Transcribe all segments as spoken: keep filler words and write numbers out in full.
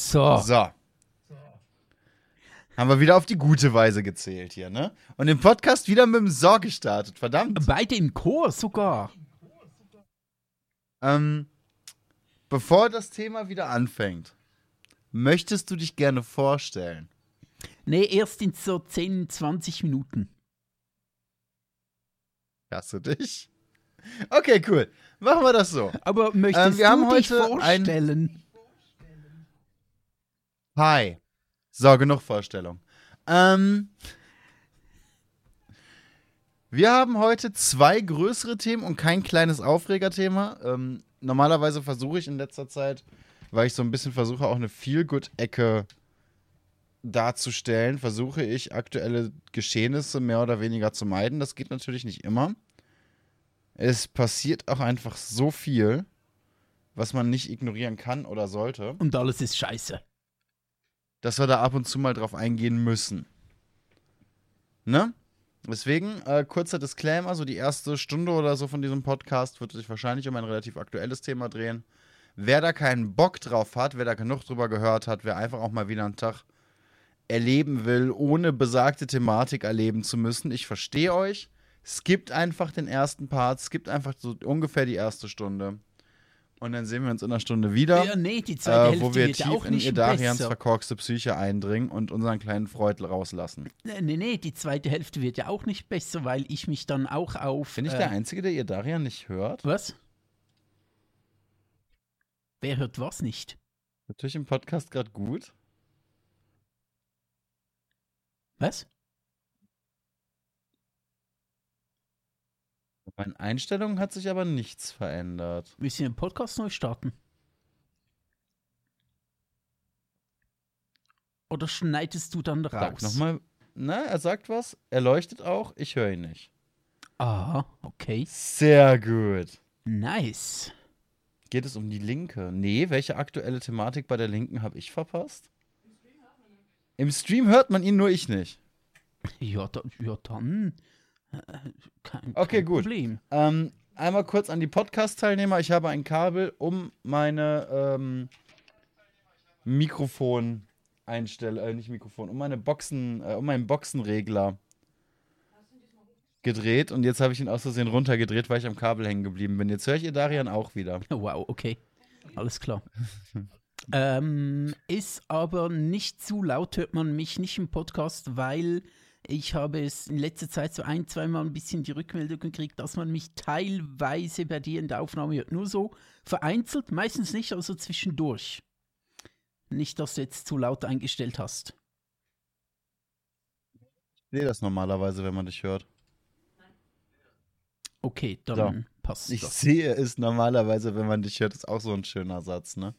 So. So. Haben wir wieder auf die gute Weise gezählt hier, ne? Und den Podcast wieder mit dem So gestartet, verdammt. Beide im Chor sogar. Ähm, bevor das Thema wieder anfängt, möchtest du dich gerne vorstellen? Nee, erst in so zehn, zwanzig Minuten. Hast du dich? Okay, cool. Machen wir das so. Aber möchtest Ähm, wir du haben dich heute vorstellen? Hi. So, genug Vorstellung. Ähm, wir haben heute zwei größere Themen und kein kleines Aufregerthema. Ähm, normalerweise versuche ich in letzter Zeit, weil ich so ein bisschen versuche, auch eine Feel-Good-Ecke darzustellen, versuche ich aktuelle Geschehnisse mehr oder weniger zu meiden. Das geht natürlich nicht immer. Es passiert auch einfach so viel, was man nicht ignorieren kann oder sollte, Und alles ist scheiße. dass wir da ab und zu mal drauf eingehen müssen. Ne? Deswegen, äh, kurzer Disclaimer, so die erste Stunde oder so von diesem Podcast wird sich wahrscheinlich um ein relativ aktuelles Thema drehen. Wer da keinen Bock drauf hat, wer da genug drüber gehört hat, wer einfach auch mal wieder einen Tag erleben will, ohne besagte Thematik erleben zu müssen, ich verstehe euch. Skippt einfach den ersten Part, skippt einfach so ungefähr die erste Stunde. Und dann sehen wir uns in einer Stunde wieder, Ja, nee, die zweite äh, Hälfte wo wir wird tief ja auch in nicht Idarians besser. verkorkste Psyche eindringen und unseren kleinen Freud rauslassen. Nee, nee, nee, die zweite Hälfte wird ja auch nicht besser, weil ich mich dann auch auf... Bin ich äh, der Einzige, der Idarian nicht hört? Was? Wer hört was nicht? Natürlich im Podcast gerade gut. Was? Bei meinen Einstellungen hat sich aber nichts verändert. Müssen wir den Podcast neu starten? Oder schneidest du dann Sag raus? nochmal. Na, er sagt was. Er leuchtet auch. Ich höre ihn nicht. Ah, okay. Sehr gut. Nice. Geht es um die Linke? Nee, welche aktuelle Thematik bei der Linken habe ich verpasst? Im Stream hört man ihn, nur ich nicht. Ja, da, ja dann. Äh, kein, Okay, kein gut. Problem. Ähm, einmal kurz an die Podcast-Teilnehmer. Ich habe ein Kabel um meine ähm, Mikrofon einstelle, äh, nicht Mikrofon, um meine Boxen, äh, um meinen Boxenregler gedreht und jetzt habe ich ihn aus Versehen runtergedreht, weil ich am Kabel hängen geblieben bin. Jetzt höre ich ihr Darian auch wieder. Wow, okay. Alles klar. ähm, ist aber nicht zu laut, hört man mich nicht im Podcast, weil ich habe es in letzter Zeit so ein, zweimal ein bisschen die Rückmeldung gekriegt, dass man mich teilweise bei dir in der Aufnahme hört. Nur so vereinzelt, meistens nicht, also zwischendurch. Nicht, dass du jetzt zu laut eingestellt hast. Ich sehe das normalerweise, wenn man dich hört. Okay, dann So. passt Ich das. sehe es normalerweise, wenn man dich hört, ist auch so ein schöner Satz, ne?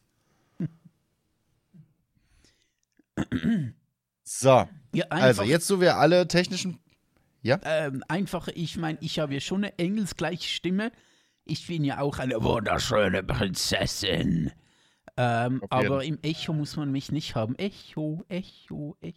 So, Ja, einfach, also jetzt, so wir alle technischen. ähm, einfach, ich meine, ich habe ja schon eine engelsgleiche Stimme. Ich bin ja auch eine wunderschöne Prinzessin. Ähm, Auf jeden. aber im Echo muss man mich nicht haben. Echo, Echo, Echo.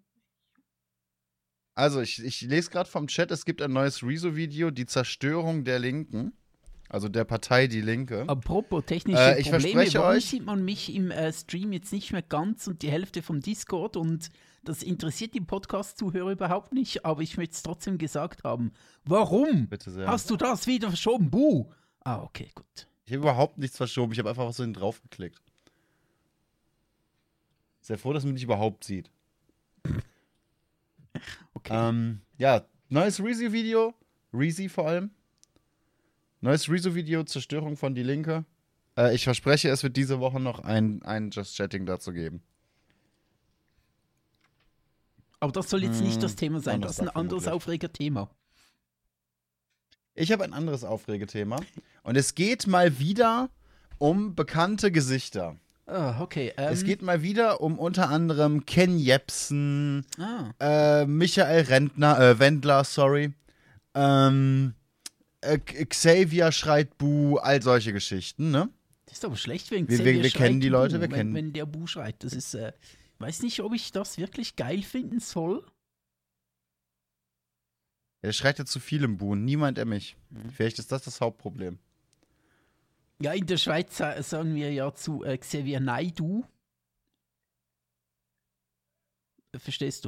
Also, ich, ich lese gerade vom Chat, es gibt ein neues Rezo-Video, die Zerstörung der Linken. Also der Partei Die Linke. Apropos technische Äh, ich Probleme, verspreche warum euch- sieht man mich im äh, Stream jetzt nicht mehr ganz und die Hälfte vom Discord und das interessiert die Podcast-Zuhörer überhaupt nicht, aber ich möchte es trotzdem gesagt haben. Warum? Bitte sehr. Hast du das wieder verschoben? Buh! Ah, okay, gut. Ich habe überhaupt nichts verschoben, ich habe einfach was so drauf geklickt. Sehr froh, dass man mich überhaupt sieht. Okay. Ähm, ja, neues Rezo-Video. Rezo vor allem. Neues Rezo-Video, Zerstörung von Die Linke. Äh, ich verspreche, es wird diese Woche noch ein, ein Just Chatting dazu geben. Aber das soll jetzt nicht Hm, das Thema sein, anderes das ist ein Tag anderes vermutlich. Aufregerthema. Ich habe ein anderes Aufregethema. Und es geht mal wieder um bekannte Gesichter. Ah, okay. Ähm, Es geht mal wieder um unter anderem Ken Jebsen, Ah, äh, Michael Rentner, äh, Wendler, sorry. Ähm, äh, Xavier schreit Buh, all solche Geschichten, ne? das ist aber schlecht, wenn Wir- Xavier wir- wir schreit, kennen die Leute, Buh, wir wenn, kennen- wenn der Bu schreit. Das ist, äh, weiß nicht, ob ich das wirklich geil finden soll. Er schreit ja zu viel im Buh, niemand er mich. Vielleicht ist das das Hauptproblem. Ja, in der Schweiz sa- sagen wir ja zu äh, Xavier Naidu. Verstehst du?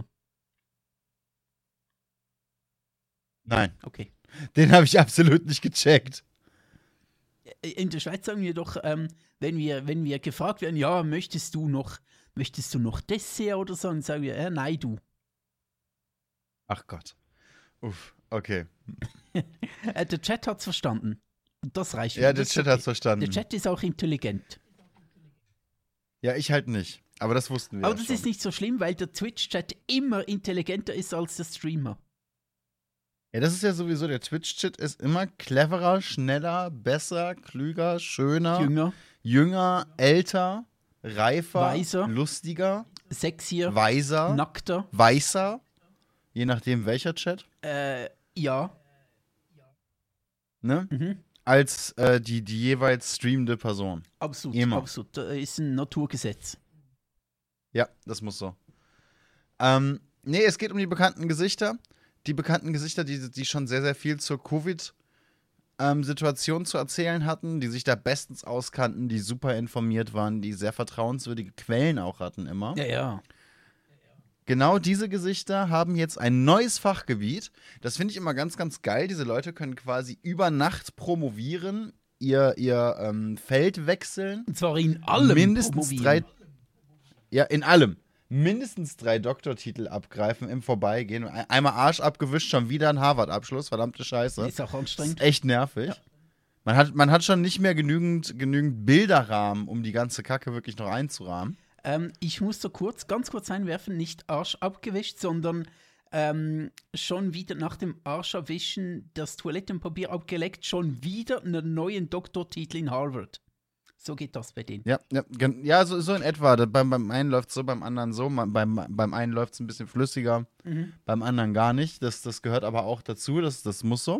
Nein, Okay. den habe ich absolut nicht gecheckt. In der Schweiz sagen wir doch, ähm, wenn wir, wenn wir gefragt werden, ja, möchtest du noch, möchtest du noch Dessert oder so, dann sagen wir, äh, nein, du. Ach Gott. Uff, okay. Äh, der Chat hat's verstanden. Und das reicht. Ja, mir. der Das ist Chat okay. hat's verstanden. Der Chat ist auch intelligent. Ja, ich halt nicht. Aber das wussten wir Aber ja das schon. ist nicht so schlimm, weil der Twitch-Chat immer intelligenter ist als der Streamer. Ja, das ist ja sowieso, der Twitch-Chat ist immer cleverer, schneller, besser, klüger, schöner, Jünger, jünger, älter, reifer, Weiser. lustiger, sexier, weiser, nackter. weißer, je nachdem welcher Chat, Äh, ja. ne? Mhm. Als äh, die, die jeweils streamende Person. Absolut, Immer. absolut. Das ist ein Naturgesetz. Ja, das muss so. Ähm, nee, es geht um die bekannten Gesichter. Die bekannten Gesichter, die, die schon sehr, sehr viel zur Covid-Situation zu erzählen hatten, die sich da bestens auskannten, die super informiert waren, die sehr vertrauenswürdige Quellen auch hatten immer. Ja, ja. Genau diese Gesichter haben jetzt ein neues Fachgebiet. Das finde ich immer ganz, ganz geil. Diese Leute können quasi über Nacht promovieren, ihr, ihr ähm, Feld wechseln. Und zwar in allem mindestens promovieren. drei. Ja, in allem. Mindestens drei Doktortitel abgreifen im Vorbeigehen. Einmal Arsch abgewischt, schon wieder ein Harvard-Abschluss. Verdammte Scheiße. Ist auch anstrengend. Ist echt nervig. Ja. Man, hat, man hat schon nicht mehr genügend, genügend Bilderrahmen, um die ganze Kacke wirklich noch einzurahmen. Ähm, ich muss so kurz, ganz kurz einwerfen, nicht Arsch abgewischt, sondern ähm, schon wieder nach dem Arsch abwischen das Toilettenpapier abgeleckt, schon wieder einen neuen Doktortitel in Harvard. So geht das bei denen. Ja, ja, gen- ja so, so in etwa. Da, beim, beim einen läuft es so, beim anderen so. Man, beim, beim einen läuft es ein bisschen flüssiger, Mhm. beim anderen gar nicht. Das, das gehört aber auch dazu, das, das muss so.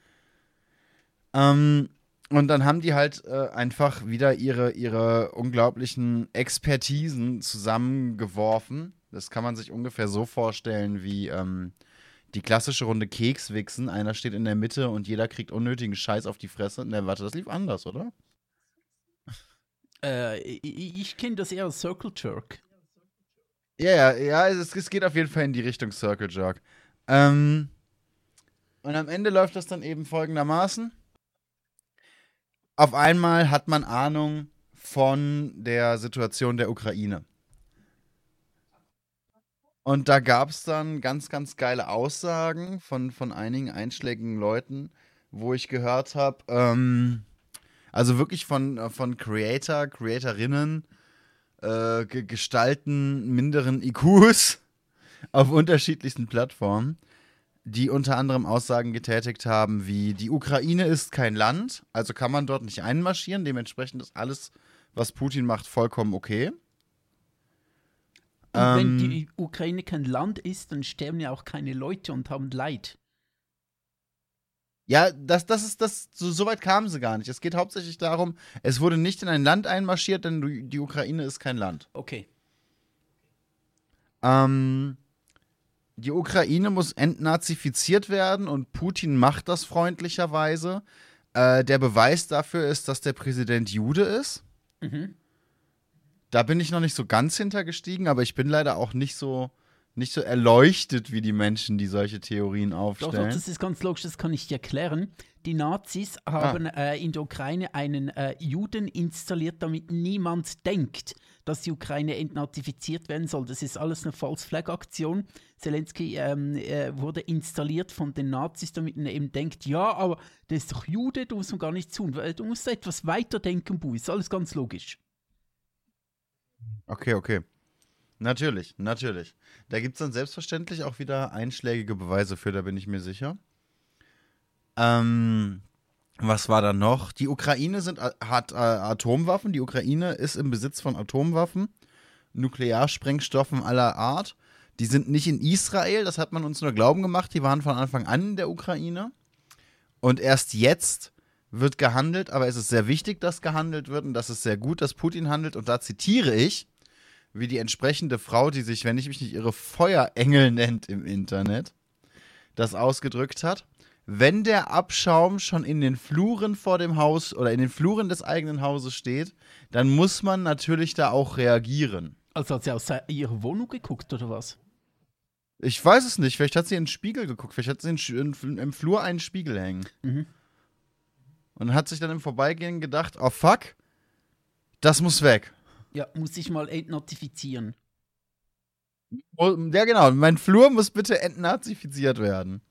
Ähm, und dann haben die halt äh, einfach wieder ihre, ihre unglaublichen Expertisen zusammengeworfen. Das kann man sich ungefähr so vorstellen wie ähm, die klassische Runde Kekswichsen. Einer steht in der Mitte und jeder kriegt unnötigen Scheiß auf die Fresse. Ne, warte, das lief anders, oder? Äh, ich ich kenne das eher als Circle Jerk. Ja, ja, ja, es, es geht auf jeden Fall in die Richtung Circle Jerk. Ähm, und am Ende läuft das dann eben folgendermaßen. Auf einmal hat man Ahnung von der Situation der Ukraine. Und da gab es dann ganz, ganz geile Aussagen von, von einigen einschlägigen Leuten, wo ich gehört habe, ähm, also wirklich von, äh, von Creator, Creatorinnen, äh, Ge- Gestalten minderen I Qs auf unterschiedlichsten Plattformen, die unter anderem Aussagen getätigt haben, wie die Ukraine ist kein Land, also kann man dort nicht einmarschieren, dementsprechend ist alles, was Putin macht, vollkommen okay. Und wenn Ähm, die Ukraine kein Land ist, dann sterben ja auch keine Leute und haben Leid. Ja, das, das ist das, so, so weit kamen sie gar nicht. Es geht hauptsächlich darum, es wurde nicht in ein Land einmarschiert, denn du- die Ukraine ist kein Land. Okay. Ähm, die Ukraine muss entnazifiziert werden und Putin macht das freundlicherweise. Äh, der Beweis dafür ist, dass der Präsident Jude ist. Mhm. Da bin ich noch nicht so ganz hintergestiegen, aber ich bin leider auch nicht so, nicht so erleuchtet wie die Menschen, die solche Theorien Doch, aufstellen. doch, das ist ganz logisch, das kann ich dir erklären. Die Nazis haben äh, in der Ukraine einen äh, Juden installiert, damit niemand denkt, dass die Ukraine entnazifiziert werden soll. Das ist alles eine False-Flag-Aktion. Zelensky ähm, äh, wurde installiert von den Nazis, damit man eben denkt, ja, aber der ist doch Jude, du musst ihm gar nicht tun. Du musst da etwas weiterdenken, Bu. Ist alles ganz logisch. Okay, okay. Natürlich, natürlich. Da gibt es dann selbstverständlich auch wieder einschlägige Beweise für, da bin ich mir sicher. Ähm, was war da noch? Die Ukraine sind, äh, hat äh, Atomwaffen. Die Ukraine ist im Besitz von Atomwaffen, Nuklearsprengstoffen aller Art. Die sind nicht in Israel, das hat man uns nur glauben gemacht. Die waren von Anfang an in der Ukraine. Und erst jetzt wird gehandelt, aber es ist sehr wichtig, dass gehandelt wird und das ist sehr gut, dass Putin handelt. Und da zitiere ich, wie die entsprechende Frau, die sich, wenn ich mich nicht irre, Feuerengel nennt im Internet, das ausgedrückt hat. Wenn der Abschaum schon in den Fluren vor dem Haus oder in den Fluren des eigenen Hauses steht, dann muss man natürlich da auch reagieren. Also hat sie aus ihrer Wohnung geguckt, oder was? Ich weiß es nicht. Vielleicht hat sie in den Spiegel geguckt. Vielleicht hat sie in, in, im Flur einen Spiegel hängen. Mhm. Und hat sich dann im Vorbeigehen gedacht, oh fuck, das muss weg. Ja, muss ich mal entnotifizieren. Ja, genau. Mein Flur muss bitte entnazifiziert werden.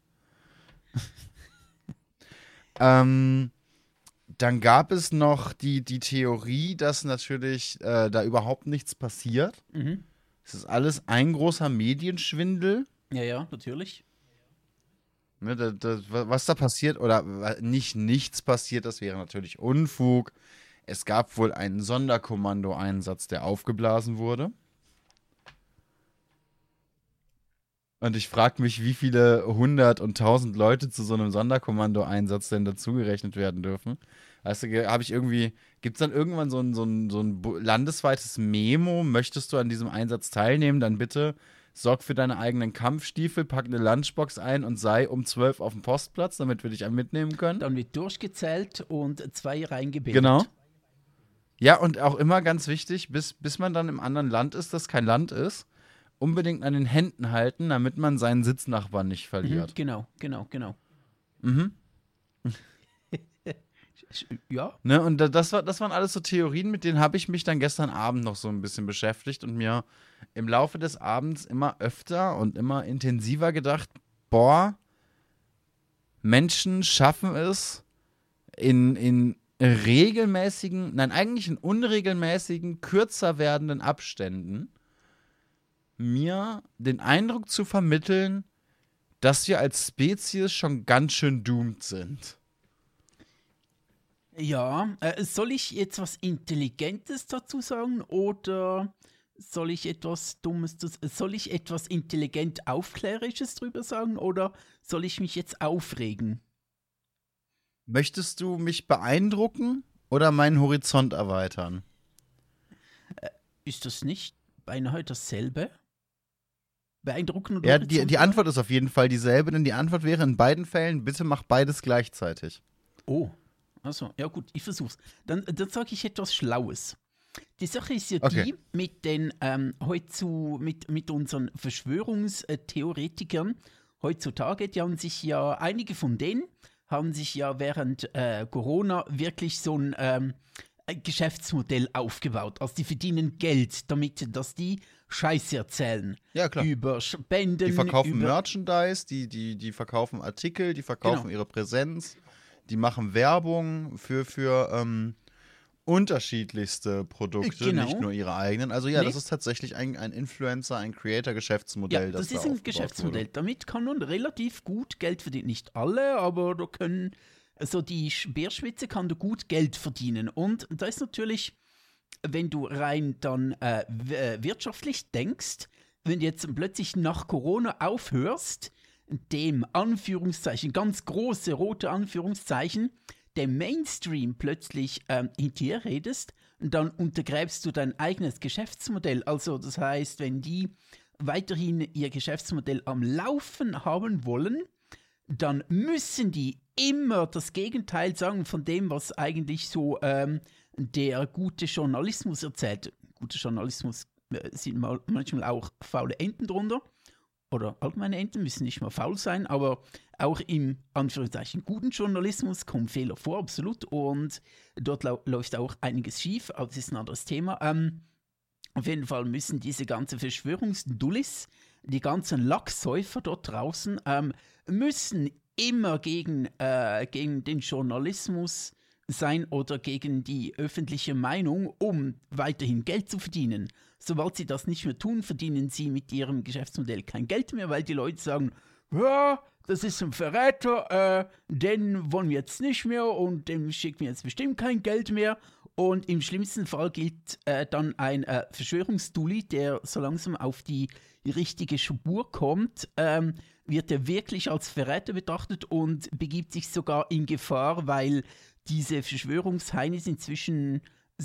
ähm, dann gab es noch die, die Theorie, dass natürlich äh, da überhaupt nichts passiert. Mhm. Es ist alles ein großer Medienschwindel. Ja, ja, natürlich. Ne, da, da, was da passiert oder nicht nichts passiert, das wäre natürlich Unfug. Es gab wohl einen Sonderkommando-Einsatz, der aufgeblasen wurde. Und ich frage mich, wie viele hundert und tausend Leute zu so einem Sonderkommando-Einsatz denn dazugerechnet werden dürfen. Weißt du, habe ich irgendwie, gibt es dann irgendwann so ein, so, ein, so ein landesweites Memo? Möchtest du an diesem Einsatz teilnehmen? Dann bitte sorg für deine eigenen Kampfstiefel, pack eine Lunchbox ein und sei um zwölf auf dem Postplatz, damit wir dich mitnehmen können. Dann wird durchgezählt und zwei reingebildet. Genau. Ja, und auch immer ganz wichtig, bis, bis man dann im anderen Land ist, das kein Land ist, unbedingt an den Händen halten, damit man seinen Sitznachbarn nicht verliert. Mhm, genau, genau, genau. Mhm. Ja. Ne, und das, war, das waren alles so Theorien, mit denen habe ich mich dann gestern Abend noch so ein bisschen beschäftigt und mir im Laufe des Abends immer öfter und immer intensiver gedacht, boah, Menschen schaffen es in, in regelmäßigen, nein, eigentlich in unregelmäßigen, kürzer werdenden Abständen mir den Eindruck zu vermitteln, dass wir als Spezies schon ganz schön doomed sind. Ja, äh, soll ich jetzt was Intelligentes dazu sagen oder soll ich etwas Dummes, soll ich etwas intelligent Aufklärisches drüber sagen oder soll ich mich jetzt aufregen? Möchtest du mich beeindrucken oder meinen Horizont erweitern? Äh, ist das nicht beinahe dasselbe? Beeindrucken oder Ja, Horizont? die, die Antwort ist auf jeden Fall dieselbe, denn die Antwort wäre in beiden Fällen, bitte mach beides gleichzeitig. Oh. Also, ja gut, ich versuch's. Dann, dann sage ich etwas Schlaues. Die Sache ist ja Okay. die, mit den ähm, heutzu, mit, mit unseren Verschwörungstheoretikern heutzutage, die haben sich ja, einige von denen haben sich ja während äh, Corona wirklich so ein ähm, Geschäftsmodell aufgebaut. Also die verdienen Geld damit, dass die Scheiße erzählen. Ja, klar. Über Spenden. Die verkaufen über Merchandise, die, die, die verkaufen Artikel, die verkaufen Genau. ihre Präsenz, die machen Werbung für, für ähm, unterschiedlichste Produkte, Genau. nicht nur ihre eigenen. Also ja, Nee. das ist tatsächlich ein, ein Influencer, ein Creator-Geschäftsmodell, Ja, das, das ist da ein aufgebaut Geschäftsmodell. wurde. Damit kann man relativ gut Geld verdienen. Nicht alle, aber da können, also die Speerspitze kann da gut Geld verdienen. Und da ist natürlich, wenn du rein dann äh, wirtschaftlich denkst, wenn du jetzt plötzlich nach Corona aufhörst, dem Anführungszeichen, ganz große rote Anführungszeichen, dem Mainstream plötzlich ähm, hinterher redest, dann untergräbst du dein eigenes Geschäftsmodell. Also das heißt, wenn die weiterhin ihr Geschäftsmodell am Laufen haben wollen, dann müssen die immer das Gegenteil sagen von dem, was eigentlich so ähm, der gute Journalismus erzählt. Guter Journalismus äh, sind mal, manchmal auch faule Enten drunter. Oder allgemeine Enten müssen nicht mal faul sein, aber auch im Anführungszeichen guten Journalismus kommen Fehler vor, absolut. Und dort lau- läuft auch einiges schief, aber das ist ein anderes Thema. Ähm, auf jeden Fall müssen diese ganzen Verschwörungsdullis, die ganzen Lachsäufer dort draußen, ähm, müssen immer gegen, äh, gegen den Journalismus sein oder gegen die öffentliche Meinung, um weiterhin Geld zu verdienen. Sobald sie das nicht mehr tun, verdienen sie mit ihrem Geschäftsmodell kein Geld mehr, weil die Leute sagen, ja, das ist ein Verräter, äh, den wollen wir jetzt nicht mehr und dem schicken wir jetzt bestimmt kein Geld mehr. Und im schlimmsten Fall gilt äh, dann ein äh, Verschwörungsdulli, der so langsam auf die richtige Spur kommt, ähm, wird er wirklich als Verräter betrachtet und begibt sich sogar in Gefahr, weil diese Verschwörungsheinis inzwischen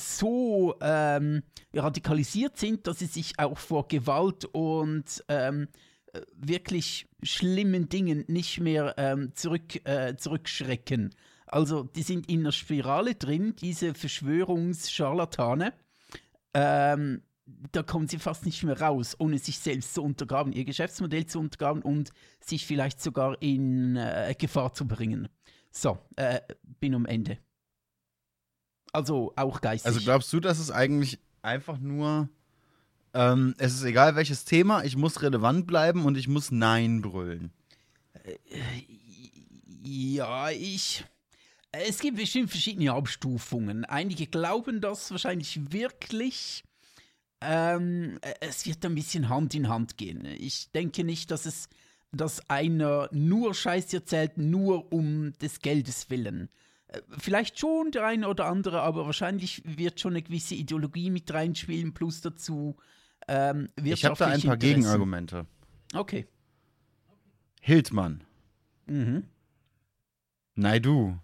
so ähm, radikalisiert sind, dass sie sich auch vor Gewalt und ähm, wirklich schlimmen Dingen nicht mehr ähm, zurück, äh, zurückschrecken. Also die sind in einer Spirale drin, diese Verschwörungsscharlatane. Ähm, da kommen sie fast nicht mehr raus, ohne sich selbst zu untergraben, ihr Geschäftsmodell zu untergraben und sich vielleicht sogar in äh, Gefahr zu bringen. So, äh, bin am Ende. Also auch geistig. Also glaubst du, dass es eigentlich einfach nur, ähm, es ist egal welches Thema, ich muss relevant bleiben und ich muss Nein brüllen? Äh, ja, ich... Es gibt bestimmt verschiedene Abstufungen. Einige glauben das wahrscheinlich wirklich. Ähm, es wird ein bisschen Hand in Hand gehen. Ich denke nicht, dass es, dass einer nur Scheiß erzählt, nur um des Geldes willen. Äh, vielleicht schon der eine oder andere, aber wahrscheinlich wird schon eine gewisse Ideologie mit reinspielen, plus dazu ähm, wirtschaftliche Ich habe da ein paar Interessen. Gegenargumente. Okay. Hildmann. Mhm. Naidu.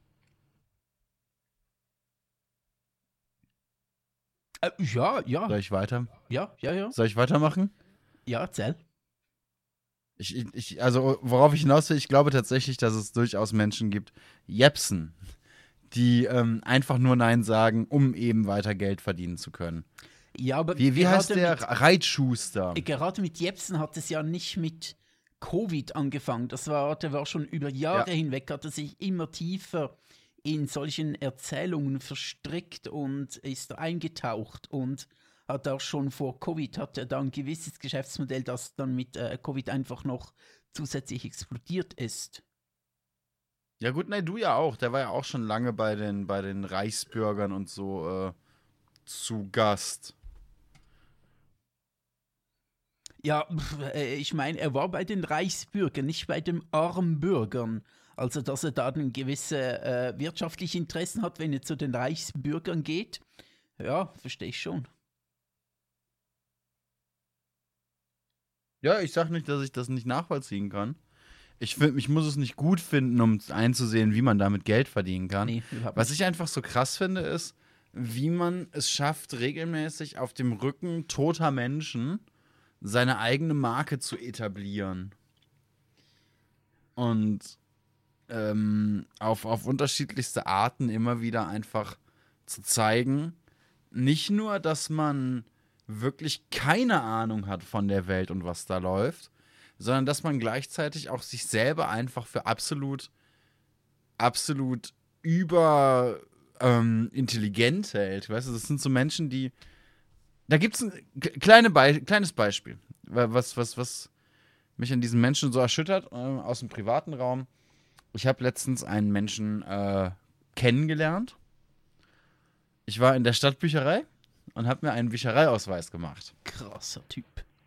Äh, ja, ja. Soll ich weiter? Ja, ja, ja. Soll ich weitermachen? Ja, erzähl. Ich, ich, also, worauf ich hinaus will, ich glaube tatsächlich, dass es durchaus Menschen gibt, Jepsen, die ähm, einfach nur Nein sagen, um eben weiter Geld verdienen zu können. Ja, aber Wie, wie gerade heißt der? mit- Reitschuster. Gerade mit Jepsen hat es ja nicht mit Covid angefangen. Das war, der war schon über Jahre Ja. hinweg, hat er sich immer tiefer in solchen Erzählungen verstrickt und ist eingetaucht und hat auch schon vor Covid, hat er da ein gewisses Geschäftsmodell, das dann mit äh, Covid einfach noch zusätzlich explodiert ist. Ja gut, nein, du ja auch. Der war ja auch schon lange bei den, bei den Reichsbürgern und so äh, zu Gast. Ja, pf, äh, ich meine, er war bei den Reichsbürgern, nicht bei den Armbürgern. Also, dass er da dann gewisse äh, wirtschaftliche Interessen hat, wenn er zu den Reichsbürgern geht. Ja, verstehe ich schon. Ja, ich sag nicht, dass ich das nicht nachvollziehen kann. Ich, find, ich muss es nicht gut finden, um einzusehen, wie man damit Geld verdienen kann. Nee, überhaupt Was nicht. ich einfach so krass finde, ist, wie man es schafft, regelmäßig auf dem Rücken toter Menschen seine eigene Marke zu etablieren. Und ähm, auf, auf unterschiedlichste Arten immer wieder einfach zu zeigen, nicht nur, dass man wirklich keine Ahnung hat von der Welt und was da läuft, sondern dass man gleichzeitig auch sich selber einfach für absolut, absolut über ähm, intelligent hält. Weißt du, das sind so Menschen, die. Da gibt es ein k- kleine Be- kleines Beispiel, was, was, was mich an diesen Menschen so erschüttert, äh, aus dem privaten Raum. Ich habe letztens einen Menschen äh, kennengelernt. Ich war in der Stadtbücherei und habe mir einen Büchereiausweis gemacht. Krasser Typ.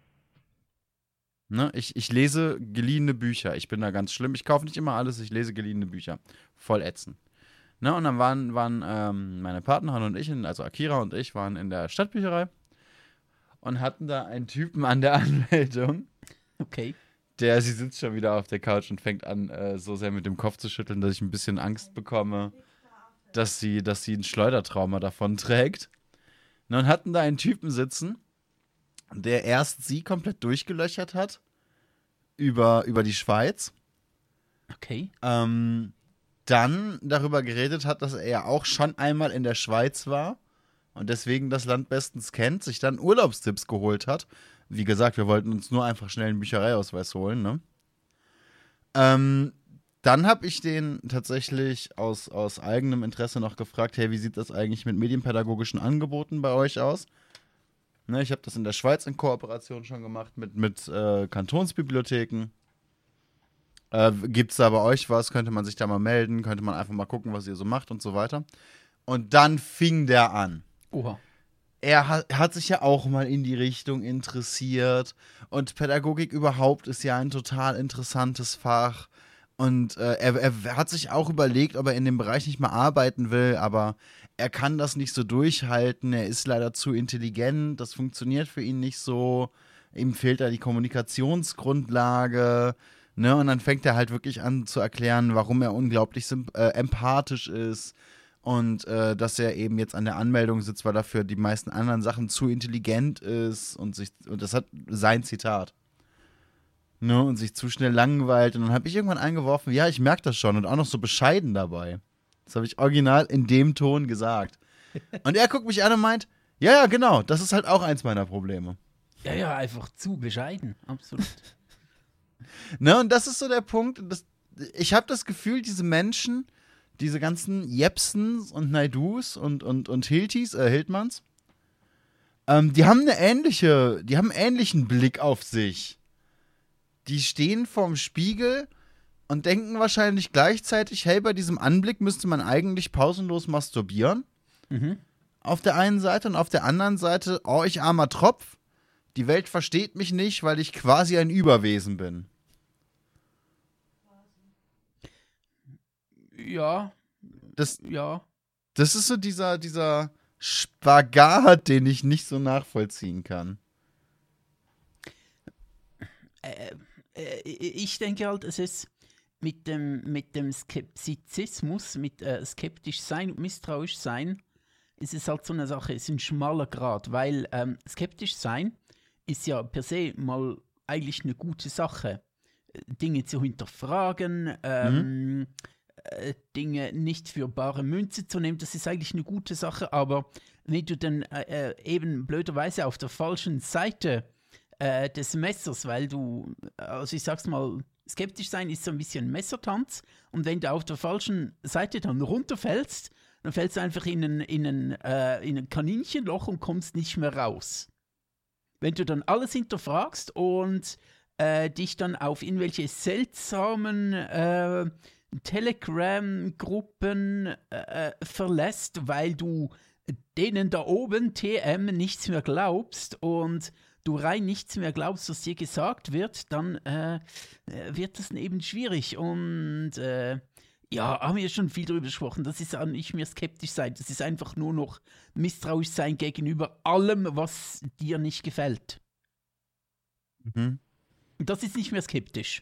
Ne? Ich, ich lese geliehene Bücher. Ich bin da ganz schlimm. Ich kaufe nicht immer alles, ich lese geliehene Bücher. Voll ätzend. Ne? Und dann waren, waren ähm, meine Partnerin und ich, in, also Akira und ich, waren in der Stadtbücherei und hatten da einen Typen an der Anmeldung, Okay. der, sie sitzt schon wieder auf der Couch und fängt an, äh, so sehr mit dem Kopf zu schütteln, dass ich ein bisschen Angst bekomme, dass sie, dass sie ein Schleudertrauma davon trägt. Ne? Und hatten da einen Typen sitzen, der erst sie komplett durchgelöchert hat über, über die Schweiz. Okay. Ähm, dann darüber geredet hat, dass er ja auch schon einmal in der Schweiz war und deswegen das Land bestens kennt, sich dann Urlaubstipps geholt hat. Wie gesagt, wir wollten uns nur einfach schnell einen Büchereiausweis holen, ne? Ähm, dann habe ich den tatsächlich aus, aus eigenem Interesse noch gefragt, hey, wie sieht das eigentlich mit medienpädagogischen Angeboten bei euch aus? Ne, ich habe das in der Schweiz in Kooperation schon gemacht mit, mit äh, Kantonsbibliotheken. Äh, Gibt es da bei euch was? Könnte man sich da mal melden? Könnte man einfach mal gucken, was ihr so macht und so weiter? Und dann fing der an. Oha. Er hat, hat sich ja auch mal in die Richtung interessiert. Und Pädagogik überhaupt ist ja ein total interessantes Fach. Und äh, er, er hat sich auch überlegt, ob er in dem Bereich nicht mal arbeiten will, aber er kann das nicht so durchhalten. Er ist leider zu intelligent, das funktioniert für ihn nicht so. Ihm fehlt da die Kommunikationsgrundlage. Ne? Und dann fängt er halt wirklich an zu erklären, warum er unglaublich symp- äh, empathisch ist. Und äh, dass er eben jetzt an der Anmeldung sitzt, weil er für die meisten anderen Sachen zu intelligent ist. Und, sich, und das hat sein Zitat. Ne, und sich zu schnell langweilt. Und dann habe ich irgendwann eingeworfen, ja, ich merke das schon. Und auch noch so bescheiden dabei. Das habe ich original in dem Ton gesagt. Und er guckt mich an und meint, Ja, ja, genau. Das ist halt auch eins meiner Probleme. Ja, ja, einfach zu bescheiden, absolut. Ne, und das ist so der Punkt. Das, ich habe das Gefühl, diese Menschen, diese ganzen Jepsens und Naidus und, und, und Hiltis, äh, Hildmanns, ähm, die haben eine ähnliche, die haben einen ähnlichen Blick auf sich. Die stehen vorm Spiegel und denken wahrscheinlich gleichzeitig, hey, bei diesem Anblick müsste man eigentlich pausenlos masturbieren. Mhm. Auf der einen Seite und auf der anderen Seite, oh, ich armer Tropf, die Welt versteht mich nicht, weil ich quasi ein Überwesen bin. Ja, Das, ja. das ist so dieser, dieser Spagat, den ich nicht so nachvollziehen kann. Äh, äh, ich denke halt, es ist mit dem, mit dem Skeptizismus, mit äh, skeptisch sein und misstrauisch sein, ist es halt so eine Sache, es ist ein schmaler Grat, weil ähm, skeptisch sein ist ja per se mal eigentlich eine gute Sache. Dinge zu hinterfragen, ähm, mhm. äh, Dinge nicht für bare Münze zu nehmen, das ist eigentlich eine gute Sache, aber wenn du dann äh, äh, eben blöderweise auf der falschen Seite äh, des Messers, weil du, also ich sag's mal, skeptisch sein ist so ein bisschen Messertanz und wenn du auf der falschen Seite dann runterfällst, dann fällst du einfach in ein, in ein, äh, in ein Kaninchenloch und kommst nicht mehr raus. Wenn du dann alles hinterfragst und äh, dich dann auf irgendwelche seltsamen äh, Telegram-Gruppen äh, verlässt, weil du denen da oben T M nichts mehr glaubst und du rein nichts mehr glaubst, was dir gesagt wird, dann äh, wird das eben schwierig. Und äh, ja, haben wir schon viel darüber gesprochen. Das ist auch nicht mehr skeptisch sein. Das ist einfach nur noch misstrauisch sein gegenüber allem, was dir nicht gefällt. Mhm. Das ist nicht mehr skeptisch.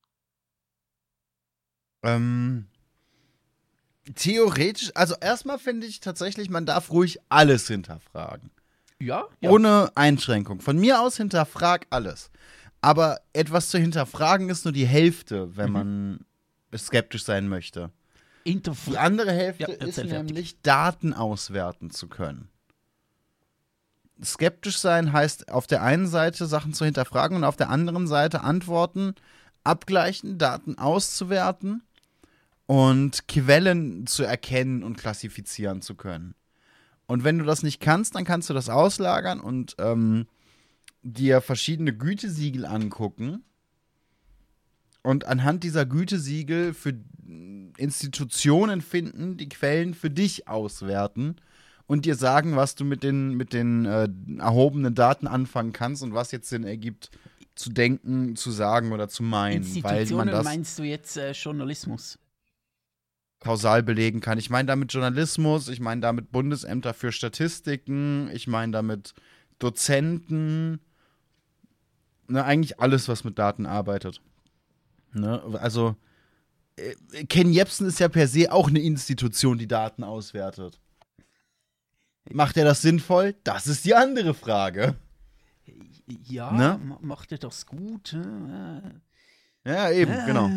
Ähm, theoretisch, also erstmal finde ich tatsächlich, man darf ruhig alles hinterfragen. Ja, ja. Ohne Einschränkung. Von mir aus hinterfrag alles. Aber etwas zu hinterfragen ist nur die Hälfte, wenn mhm. man skeptisch sein möchte. Interfra- die andere Hälfte ja, ist fertig. nämlich, Daten auswerten zu können. Skeptisch sein heißt auf der einen Seite Sachen zu hinterfragen und auf der anderen Seite Antworten abgleichen, Daten auszuwerten und Quellen zu erkennen und klassifizieren zu können. Und wenn du das nicht kannst, dann kannst du das auslagern und ähm, dir verschiedene Gütesiegel angucken und anhand dieser Gütesiegel für Institutionen finden, die Quellen für dich auswerten und dir sagen, was du mit den, mit den äh, erhobenen Daten anfangen kannst und was jetzt Sinn ergibt, zu denken, zu sagen oder zu meinen. Institutionen weil man das meinst du jetzt äh, Journalismus? Kausal belegen kann. Ich meine damit Journalismus, ich meine damit Bundesämter für Statistiken, ich meine damit Dozenten, ne, eigentlich alles, was mit Daten arbeitet. Ne, also, äh, Ken Jebsen ist ja per se auch eine Institution, die Daten auswertet. Macht er das sinnvoll? Das ist die andere Frage. Ja, ne? macht er das gut? Äh, ja, eben, äh, genau.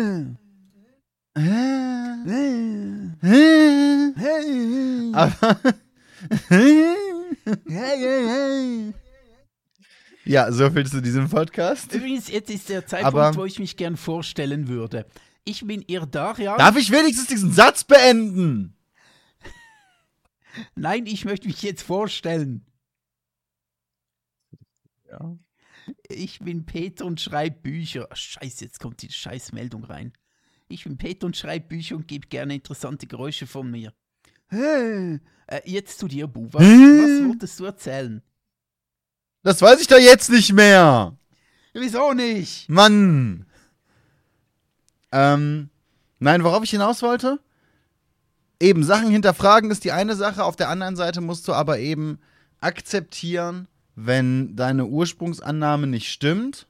äh, Aber ja, so viel zu diesem Podcast. Übrigens, jetzt ist der Zeitpunkt, Aber wo ich mich gern vorstellen würde. Ich bin ihr Darian. Darf ich wenigstens diesen Satz beenden? Nein, ich möchte mich jetzt vorstellen. Ja. Ich bin Peter und schreibe Bücher. Ach, scheiße, jetzt kommt die Scheißmeldung rein. Ich bin Peter und schreibe Bücher und gebe gerne interessante Geräusche von mir. Äh, jetzt zu dir, Bu. Was, was wolltest du erzählen? Das weiß ich doch jetzt nicht mehr. Wieso nicht? Mann. Ähm, nein, worauf ich hinaus wollte? Eben, Sachen hinterfragen ist die eine Sache. Auf der anderen Seite musst du aber eben akzeptieren, wenn deine Ursprungsannahme nicht stimmt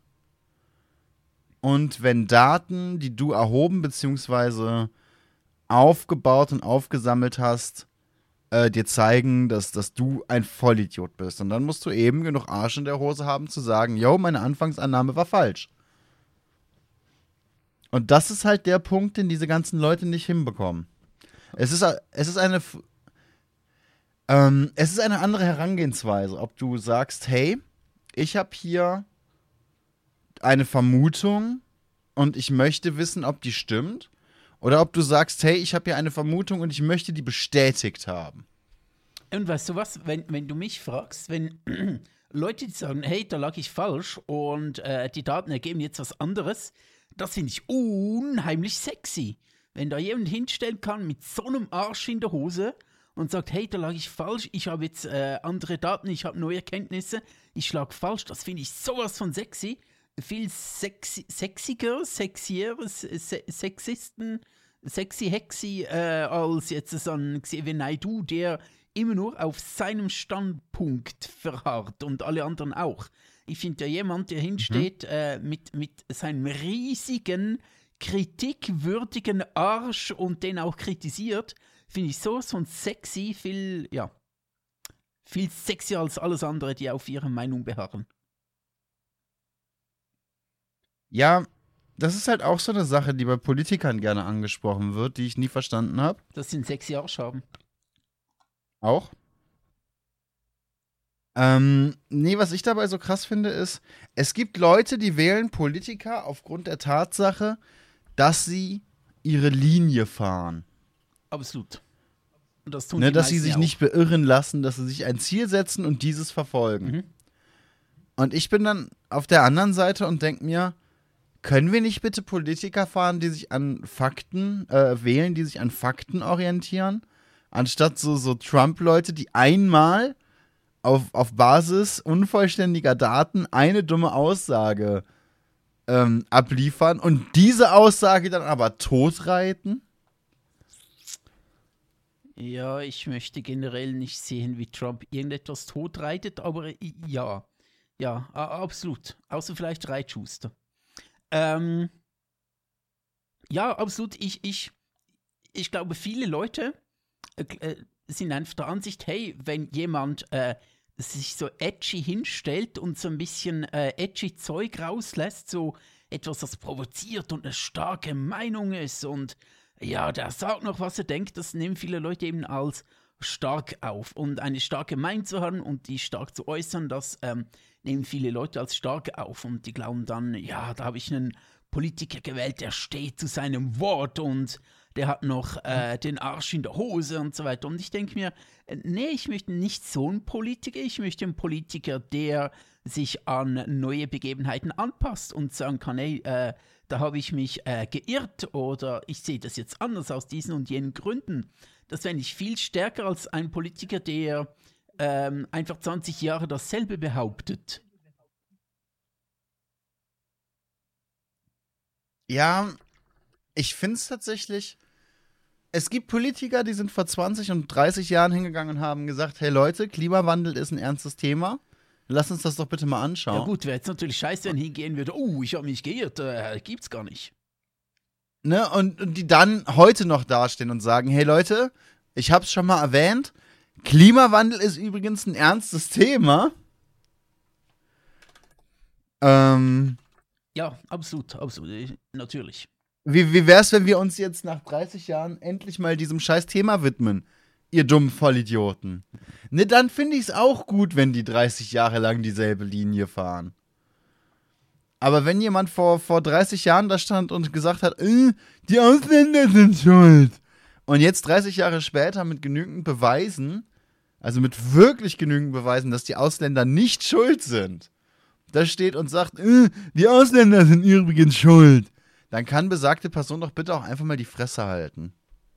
und wenn Daten, die du erhoben bzw. aufgebaut und aufgesammelt hast, äh, dir zeigen, dass, dass du ein Vollidiot bist. Und dann musst du eben genug Arsch in der Hose haben, zu sagen, yo, meine Anfangsannahme war falsch. Und das ist halt der Punkt, den diese ganzen Leute nicht hinbekommen. Es ist, es ist eine... Ähm, es ist eine andere Herangehensweise, ob du sagst, hey, ich habe hier eine Vermutung und ich möchte wissen, ob die stimmt. Oder ob du sagst, hey, ich habe hier eine Vermutung und ich möchte die bestätigt haben. Und weißt du was, wenn, wenn du mich fragst, wenn Leute die sagen, hey, da lag ich falsch und äh, die Daten ergeben jetzt was anderes, das finde ich unheimlich sexy. Wenn da jemand hinstellen kann mit so einem Arsch in der Hose und sagt, hey, da lag ich falsch, ich habe jetzt äh, andere Daten, ich habe neue Erkenntnisse, ich lag falsch, das finde ich sowas von sexy. Viel sexy, sexiger, sexier, se Sexisten, sexy Hexy, äh, als jetzt so ein Xavier Naidoo, der immer nur auf seinem Standpunkt verharrt und alle anderen auch. Ich finde ja jemand, der hinsteht mhm. äh, mit, mit seinem riesigen, kritikwürdigen Arsch und den auch kritisiert, finde ich sowas von sexy, viel, ja, viel sexier als alles andere, die auf ihrer Meinung beharren. Ja, das ist halt auch so eine Sache, die bei Politikern gerne angesprochen wird, die ich nie verstanden habe. Dass sie einen sexy Arsch haben. Auch? Ähm, nee, was ich dabei so krass finde, ist, es gibt Leute, die wählen Politiker aufgrund der Tatsache, dass sie ihre Linie fahren. Absolut. Und das tun ne, die dass sie meisten sich ja nicht beirren lassen, dass sie sich ein Ziel setzen und dieses verfolgen. Mhm. Und ich bin dann auf der anderen Seite und denke mir, können wir nicht bitte Politiker fahren, die sich an Fakten, äh, wählen, die sich an Fakten orientieren? Anstatt so, so Trump-Leute, die einmal auf, auf Basis unvollständiger Daten eine dumme Aussage ähm, abliefern und diese Aussage dann aber totreiten? Ja, ich möchte generell nicht sehen, wie Trump irgendetwas totreitet, aber ja, ja, absolut. Außer vielleicht Reitschuster. Ähm, ja, absolut. Ich, ich, ich glaube, viele Leute äh, sind einfach der Ansicht, hey, wenn jemand äh, sich so edgy hinstellt und so ein bisschen äh, edgy Zeug rauslässt, so etwas, das provoziert und eine starke Meinung ist und ja, der sagt noch, was er denkt, das nehmen viele Leute eben als stark auf. Und eine starke Meinung zu haben und die stark zu äußern, das ähm, nehmen viele Leute als stark auf. Und die glauben dann, ja, da habe ich einen Politiker gewählt, der steht zu seinem Wort und der hat noch äh, den Arsch in der Hose und so weiter. Und ich denke mir, äh, nee, ich möchte nicht so einen Politiker, ich möchte einen Politiker, der sich an neue Begebenheiten anpasst und sagen kann, hey, äh, da habe ich mich äh, geirrt oder ich sehe das jetzt anders aus diesen und jenen Gründen. Das fände ich viel stärker als ein Politiker, der ähm, einfach zwanzig Jahre dasselbe behauptet. Ja, ich finde es tatsächlich, es gibt Politiker, die sind vor zwanzig und dreißig Jahren hingegangen und haben gesagt, hey Leute, Klimawandel ist ein ernstes Thema. Lass uns das doch bitte mal anschauen. Ja gut, wäre jetzt natürlich scheiße, wenn hingehen würde, oh, ich habe mich geirrt, äh, gibt's gar nicht. Ne, und, und die dann heute noch dastehen und sagen, hey Leute, ich hab's schon mal erwähnt, Klimawandel ist übrigens ein ernstes Thema. Ähm, ja, absolut, absolut, natürlich. Wie, wie wär's, wenn wir uns jetzt nach dreißig Jahren endlich mal diesem scheiß Thema widmen? Ihr dummen Vollidioten. Ne, dann finde ich es auch gut, wenn die dreißig Jahre lang dieselbe Linie fahren. Aber wenn jemand vor, vor dreißig Jahren da stand und gesagt hat, äh, die Ausländer sind schuld. Und jetzt dreißig Jahre später mit genügend Beweisen, also mit wirklich genügend Beweisen, dass die Ausländer nicht schuld sind, da steht und sagt, äh, die Ausländer sind übrigens schuld. Dann kann besagte Person doch bitte auch einfach mal die Fresse halten.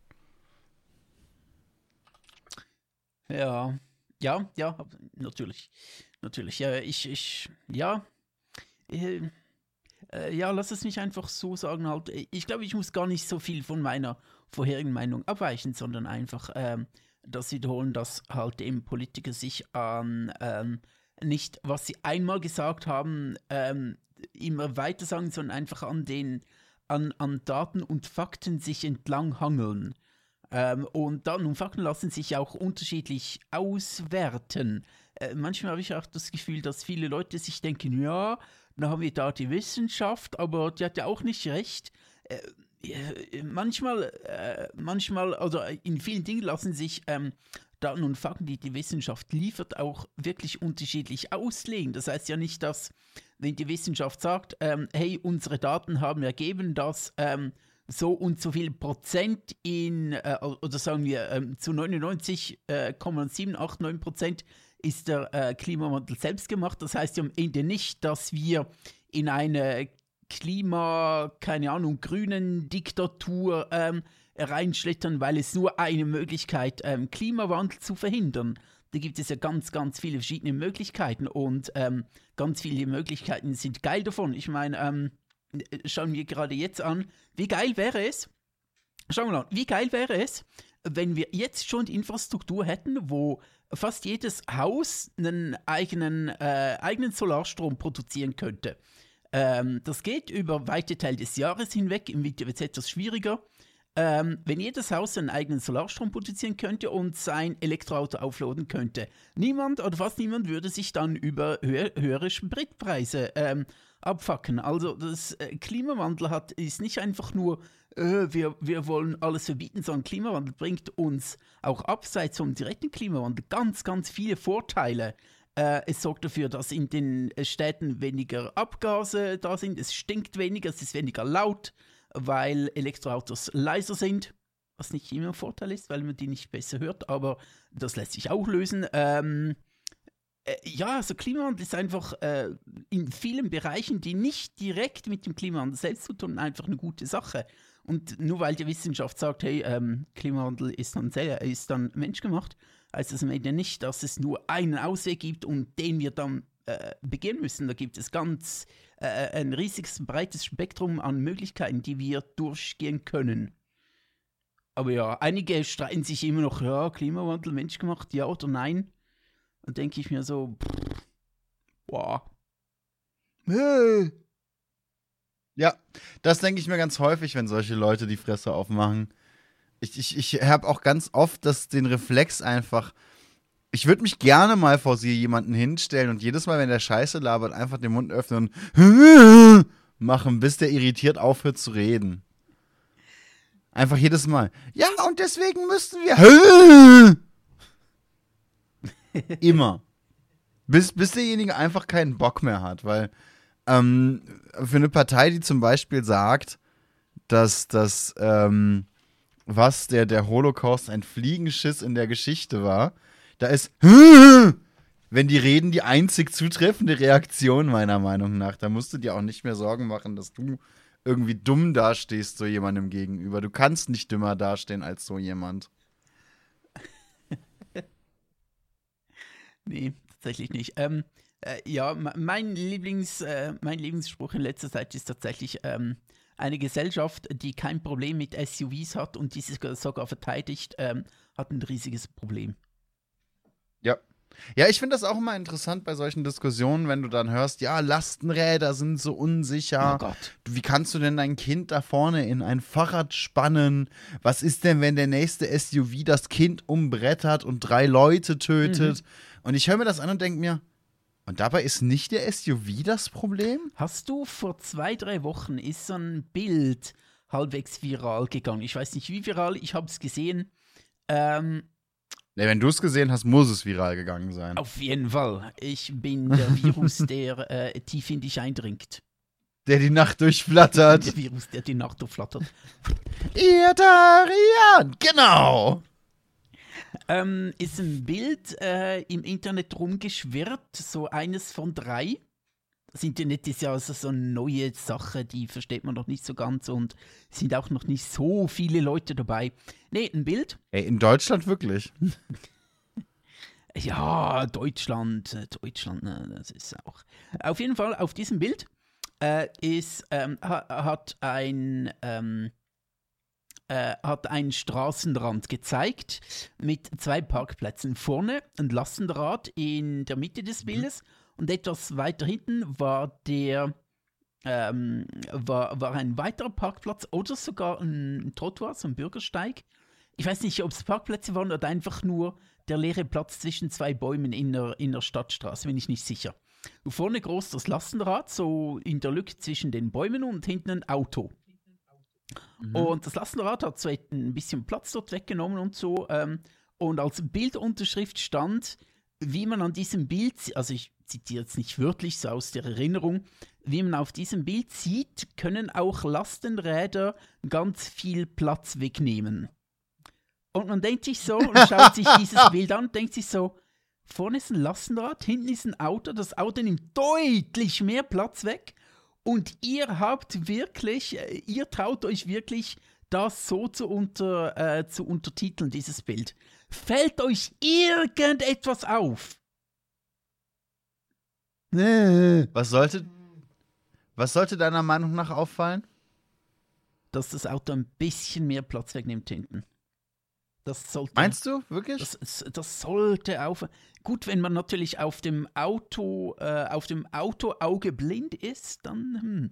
Ja, ja, ja, natürlich, natürlich. Ja, ich, ich, ja, äh, äh, ja, lass es mich einfach so sagen halt. Ich glaube, ich muss gar nicht so viel von meiner vorherigen Meinung abweichen, sondern einfach ähm, das wiederholen, dass halt eben Politiker sich an ähm, nicht, was sie einmal gesagt haben, ähm, immer weiter sagen, sondern einfach an den, an, an Daten und Fakten sich entlang hangeln. Ähm, und Daten und Fakten lassen sich auch unterschiedlich auswerten. Äh, manchmal habe ich auch das Gefühl, dass viele Leute sich denken, ja, dann haben wir da die Wissenschaft, aber die hat ja auch nicht recht. Äh, äh, manchmal, äh, manchmal, also in vielen Dingen lassen sich ähm, Daten und Fakten, die die Wissenschaft liefert, auch wirklich unterschiedlich auslegen. Das heißt ja nicht, dass, wenn die Wissenschaft sagt, ähm, hey, unsere Daten haben ergeben, dass ähm, so und so viel Prozent in, äh, oder sagen wir, ähm, zu neunundneunzig Komma sieben acht neun Prozent ist der äh, Klimawandel selbst gemacht. Das heißt ja am Ende nicht, dass wir in eine Klima, keine Ahnung, grünen Diktatur ähm, reinschlittern, weil es nur eine Möglichkeit, ähm, Klimawandel zu verhindern. Da gibt es ja ganz, ganz viele verschiedene Möglichkeiten und ähm, ganz viele Möglichkeiten sind geil davon. Ich meine, ähm, schauen wir gerade jetzt an, wie geil wäre es, schauen wir mal, wie geil wäre es, wenn wir jetzt schon die Infrastruktur hätten, wo fast jedes Haus einen eigenen, äh, eigenen Solarstrom produzieren könnte. Ähm, das geht über weite Teile des Jahres hinweg, im Winter wird es etwas schwieriger. Ähm, wenn jedes Haus einen eigenen Solarstrom produzieren könnte und sein Elektroauto aufladen könnte. Niemand oder fast niemand würde sich dann über höher, höhere Spritpreise ähm, abfacken. Also das äh, Klimawandel hat, ist nicht einfach nur, äh, wir, wir wollen alles verbieten, sondern Klimawandel bringt uns auch abseits vom direkten Klimawandel ganz, ganz viele Vorteile. Äh, es sorgt dafür, dass in den Städten weniger Abgase da sind, es stinkt weniger, es ist weniger laut, weil Elektroautos leiser sind, was nicht immer ein Vorteil ist, weil man die nicht besser hört, aber das lässt sich auch lösen. Ähm, äh, ja, also Klimawandel ist einfach äh, in vielen Bereichen, die nicht direkt mit dem Klimawandel selbst zu tun, einfach eine gute Sache. Und nur weil die Wissenschaft sagt, hey, ähm, Klimawandel ist dann, sehr, ist dann menschgemacht, heißt das am Ende nicht, dass es nur einen Ausweg gibt und den wir dann äh, begehen müssen. Da gibt es ganz äh, ein riesiges, breites Spektrum an Möglichkeiten, die wir durchgehen können. Aber ja, einige streiten sich immer noch, ja, Klimawandel menschgemacht, ja oder nein. Und denke ich mir so, pff, boah. Hey. Ja, das denke ich mir ganz häufig, wenn solche Leute die Fresse aufmachen. Ich, ich, ich habe auch ganz oft das, den Reflex einfach, ich würde mich gerne mal vor sie jemanden hinstellen und jedes Mal, wenn der Scheiße labert, einfach den Mund öffnen und machen, bis der irritiert aufhört zu reden. Einfach jedes Mal. Ja, und deswegen müssten wir immer. Bis, bis derjenige einfach keinen Bock mehr hat, weil ähm, für eine Partei, die zum Beispiel sagt, dass das, ähm, was der, der Holocaust ein Fliegenschiss in der Geschichte war, da ist, wenn die reden, die einzig zutreffende Reaktion, meiner Meinung nach. Da musst du dir auch nicht mehr Sorgen machen, dass du irgendwie dumm dastehst so jemandem gegenüber. Du kannst nicht dümmer dastehen als so jemand. Nee, tatsächlich nicht. Ähm, äh, ja, mein, Lieblings, äh, mein Lieblingsspruch in letzter Zeit ist tatsächlich ähm, eine Gesellschaft, die kein Problem mit S U Vs hat und diese sogar verteidigt, ähm, hat ein riesiges Problem. Ja. Ja, ich finde das auch immer interessant bei solchen Diskussionen, wenn du dann hörst, ja, Lastenräder sind so unsicher. Oh Gott. Wie kannst du denn dein Kind da vorne in ein Fahrrad spannen? Was ist denn, wenn der nächste S U V das Kind umbrettert und drei Leute tötet? Mhm. Und ich höre mir das an und denke mir, und dabei ist nicht der S U V das Problem? Hast du vor zwei, drei Wochen ist so ein Bild halbwegs viral gegangen. Ich weiß nicht, wie viral, ich habe es gesehen. Ähm, Ja, wenn du es gesehen hast, muss es viral gegangen sein. Auf jeden Fall. Ich bin der Virus, der äh, tief in dich eindringt. Der die Nacht durchflattert. Der Virus, der die Nacht durchflattert. Ihr Tarian, genau. Ähm, ist ein Bild äh, im Internet rumgeschwirrt, so eines von drei. Das Internet ist ja also so eine neue Sache, die versteht man noch nicht so ganz und sind auch noch nicht so viele Leute dabei. Nee, ein Bild. Ey, in Deutschland wirklich? Ja, Deutschland, Deutschland, das ist auch. Auf jeden Fall, auf diesem Bild äh, ist, ähm, ha, hat ein ähm, äh, hat ein Straßenrand gezeigt mit zwei Parkplätzen. Vorne ein Lastenrad in der Mitte des Bildes. Mhm. Und etwas weiter hinten war der ähm, war, war ein weiterer Parkplatz oder sogar ein Trottoir, so ein Bürgersteig. Ich weiß nicht, ob es Parkplätze waren oder einfach nur der leere Platz zwischen zwei Bäumen in der, in der Stadtstraße, bin ich nicht sicher. Und vorne groß das Lastenrad, so in der Lücke zwischen den Bäumen und hinten ein Auto. Mhm. Und das Lastenrad hat so ein bisschen Platz dort weggenommen und so. Ähm, Und als Bildunterschrift stand, wie man an diesem Bild, also ich zitiere jetzt nicht wörtlich, so aus der Erinnerung, wie man auf diesem Bild sieht, können auch Lastenräder ganz viel Platz wegnehmen. Und man denkt sich so und schaut sich dieses Bild an und denkt sich so, vorne ist ein Lastenrad, hinten ist ein Auto, das Auto nimmt deutlich mehr Platz weg und ihr habt wirklich, ihr traut euch wirklich, das so zu, unter, äh, zu untertiteln, dieses Bild. Fällt euch irgendetwas auf? Was sollte, was sollte deiner Meinung nach auffallen? Dass das Auto ein bisschen mehr Platz wegnimmt hinten. Das sollte, Meinst du, wirklich? Das, das sollte auf. Gut, wenn man natürlich auf dem Auto, äh, auf dem Autoauge blind ist, dann. Hm.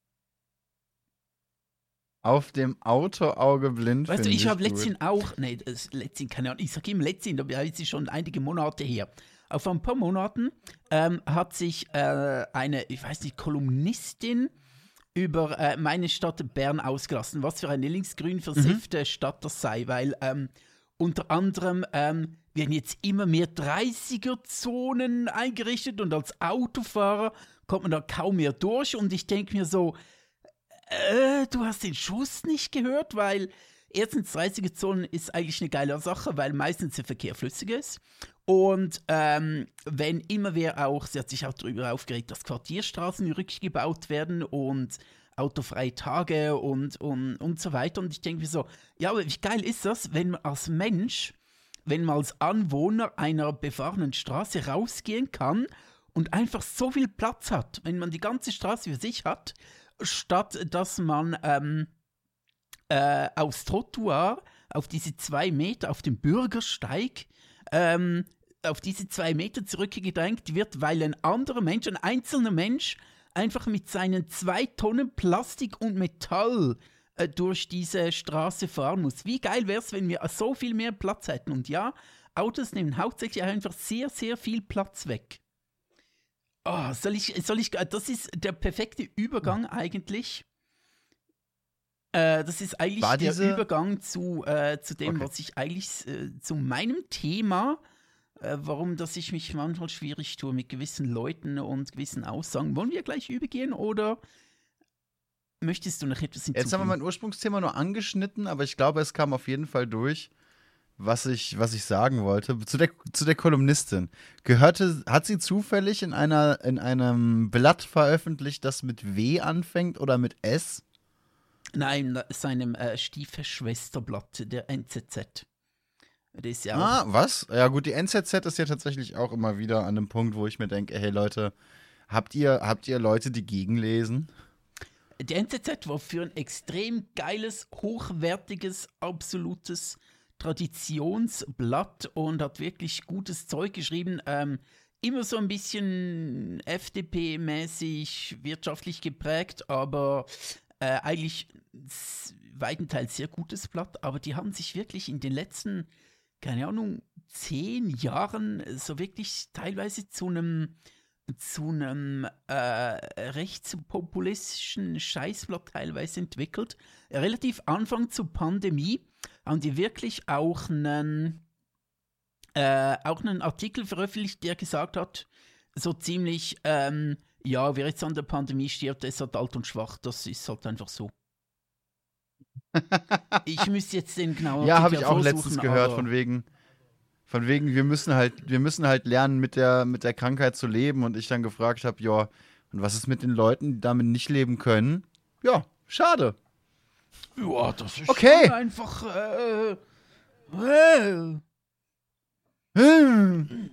Auf dem Autoauge blind. Weißt du, ich, ich habe letztens gut. auch. Nee, das letztens, keine Ahnung, ich sage immer letztens, aber es ist schon einige Monate her. Auf ein paar Monaten ähm, hat sich äh, eine, ich weiß nicht, Kolumnistin über äh, meine Stadt Bern ausgelassen, was für eine linksgrün versiffte mhm. Stadt das sei, weil ähm, unter anderem ähm, werden jetzt immer mehr dreißiger-Zonen eingerichtet und als Autofahrer kommt man da kaum mehr durch und ich denke mir so, äh, du hast den Schuss nicht gehört, weil erstens dreißiger-Zonen ist eigentlich eine geile Sache, weil meistens der Verkehr flüssig ist. Und ähm, wenn immer wer auch, sie hat sich auch darüber aufgeregt, dass Quartierstraßen rückgebaut werden und autofreie Tage und, und, und so weiter. Und ich denke mir so, ja, aber wie geil ist das, wenn man als Mensch, wenn man als Anwohner einer befahrenen Straße rausgehen kann und einfach so viel Platz hat, wenn man die ganze Straße für sich hat, statt dass man ähm, äh, aufs Trottoir, auf diese zwei Meter, auf dem Bürgersteig, ähm, auf diese zwei Meter zurückgedrängt wird, weil ein anderer Mensch, ein einzelner Mensch, einfach mit seinen zwei Tonnen Plastik und Metall äh, durch diese Straße fahren muss. Wie geil wäre es, wenn wir so viel mehr Platz hätten? Und ja, Autos nehmen hauptsächlich einfach sehr, sehr viel Platz weg. Oh, soll ich, soll ich, das ist der perfekte Übergang eigentlich. Äh, das ist eigentlich War der diese... Übergang zu, äh, zu dem, okay. was ich eigentlich, äh, zu meinem Thema, äh, warum dass ich mich manchmal schwierig tue mit gewissen Leuten und gewissen Aussagen. Wollen wir gleich übergehen oder möchtest du noch etwas hinzufügen? Jetzt haben wir mein Ursprungsthema nur angeschnitten, aber ich glaube, es kam auf jeden Fall durch, was ich, was ich sagen wollte. Zu der, zu der Kolumnistin. Gehörte, hat sie zufällig in, einer, in einem Blatt veröffentlicht, das mit W anfängt oder mit S? Nein, seinem äh, Stiefschwesterblatt, der N Z Z. Das ist ja ah, was? Ja gut, die N Z Z ist ja tatsächlich auch immer wieder an einem Punkt, wo ich mir denke, hey Leute, habt ihr, habt ihr Leute, die gegenlesen? Die N Z Z war für ein extrem geiles, hochwertiges, absolutes Traditionsblatt und hat wirklich gutes Zeug geschrieben. Ähm, immer so ein bisschen F D P-mäßig, wirtschaftlich geprägt, aber äh, eigentlich weitenteils sehr gutes Blatt. Aber die haben sich wirklich in den letzten, keine Ahnung, zehn Jahren so wirklich teilweise zu einem zu einem äh, rechtspopulistischen Scheißblatt teilweise entwickelt. Relativ Anfang zur Pandemie haben die wirklich auch einen, äh, auch einen Artikel veröffentlicht, der gesagt hat, so ziemlich, ähm, ja, wer jetzt an der Pandemie stirbt, der ist halt alt und schwach. Das ist halt einfach so. Ich müsste jetzt den genauen Ja, habe ich auch letztens gehört, von wegen, von wegen, wir müssen halt, wir müssen halt lernen, mit der, mit der Krankheit zu leben. Und ich dann gefragt habe, ja, und was ist mit den Leuten, die damit nicht leben können? Ja, schade. Ja, das ist okay. einfach. Äh, äh. Hm.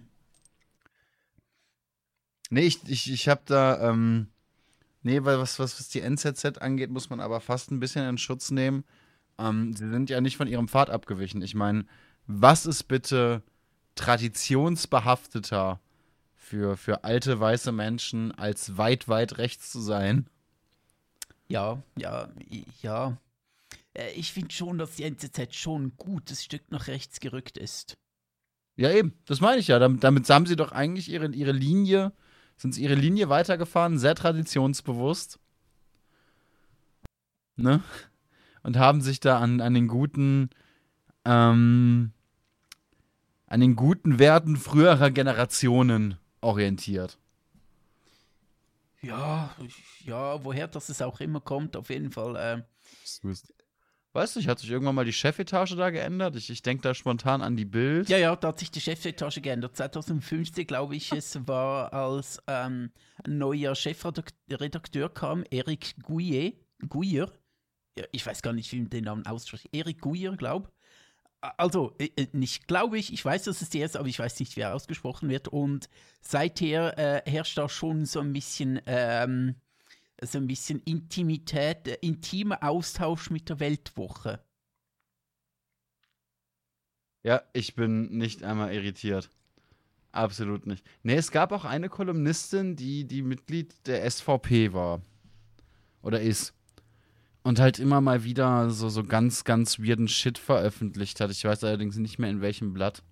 Nee, ich, ich, ich habe da, ähm, nee, weil was, was, was die N Z Z angeht, muss man aber fast ein bisschen in Schutz nehmen. Ähm, sie sind ja nicht von ihrem Pfad abgewichen. Ich meine, was ist bitte traditionsbehafteter für, für alte weiße Menschen, als weit, weit rechts zu sein? Ja, ja, ja. Ich finde schon, dass die N Z Z schon ein gutes Stück nach rechts gerückt ist. Ja, eben, das meine ich ja. Damit, damit haben sie doch eigentlich ihre, ihre Linie, sind sie ihre Linie weitergefahren, sehr traditionsbewusst. Ne? Und haben sich da an, an den guten, ähm, an den guten Werten früherer Generationen orientiert. Ja, ja, woher das es auch immer kommt, auf jeden Fall. Ähm, Weißt du, ich hat sich irgendwann mal die Chefetage da geändert. Ich, ich denke da spontan an die Bild. Ja, ja, da hat sich die Chefetage geändert. zwanzig fünfzehn, glaube ich, es war, als ähm, ein neuer Chefredakteur kam, Eric Gouyer. Gouyer. Ja, ich weiß gar nicht, wie man den Namen ausspricht. Eric Gouyer, glaube ich. Also, äh, nicht glaube ich, ich weiß, dass es der ist, aber ich weiß nicht, wie er ausgesprochen wird. Und seither äh, herrscht da schon so ein bisschen, ähm, so ein bisschen Intimität, äh, intimer Austausch mit der Weltwoche. Ja, ich bin nicht einmal irritiert. Absolut nicht. Nee, es gab auch eine Kolumnistin, die, die Mitglied der S V P war. Oder ist. Und halt immer mal wieder so, so ganz, ganz weirden Shit veröffentlicht hat. Ich weiß allerdings nicht mehr, in welchem Blatt.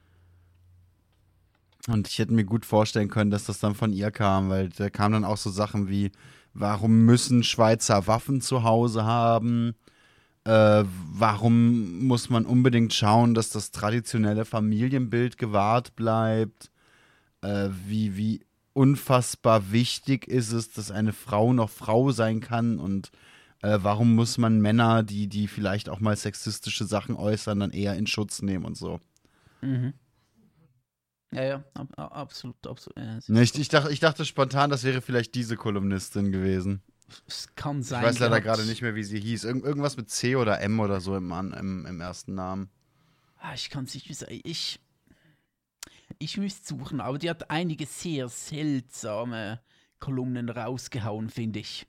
Und ich hätte mir gut vorstellen können, dass das dann von ihr kam, weil da kamen dann auch so Sachen wie, warum müssen Schweizer Waffen zu Hause haben? Äh, warum muss man unbedingt schauen, dass das traditionelle Familienbild gewahrt bleibt? Äh, wie, wie unfassbar wichtig ist es, dass eine Frau noch Frau sein kann und Äh, warum muss man Männer, die, die vielleicht auch mal sexistische Sachen äußern, dann eher in Schutz nehmen und so? Mhm. Ja, ja, ab, absolut, absolut. Ja, ich, ich, dachte, ich dachte spontan, das wäre vielleicht diese Kolumnistin gewesen. Es kann sein. Ich weiß leider gerade nicht mehr, wie sie hieß. Irg irgendwas mit C oder M oder so im, im, im ersten Namen. Ah, ich kann es nicht wissen. Ich, ich müsste suchen, aber die hat einige sehr seltsame Kolumnen rausgehauen, finde ich.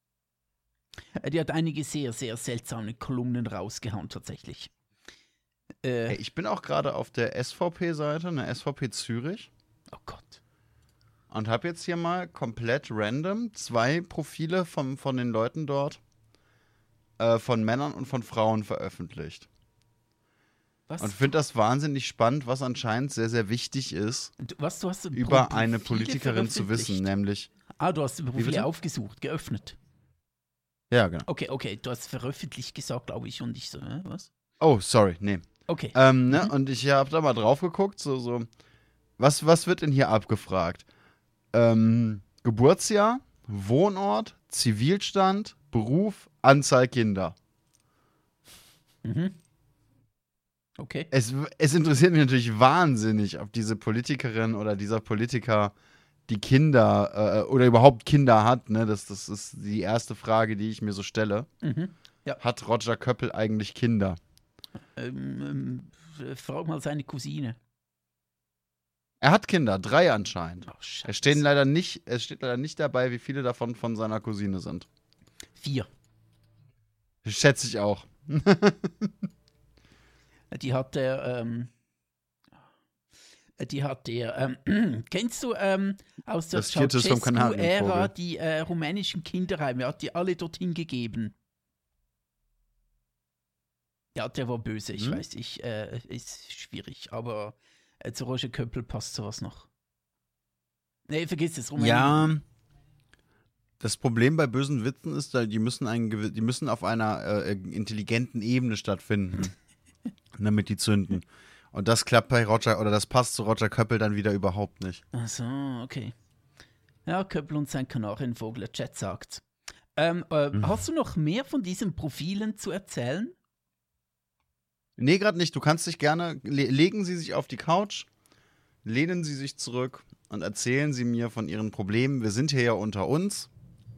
Die hat einige sehr, sehr seltsame Kolumnen rausgehauen, tatsächlich. Äh, hey, ich bin auch gerade auf der S V P-Seite, eine S V P Zürich. Oh Gott. Und habe jetzt hier mal komplett random zwei Profile von, von den Leuten dort, äh, von Männern und von Frauen veröffentlicht. Was? Und finde das wahnsinnig spannend, was anscheinend sehr, sehr wichtig ist, du, was, du hast über Pro eine Profile Politikerin zu wissen, nämlich. Ah, du hast die Profile aufgesucht, geöffnet. Ja, genau. Okay, okay, du hast veröffentlicht gesagt, glaube ich, und ich so, äh, was? Oh, sorry, nee. Okay. Ähm, ne? Mhm. Und ich habe da mal drauf geguckt, so, so, was, was wird denn hier abgefragt? Ähm, Geburtsjahr, Wohnort, Zivilstand, Beruf, Anzahl Kinder. Mhm. Okay. Es, es interessiert mich natürlich wahnsinnig, ob diese Politikerin oder dieser Politiker die Kinder äh, oder überhaupt Kinder hat. Ne? Das, das ist die erste Frage, die ich mir so stelle. Mhm. Ja. Hat Roger Köppel eigentlich Kinder? Ähm, ähm, frag mal seine Cousine. Er hat Kinder, drei anscheinend. Oh, Scheiße. Es stehen leider nicht, es steht leider nicht dabei, wie viele davon von seiner Cousine sind. Vier. Schätze ich auch. Die hat er, ähm, die hat er, ähm, kennst du ähm, aus der Das vierte ist vom Ceausescu-Ära Kanarienvogel. die äh, rumänischen Kinderheime? Er hat die alle dorthin gegeben. Ja, der war böse, ich Hm? weiß, ich, äh, ist schwierig, aber äh, zu Roger Köppel passt sowas noch. Nee, vergiss es, Rumänien. Ja, das Problem bei bösen Witzen ist, die müssen, einen, gewi- die müssen auf einer äh, intelligenten Ebene stattfinden, damit die zünden. Und das klappt bei Roger, oder das passt zu Roger Köppel dann wieder überhaupt nicht. Ach so, okay. Ja, Köppel und sein Kanarienvogel, der Chat sagt. Ähm, äh, Mhm. Hast du noch mehr von diesen Profilen zu erzählen? Nee, gerade nicht. Du kannst dich gerne, le legen Sie sich auf die Couch, lehnen Sie sich zurück und erzählen Sie mir von Ihren Problemen. Wir sind hier ja unter uns.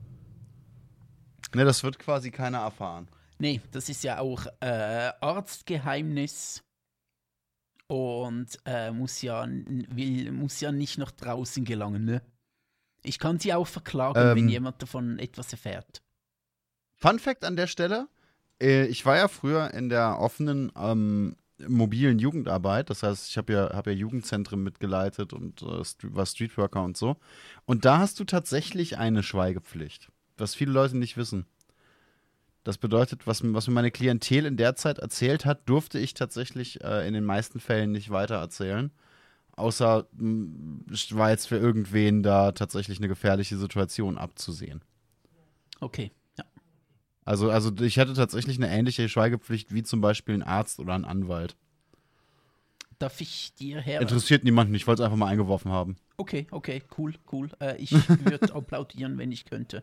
Ne, das wird quasi keiner erfahren. Nee, das ist ja auch äh, Arztgeheimnis und äh, muss, ja, will, muss ja nicht nach draußen gelangen, ne? Ich kann sie auch verklagen, Ähm, wenn jemand davon etwas erfährt. Fun Fact an der Stelle: äh, Ich war ja früher in der offenen ähm, mobilen Jugendarbeit. Das heißt, ich habe ja, hab ja Jugendzentren mitgeleitet und äh, st war Streetworker und so. Und da hast du tatsächlich eine Schweigepflicht, was viele Leute nicht wissen. Das bedeutet, was, was mir meine Klientel in der Zeit erzählt hat, durfte ich tatsächlich äh, in den meisten Fällen nicht weiter erzählen. Außer mh, es war jetzt für irgendwen da tatsächlich eine gefährliche Situation abzusehen. Okay, ja. Also, also ich hatte tatsächlich eine ähnliche Schweigepflicht wie zum Beispiel ein Arzt oder ein Anwalt. Darf ich dir her... Interessiert niemanden, ich wollte es einfach mal eingeworfen haben. Okay, okay, cool, cool. Äh, ich würde applaudieren, wenn ich könnte.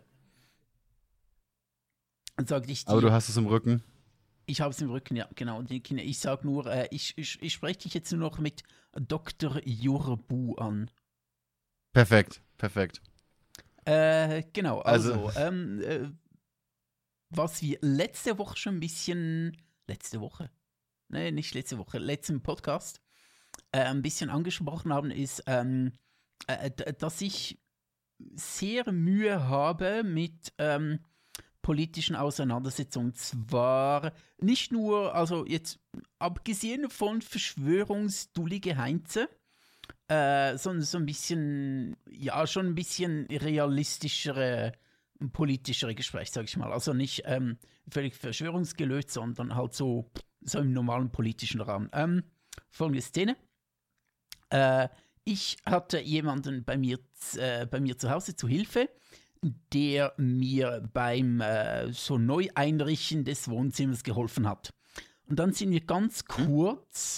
Dann sag ich dir, Aber du hast es im Rücken. Ich habe es im Rücken, ja, genau. Ich sage nur, äh, ich, ich, ich spreche dich jetzt nur noch mit Doktor Jurbu an. Perfekt, perfekt. Äh, genau, also, Also- ähm, äh, was wir letzte Woche schon ein bisschen, letzte Woche? Nee, nicht letzte Woche, letzten Podcast äh, ein bisschen angesprochen haben, ist, ähm, äh, d- dass ich sehr Mühe habe mit ähm, politischen Auseinandersetzungen. Zwar nicht nur, also jetzt abgesehen von Verschwörungsdullige Heinze, äh, sondern so ein bisschen, ja, schon ein bisschen realistischere, politischere Gespräche, sag ich mal. Also nicht ähm, völlig verschwörungsgelöst, sondern halt so, so im normalen politischen Rahmen. Ähm, folgende Szene. Äh, ich hatte jemanden bei mir, äh, bei mir zu Hause zu Hilfe, der mir beim äh, so Neueinrichten des Wohnzimmers geholfen hat. Und dann sind wir ganz kurz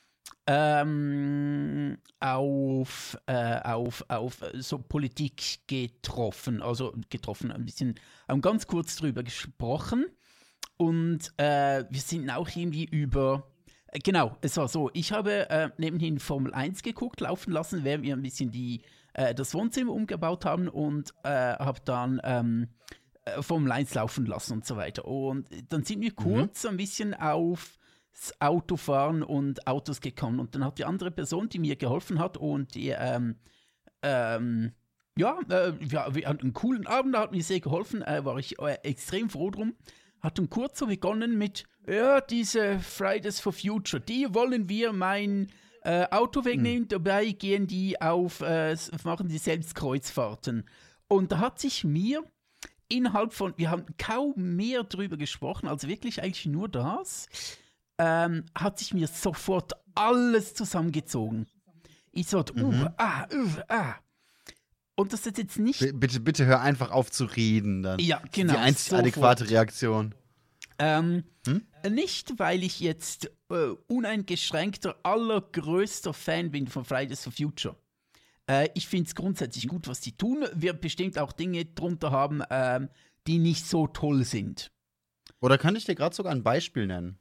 ähm, auf, äh, auf, auf so Politik getroffen, also getroffen, ein bisschen, haben ganz kurz drüber gesprochen und äh, wir sind auch irgendwie über, äh, genau, es war so, ich habe äh, nebenhin Formel eins geguckt, laufen lassen, während wir ein bisschen die, äh, das Wohnzimmer umgebaut haben und äh, habe dann ähm, äh, Formel eins laufen lassen und so weiter. Und dann sind wir kurz mhm. ein bisschen auf das Autofahren und Autos gekommen. Und dann hat die andere Person, die mir geholfen hat und die, ähm, ähm, ja, äh, ja, wir hatten einen coolen Abend, da hat mir sehr geholfen, äh, war ich äh, extrem froh drum. Hat dann kurz so begonnen mit, ja, diese Fridays for Future, die wollen wir mein äh, Auto wegnehmen, mhm. dabei gehen die auf, äh, machen die selbst Kreuzfahrten. Und da hat sich mir innerhalb von, wir haben kaum mehr drüber gesprochen, also wirklich eigentlich nur das, Ähm, hat sich mir sofort alles zusammengezogen. Ich so, uh, mhm. ah, uh, ah. Und das ist jetzt nicht... B- bitte, bitte hör einfach auf zu reden dann. Ja, genau. Die einzig sofort. adäquate Reaktion. Ähm, hm? Nicht, weil ich jetzt äh, uneingeschränkter, allergrößter Fan bin von Fridays for Future. Äh, ich finde es grundsätzlich gut, was die tun. Wird bestimmt auch Dinge drunter haben, ähm, die nicht so toll sind. Oder kann ich dir gerade sogar ein Beispiel nennen?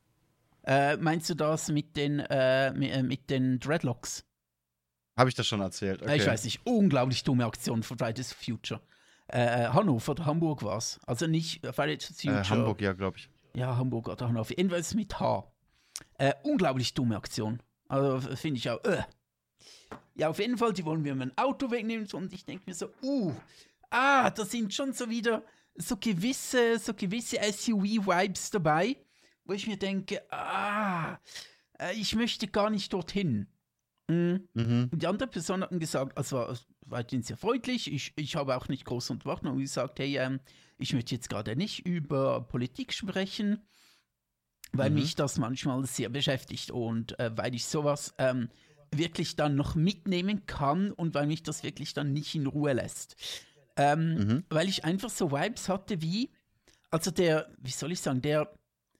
Äh, meinst du das mit den, äh, mit, mit den Dreadlocks? Habe ich das schon erzählt? Okay. Äh, ich weiß nicht. Unglaublich dumme Aktion von Fridays for Future. Äh, Hannover oder Hamburg war es. Also nicht Fridays for Future. Äh, Hamburg, ja, glaube ich. Ja, Hamburg oder Hannover. Jedenfalls mit H. Äh, unglaublich dumme Aktion. Also finde ich auch. Äh. Ja, auf jeden Fall, die wollen mir mein Auto wegnehmen. Und ich denke mir so, uh, ah, da sind schon so wieder so gewisse, so gewisse S U V-Vibes dabei, wo ich mir denke, ah, ich möchte gar nicht dorthin. Mhm. Mhm. Und die andere Person hat dann gesagt, also war weiterhin sehr freundlich, ich, ich habe auch nicht groß unterbrochen und gesagt, hey, ähm, ich möchte jetzt gerade nicht über Politik sprechen, weil mhm. mich das manchmal sehr beschäftigt und äh, weil ich sowas ähm, wirklich dann noch mitnehmen kann und weil mich das wirklich dann nicht in Ruhe lässt. Ähm, mhm. Weil ich einfach so Vibes hatte wie, also der, wie soll ich sagen, der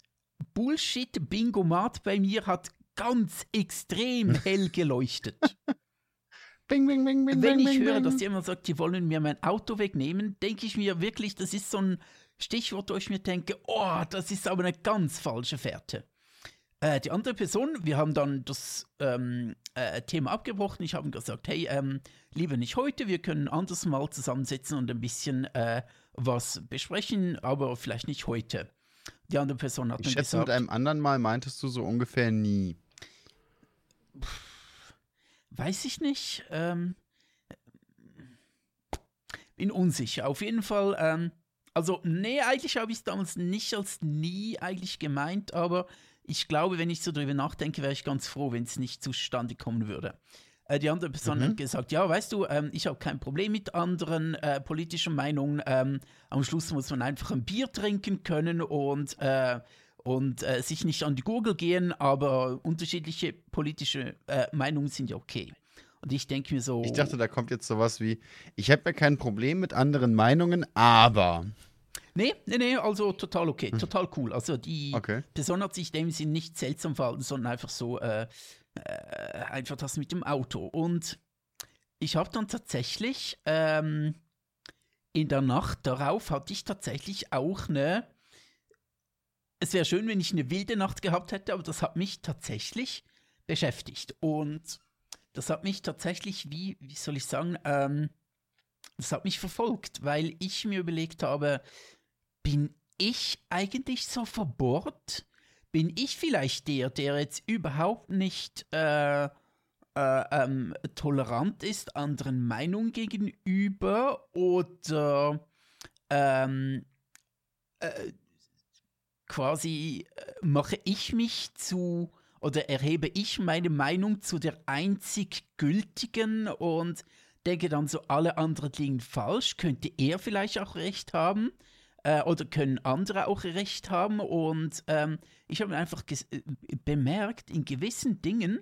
Bullshit-Bingomat bei mir hat ganz extrem hell geleuchtet. Bing, bing, bing, bing, Wenn bing, ich bing, höre, bing. dass jemand sagt, die wollen mir mein Auto wegnehmen, denke ich mir wirklich, das ist so ein Stichwort, wo ich mir denke, oh, das ist aber eine ganz falsche Fährte. Äh, die andere Person, wir haben dann das ähm, äh, Thema abgebrochen. Ich habe gesagt, hey, ähm, lieber nicht heute, wir können anders mal zusammensetzen und ein bisschen äh, was besprechen, aber vielleicht nicht heute. Die andere Person hat ich dann schätze, gesagt... mit einem anderen Mal meintest du so ungefähr nie. Weiß ich nicht. Ähm, bin unsicher. Auf jeden Fall, ähm, also, nee, eigentlich habe ich es damals nicht als nie eigentlich gemeint, aber ich glaube, wenn ich so drüber nachdenke, wäre ich ganz froh, wenn es nicht zustande kommen würde. Äh, die andere Person mhm. hat gesagt, ja, weißt du, ähm, ich habe kein Problem mit anderen äh, politischen Meinungen. Ähm, am Schluss muss man einfach ein Bier trinken können und, äh, und äh, sich nicht an die Gurgel gehen, aber unterschiedliche politische äh, Meinungen sind ja okay. Und ich denke mir so... Ich dachte, da kommt jetzt sowas wie, ich habe ja kein Problem mit anderen Meinungen, aber... Nee, nee, nee, also total okay, total cool. Also die okay. Person hat sich in dem Sinn nicht seltsam verhalten, sondern einfach so, äh, äh, einfach das mit dem Auto. Und ich habe dann tatsächlich ähm, in der Nacht darauf hatte ich tatsächlich auch eine, es wäre schön, wenn ich eine wilde Nacht gehabt hätte, aber das hat mich tatsächlich beschäftigt. Und das hat mich tatsächlich, wie, wie soll ich sagen, ähm, das hat mich verfolgt, weil ich mir überlegt habe, bin ich eigentlich so verbohrt? Bin ich vielleicht der, der jetzt überhaupt nicht äh, äh, ähm, tolerant ist anderen Meinungen gegenüber? Oder ähm, äh, quasi äh, mache ich mich zu oder erhebe ich meine Meinung zu der einzig gültigen und denke dann so, alle anderen liegen falsch? Könnte er vielleicht auch recht haben? Äh, oder können andere auch recht haben? Und ähm, ich habe einfach ges- äh, bemerkt, in gewissen Dingen,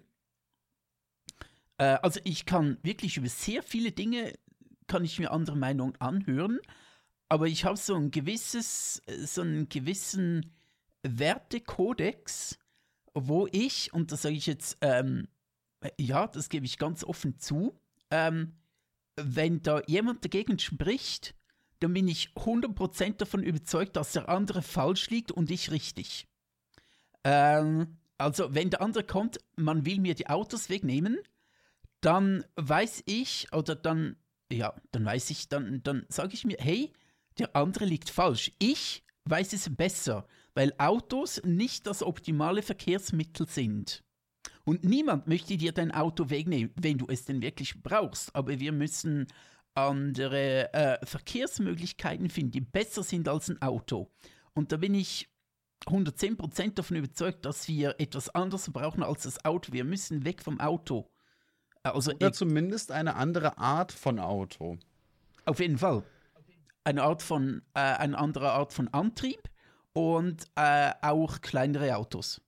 äh, also ich kann wirklich über sehr viele Dinge, kann ich mir andere Meinungen anhören, aber ich habe so ein gewisses, so einen gewissen Wertekodex, wo ich, und das sage ich jetzt, ähm, ja, das gebe ich ganz offen zu, ähm, wenn da jemand dagegen spricht, dann bin ich hundert Prozent davon überzeugt, dass der andere falsch liegt und ich richtig. Ähm, also, wenn der andere kommt, man will mir die Autos wegnehmen, dann weiß ich, oder dann, ja, dann weiß ich, dann, dann sage ich mir, hey, der andere liegt falsch. Ich weiß es besser, weil Autos nicht das optimale Verkehrsmittel sind. Und niemand möchte dir dein Auto wegnehmen, wenn du es denn wirklich brauchst. Aber wir müssen andere äh, Verkehrsmöglichkeiten finden, die besser sind als ein Auto. Und da bin ich hundertzehn Prozent davon überzeugt, dass wir etwas anderes brauchen als das Auto. Wir müssen weg vom Auto. Also, Oder zumindest eine andere Art von Auto. Auf jeden Fall. Eine Art von, äh, eine andere Art von Antrieb und äh, auch kleinere Autos.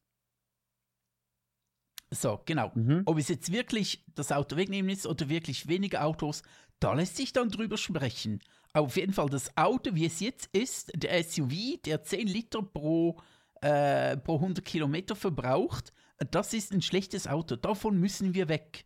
So, genau. Mhm. Ob es jetzt wirklich das Auto wegnehmen ist oder wirklich weniger Autos, da lässt sich dann drüber sprechen. Aber auf jeden Fall das Auto, wie es jetzt ist, der S U V, der zehn Liter pro, äh, pro hundert Kilometer verbraucht, das ist ein schlechtes Auto. Davon müssen wir weg.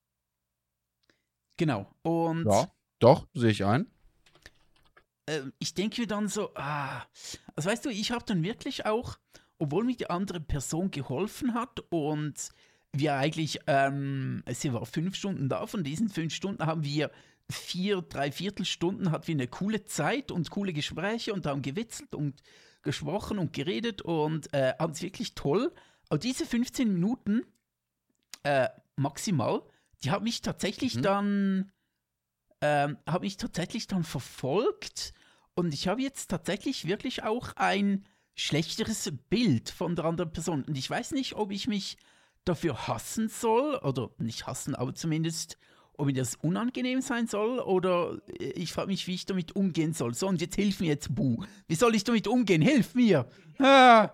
Genau. Und Ja, doch, sehe ich ein. äh, ich denke mir dann so, ah, also weißt du, ich habe dann wirklich auch, obwohl mir die andere Person geholfen hat und wir eigentlich, ähm, sie war fünf Stunden da, von diesen fünf Stunden haben wir vier, drei Viertelstunden, hatten wir eine coole Zeit und coole Gespräche und haben gewitzelt und gesprochen und geredet und äh, haben es wirklich toll. Aber diese fünfzehn Minuten äh, maximal, die haben mich tatsächlich Mhm. dann, ähm, haben mich tatsächlich dann verfolgt und ich habe jetzt tatsächlich wirklich auch ein schlechteres Bild von der anderen Person. Und ich weiß nicht, ob ich mich dafür hassen soll, oder nicht hassen, aber zumindest, ob mir das unangenehm sein soll, oder ich frage mich, wie ich damit umgehen soll. So, und jetzt hilf mir jetzt, Bu. Wie soll ich damit umgehen? Hilf mir! Ah!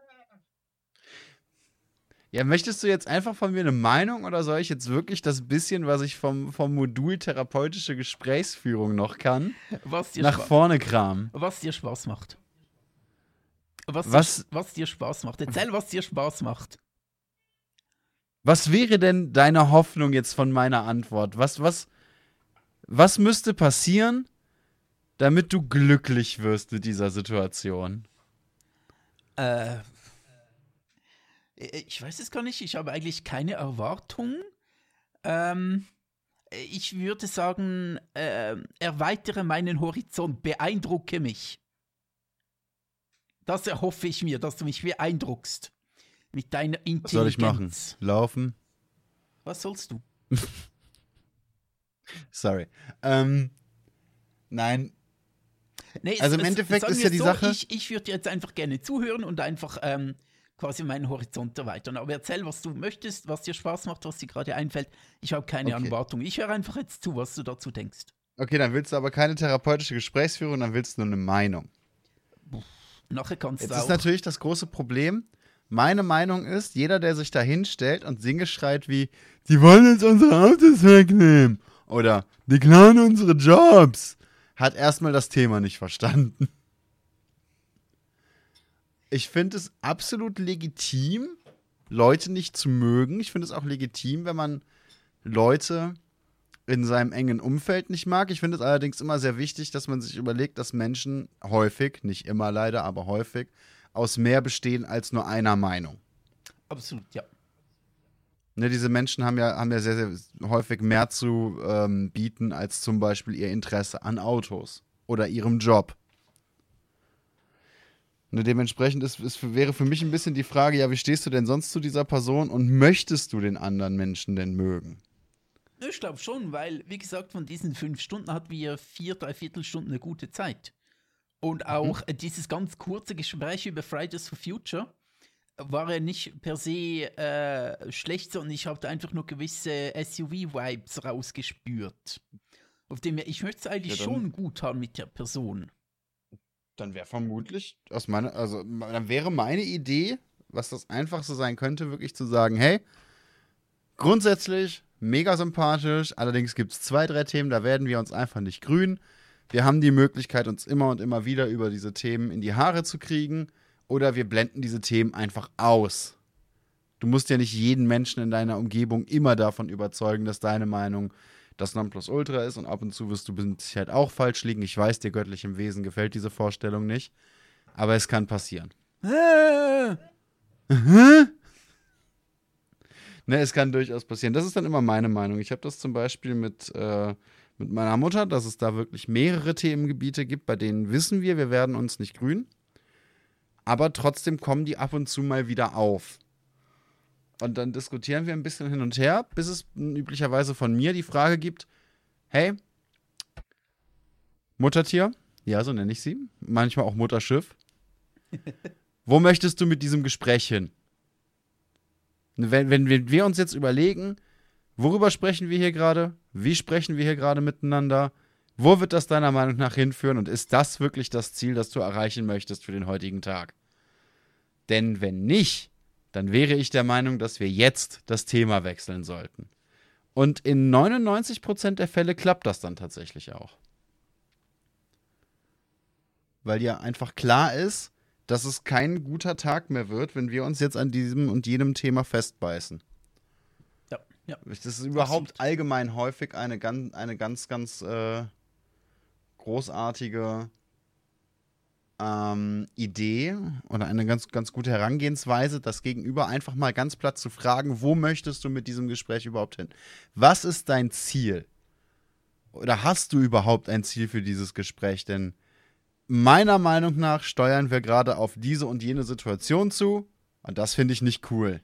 Ja, möchtest du jetzt einfach von mir eine Meinung oder soll ich jetzt wirklich das bisschen, was ich vom, vom Modul therapeutische Gesprächsführung noch kann, Was dir, nach Spa- vorne kramen? was dir Spaß macht. Was, Was- Dir, was dir Spaß macht. Erzähl, was dir Spaß macht. Was wäre denn deine Hoffnung jetzt von meiner Antwort? Was, was, was müsste passieren, damit du glücklich wirst mit dieser Situation? Äh, ich weiß es gar nicht. Ich habe eigentlich keine Erwartung. Ähm, ich würde sagen, äh, erweitere meinen Horizont, beeindrucke mich. Das erhoffe ich mir, dass du mich beeindruckst. Mit deiner Intelligenz. Was soll ich machen? Laufen? Was sollst du? Sorry. Ähm, nein. Nee, Also im es- Endeffekt sagen ist wir ja die so, Sache- Ich, ich würde jetzt einfach gerne zuhören und einfach ähm, quasi meinen Horizont erweitern. Aber erzähl, was du möchtest, was dir Spaß macht, was dir gerade einfällt. Ich habe keine Okay. Erwartung. Ich höre einfach jetzt zu, was du dazu denkst. Okay, dann willst du aber keine therapeutische Gesprächsführung, dann willst du nur eine Meinung. Nachher kannst Jetzt du ist auch. natürlich das große Problem, meine Meinung ist, jeder, der sich da hinstellt und Dinge schreit wie, die wollen uns unsere Autos wegnehmen oder die klauen unsere Jobs, hat erstmal das Thema nicht verstanden. Ich finde es absolut legitim, Leute nicht zu mögen. Ich finde es auch legitim, wenn man Leute in seinem engen Umfeld nicht mag. Ich finde es allerdings immer sehr wichtig, dass man sich überlegt, dass Menschen häufig, nicht immer leider, aber häufig, aus mehr bestehen als nur einer Meinung. Absolut, ja. Ne, diese Menschen haben ja, haben ja sehr, sehr häufig mehr zu ähm, bieten als zum Beispiel ihr Interesse an Autos oder ihrem Job. Ne, dementsprechend ist, ist, wäre für mich ein bisschen die Frage, ja, wie stehst du denn sonst zu dieser Person und möchtest du den anderen Menschen denn mögen? Ich glaube schon, weil, wie gesagt, von diesen fünf Stunden hatten wir vier, drei Viertelstunden eine gute Zeit. Und auch mhm. dieses ganz kurze Gespräch über Fridays for Future war ja nicht per se äh, schlecht, sondern ich habe da einfach nur gewisse S U V-Vibes rausgespürt. Auf dem ich möchte es eigentlich ja, schon gut haben mit der Person. Dann wäre vermutlich, aus meiner, also dann wäre meine Idee, was das Einfachste sein könnte, wirklich zu sagen, hey, grundsätzlich mega sympathisch, allerdings gibt es zwei, drei Themen, da werden wir uns einfach nicht grün. Wir haben die Möglichkeit, uns immer und immer wieder über diese Themen in die Haare zu kriegen, oder wir blenden diese Themen einfach aus. Du musst ja nicht jeden Menschen in deiner Umgebung immer davon überzeugen, dass deine Meinung das Nonplusultra ist, und ab und zu wirst du mit Sicherheit auch falsch liegen. Ich weiß, dir göttlichem Wesen gefällt diese Vorstellung nicht, aber es kann passieren. Äh. Ne, es kann durchaus passieren. Das ist dann immer meine Meinung. Ich habe das zum Beispiel mit, äh, mit meiner Mutter, dass es da wirklich mehrere Themengebiete gibt, bei denen wissen wir, wir werden uns nicht grün, aber trotzdem kommen die ab und zu mal wieder auf. Und dann diskutieren wir ein bisschen hin und her, bis es üblicherweise von mir die Frage gibt, hey, Muttertier, ja, so nenne ich sie, manchmal auch Mutterschiff, wo möchtest du mit diesem Gespräch hin? Wenn, wenn wir uns jetzt überlegen, worüber sprechen wir hier gerade, wie sprechen wir hier gerade miteinander, wo wird das deiner Meinung nach hinführen und ist das wirklich das Ziel, das du erreichen möchtest für den heutigen Tag? Denn wenn nicht, dann wäre ich der Meinung, dass wir jetzt das Thema wechseln sollten. Und in neunundneunzig Prozent der Fälle klappt das dann tatsächlich auch. Weil ja einfach klar ist, dass es kein guter Tag mehr wird, wenn wir uns jetzt an diesem und jenem Thema festbeißen. Ja, ja. Das ist überhaupt Absolut. allgemein häufig eine ganz, eine ganz, ganz äh, großartige ähm, Idee oder eine ganz, ganz gute Herangehensweise, das Gegenüber einfach mal ganz platt zu fragen, wo möchtest du mit diesem Gespräch überhaupt hin? Was ist dein Ziel? Oder hast du überhaupt ein Ziel für dieses Gespräch? Denn meiner Meinung nach steuern wir gerade auf diese und jene Situation zu und das finde ich nicht cool.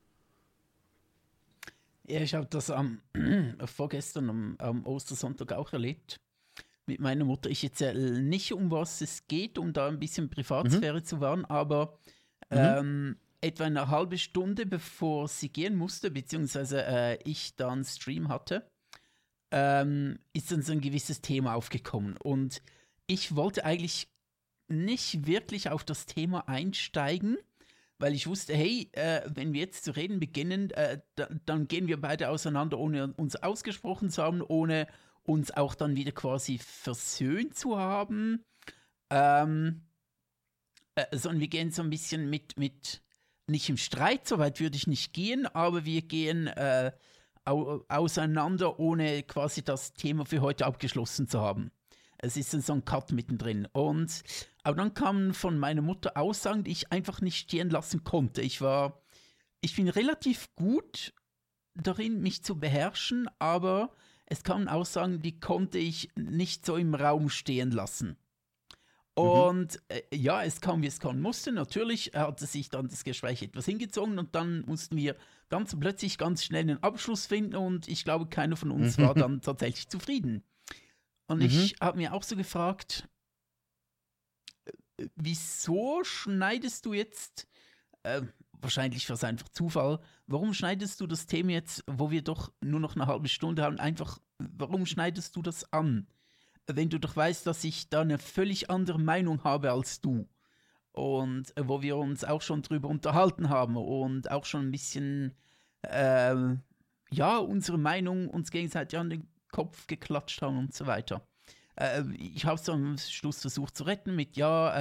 Ja, ich habe das am vorgestern am, am Ostersonntag auch erlebt. Mit meiner Mutter. Ich erzähle nicht, um was es geht, um da ein bisschen Privatsphäre mhm. zu wahren, aber mhm. ähm, etwa eine halbe Stunde bevor sie gehen musste, beziehungsweise äh, ich dann Stream hatte, ähm, ist dann so ein gewisses Thema aufgekommen. Und ich wollte eigentlich nicht wirklich auf das Thema einsteigen, weil ich wusste, hey, äh, wenn wir jetzt zu reden beginnen, äh, da, dann gehen wir beide auseinander, ohne uns ausgesprochen zu haben, ohne uns auch dann wieder quasi versöhnt zu haben, ähm, äh, sondern wir gehen so ein bisschen mit, mit, nicht im Streit, so weit würde ich nicht gehen, aber wir gehen äh, au- auseinander, ohne quasi das Thema für heute abgeschlossen zu haben. Es ist dann so ein Cut mittendrin. Und, aber dann kamen von meiner Mutter Aussagen, die ich einfach nicht stehen lassen konnte. Ich war, ich bin relativ gut darin, mich zu beherrschen, aber es kamen Aussagen, die konnte ich nicht so im Raum stehen lassen. Und mhm. äh, ja, es kam, wie es kommen musste. Natürlich hatte sich dann das Gespräch etwas hingezogen und dann mussten wir ganz plötzlich ganz schnell einen Abschluss finden und ich glaube, keiner von uns mhm. war dann tatsächlich zufrieden. Und mhm. ich habe mir auch so gefragt, äh, wieso schneidest du jetzt, äh, wahrscheinlich war es einfach Zufall, warum schneidest du das Thema jetzt, wo wir doch nur noch eine halbe Stunde haben, einfach, warum schneidest du das an? Wenn du doch weißt, dass ich da eine völlig andere Meinung habe als du. Und äh, wo wir uns auch schon drüber unterhalten haben und auch schon ein bisschen, äh, ja, unsere Meinung uns gegenseitig an den Kopf geklatscht haben und so weiter. Äh, ich habe es am Schluss versucht zu retten mit, ja, ähm,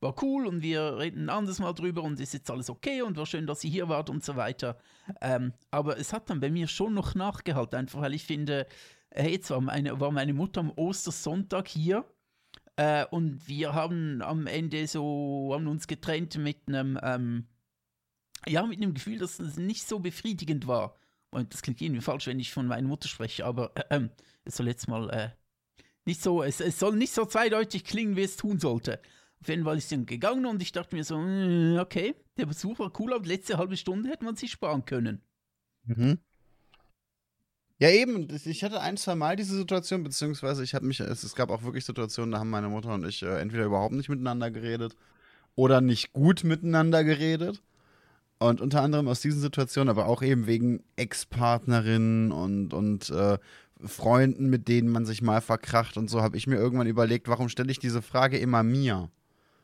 war cool und wir reden ein anderes Mal drüber und ist jetzt alles okay und war schön, dass ihr hier wart und so weiter. Ähm, aber es hat dann bei mir schon noch nachgehalten, einfach weil ich finde, hey, jetzt war meine, war meine Mutter am Ostersonntag hier äh, und wir haben am Ende so, haben uns getrennt mit einem, ähm, ja, mit einem Gefühl, dass es nicht so befriedigend war. Und das klingt irgendwie falsch, wenn ich von meiner Mutter spreche, aber äh, äh, es soll jetzt mal äh, nicht so, es, es soll nicht so zweideutig klingen, wie es tun sollte. Auf jeden Fall ist sie dann gegangen und ich dachte mir so, okay, der Besuch war cool, aber die letzte halbe Stunde hätte man sich sparen können. Mhm. Ja, eben, ich hatte ein, zwei Mal diese Situation, beziehungsweise ich habe mich, es, es gab auch wirklich Situationen, da haben meine Mutter und ich äh, entweder überhaupt nicht miteinander geredet oder nicht gut miteinander geredet. Und unter anderem aus diesen Situationen, aber auch eben wegen Ex-Partnerinnen und, und äh, Freunden, mit denen man sich mal verkracht und so, habe ich mir irgendwann überlegt, warum stelle ich diese Frage immer mir?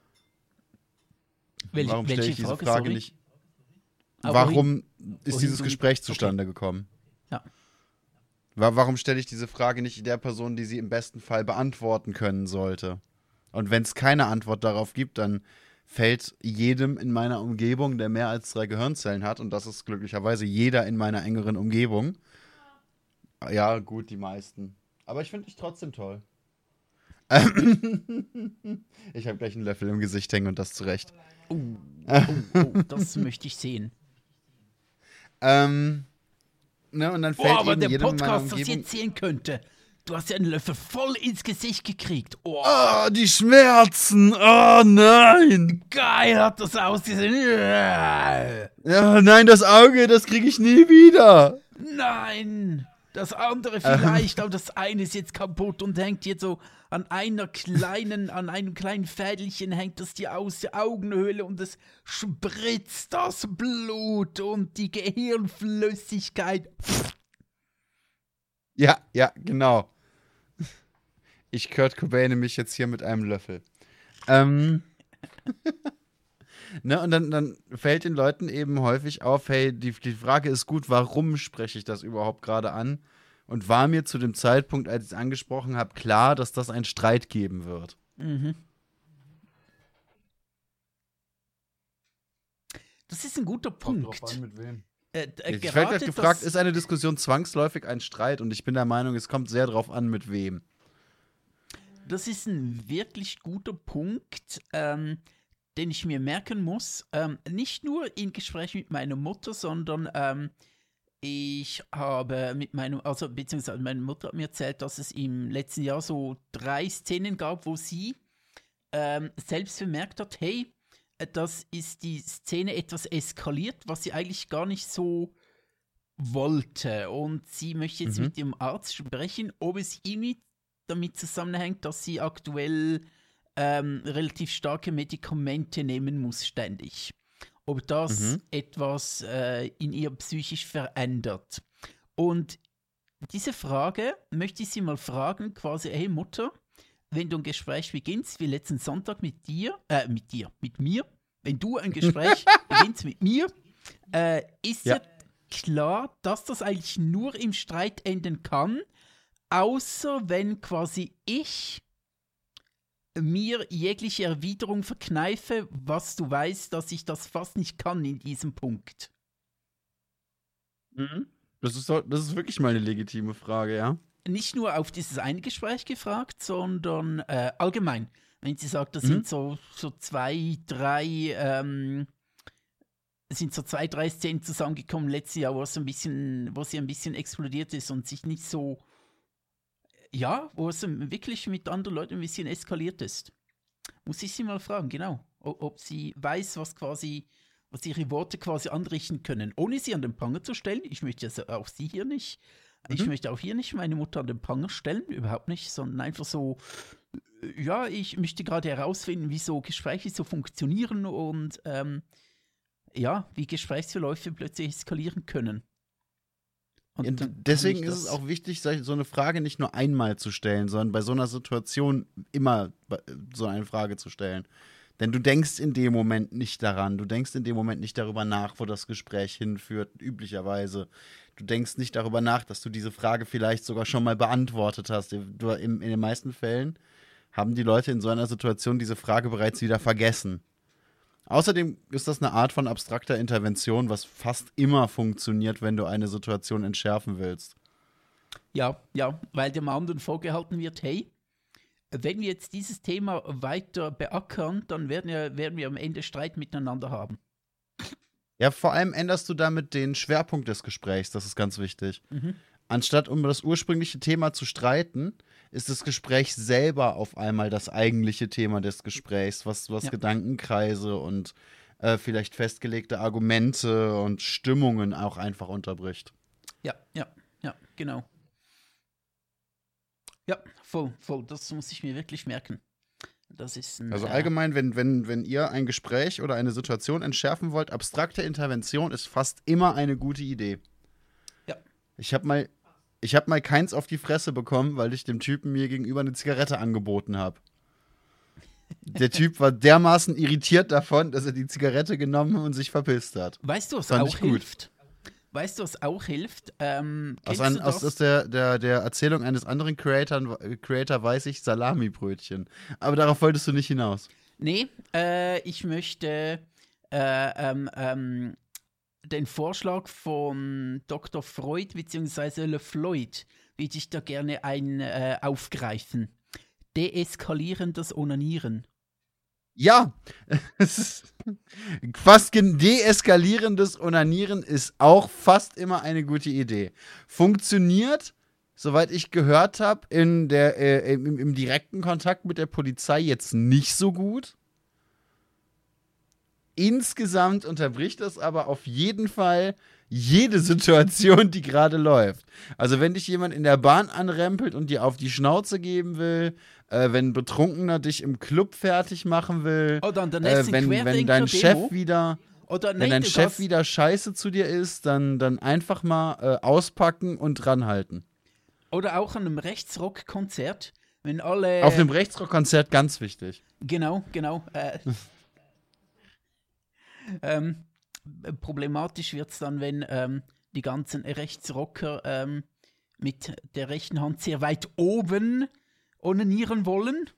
Wel warum stelle ich diese Frage, Frage sorry? nicht? Aber Warum wohin, ist wohin dieses du, Gespräch zustande okay. gekommen? Ja. Warum stelle ich diese Frage nicht der Person, die sie im besten Fall beantworten können sollte? Und wenn es keine Antwort darauf gibt, dann fällt jedem in meiner Umgebung, der mehr als drei Gehirnzellen hat, und das ist glücklicherweise jeder in meiner engeren Umgebung. Ja, gut, die meisten. Aber ich finde dich trotzdem toll. Ich habe gleich einen Löffel im Gesicht hängen und das zurecht. Oh, oh, oh, das möchte ich sehen. Ähm, ne, und dann fällt Oh, aber eben der jedem in meiner Podcast, das Umgebung... jetzt sehen könnte. Du hast ja einen Löffel voll ins Gesicht gekriegt. Oh, Oh, die Schmerzen! Oh, nein! geil hat das ausgesehen. Ja, nein, das Auge, das kriege ich nie wieder. Nein, das andere vielleicht, aber das eine ist jetzt kaputt und hängt jetzt so an einer kleinen, an einem kleinen Fädelchen hängt das dir aus der Augenhöhle und es spritzt das Blut und die Gehirnflüssigkeit. Ja, ja, genau. Ich Kurt Cobaine mich jetzt hier mit einem Löffel. Ähm. Ne, und dann, dann fällt den Leuten eben häufig auf, hey, die, die Frage ist gut, warum spreche ich das überhaupt gerade an? Und war mir zu dem Zeitpunkt, als ich es angesprochen habe, klar, dass das einen Streit geben wird. Mhm. Das ist ein guter Punkt. Kommt drauf an, mit wem. Äh, äh, Ich werde gerade gefragt, das, ist eine Diskussion zwangsläufig ein Streit? Und ich bin der Meinung, es kommt sehr drauf an, mit wem. das ist ein wirklich guter Punkt, ähm, den ich mir merken muss. Ähm, nicht nur in Gesprächen mit meiner Mutter, sondern ähm, ich habe mit meinem, also beziehungsweise meine Mutter hat mir erzählt, dass es im letzten Jahr so drei Szenen gab, wo sie ähm, selbst bemerkt hat, hey, äh, das ist die Szene etwas eskaliert, was sie eigentlich gar nicht so wollte. Und sie möchte jetzt Mhm. mit ihrem Arzt sprechen, ob es irgendwie damit zusammenhängt, dass sie aktuell ähm, relativ starke Medikamente nehmen muss, ständig. Ob das Mhm. etwas äh, in ihr psychisch verändert. Und diese Frage möchte ich sie mal fragen, quasi, hey Mutter, wenn du ein Gespräch beginnst, wie letzten Sonntag mit dir, äh, mit dir, mit mir, wenn du ein Gespräch beginnst mit mir, äh, ist ja. ja klar, dass das eigentlich nur im Streit enden kann, außer wenn quasi ich mir jegliche Erwiderung verkneife, was du weißt, dass ich das fast nicht kann in diesem Punkt. Mhm. Das ist, das ist wirklich mal eine legitime Frage, ja? Nicht nur auf dieses eine Gespräch gefragt, sondern äh, allgemein. Wenn sie sagt, das Mhm. sind so, so zwei, drei, ähm, sind so zwei, drei Szenen zusammengekommen letztes Jahr, wo es ein bisschen, wo sie ein bisschen explodiert ist und sich nicht so, ja, wo es wirklich mit anderen Leuten ein bisschen eskaliert ist. Muss ich sie mal fragen, genau, ob, ob sie weiß, was quasi, was ihre Worte quasi anrichten können, ohne sie an den Pranger zu stellen. Ich möchte also auch sie hier nicht, mhm. ich möchte auch hier nicht meine Mutter an den Pranger stellen, überhaupt nicht, sondern einfach so, ja, ich möchte gerade herausfinden, wie so Gespräche so funktionieren und ähm, ja, wie Gesprächsverläufe plötzlich eskalieren können. Und und deswegen ist es auch wichtig, so eine Frage nicht nur einmal zu stellen, sondern bei so einer Situation immer so eine Frage zu stellen. Denn du denkst in dem Moment nicht daran, du denkst in dem Moment nicht darüber nach, wo das Gespräch hinführt, üblicherweise. Du denkst nicht darüber nach, dass du diese Frage vielleicht sogar schon mal beantwortet hast. Du, in, in den meisten Fällen haben die Leute in so einer Situation diese Frage bereits wieder vergessen. Außerdem ist das eine Art von abstrakter Intervention, was fast immer funktioniert, wenn du eine Situation entschärfen willst. Ja, ja, weil dem anderen vorgehalten wird, hey, wenn wir jetzt dieses Thema weiter beackern, dann werden wir, werden wir am Ende Streit miteinander haben. Ja, vor allem änderst du damit den Schwerpunkt des Gesprächs, das ist ganz wichtig. Mhm. Anstatt um das ursprüngliche Thema zu streiten, ist das Gespräch selber auf einmal das eigentliche Thema des Gesprächs, was, was Ja. Gedankenkreise und äh, vielleicht festgelegte Argumente und Stimmungen auch einfach unterbricht. Ja, ja, ja, genau. Ja, voll, voll. Das muss ich mir wirklich merken. Das ist ein, Also äh, allgemein, wenn, wenn, wenn ihr ein Gespräch oder eine Situation entschärfen wollt, abstrakte Intervention ist fast immer eine gute Idee. Ja. Ich habe mal, ich hab mal keins auf die Fresse bekommen, weil ich dem Typen mir gegenüber eine Zigarette angeboten habe. Der Typ war dermaßen irritiert davon, dass er die Zigarette genommen und sich verpisst hat. Weißt du, was Fand auch ich gut. hilft? Weißt du, was auch hilft? Ähm, Aus, kennst ein, du aus, das? aus der, der, der Erzählung eines anderen Creator, Creator weiß ich Salamibrötchen. Aber darauf wolltest du nicht hinaus. Nee, äh, ich möchte äh, ähm, ähm, den Vorschlag von Doktor Freud bzw. Le Floyd, würde ich da gerne ein, äh, aufgreifen. Deeskalierendes Onanieren. Ja, es ist fast gen- deeskalierendes Onanieren ist auch fast immer eine gute Idee. Funktioniert, soweit ich gehört habe, in der äh, im, im direkten Kontakt mit der Polizei jetzt nicht so gut. Insgesamt unterbricht das aber auf jeden Fall jede Situation, die gerade läuft. Also wenn dich jemand in der Bahn anrempelt und dir auf die Schnauze geben will, äh, wenn ein Betrunkener dich im Club fertig machen will, Oder an der äh, nächsten wenn, wenn dein Querdenker-Demo. Chef wieder, Oder wenn nee, dein du Chef kannst- wieder scheiße zu dir ist, dann, dann einfach mal äh, auspacken und dranhalten. Oder auch an einem Rechtsrock-Konzert, wenn alle... Auf einem Rechtsrock-Konzert ganz wichtig. Genau, genau. Äh, ähm, problematisch wird es dann, wenn ähm, die ganzen Rechtsrocker ähm, mit der rechten Hand sehr weit oben onanieren wollen.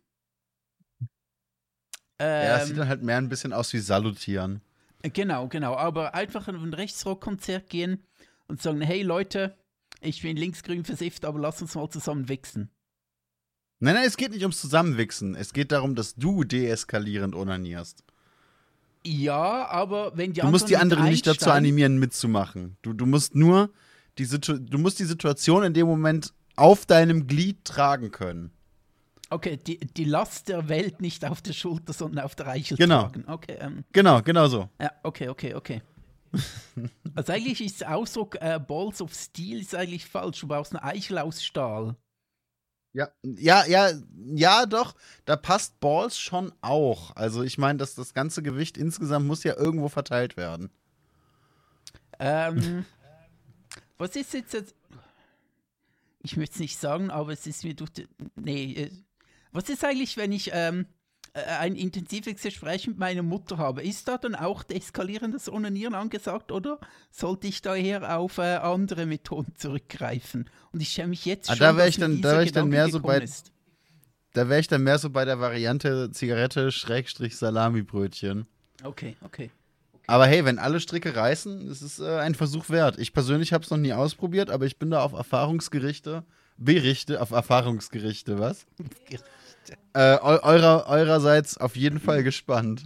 Ja, das Ähm, sieht dann halt mehr ein bisschen aus wie Salutieren. Genau, genau. Aber einfach auf ein Rechtsrock-Konzert gehen und sagen, hey Leute, ich bin linksgrün versifft, aber lass uns mal zusammen wichsen. Nein, nein, es geht nicht ums Zusammenwichsen. Es geht darum, dass du deeskalierend onanierst. Ja, aber wenn die Du musst die mit anderen nicht dazu einsteigen- animieren, mitzumachen. Du, du musst nur die Situ du musst die Situation in dem Moment auf deinem Glied tragen können. Okay, die, die Last der Welt nicht auf der Schulter, sondern auf der Eichel Genau. tragen. Okay, ähm, Genau, genau so. ja, okay, okay, okay. Also eigentlich ist der Ausdruck äh, Balls of Steel ist eigentlich falsch. Du brauchst eine Eichel aus Stahl. Ja, ja, ja, ja, doch. Da passt Balls schon auch. Also ich meine, dass das ganze Gewicht insgesamt muss ja irgendwo verteilt werden. Ähm, was ist jetzt, jetzt ich möchte es nicht sagen, aber es ist mir durch die, nee, äh, was ist eigentlich, wenn ich ähm, äh, ein intensives Gespräch mit meiner Mutter habe? Ist da dann auch eskalierendes Onanieren angesagt oder sollte ich daher auf äh, andere Methoden zurückgreifen? Und ich schäme mich jetzt Ah, schon, da wär dass ich mir dann- dieser da wär ich dann Gedanke mehr so gekommen bei- ist. Da wäre ich dann mehr so bei der Variante Zigarette Schrägstrich Salamibrötchen. Okay, okay. Aber hey, wenn alle Stricke reißen, ist es äh, ein Versuch wert. Ich persönlich habe es noch nie ausprobiert, aber ich bin da auf Erfahrungsgerichte, Berichte, auf Erfahrungsgerichte, was? Äh, eu eurer, eurerseits auf jeden Fall gespannt.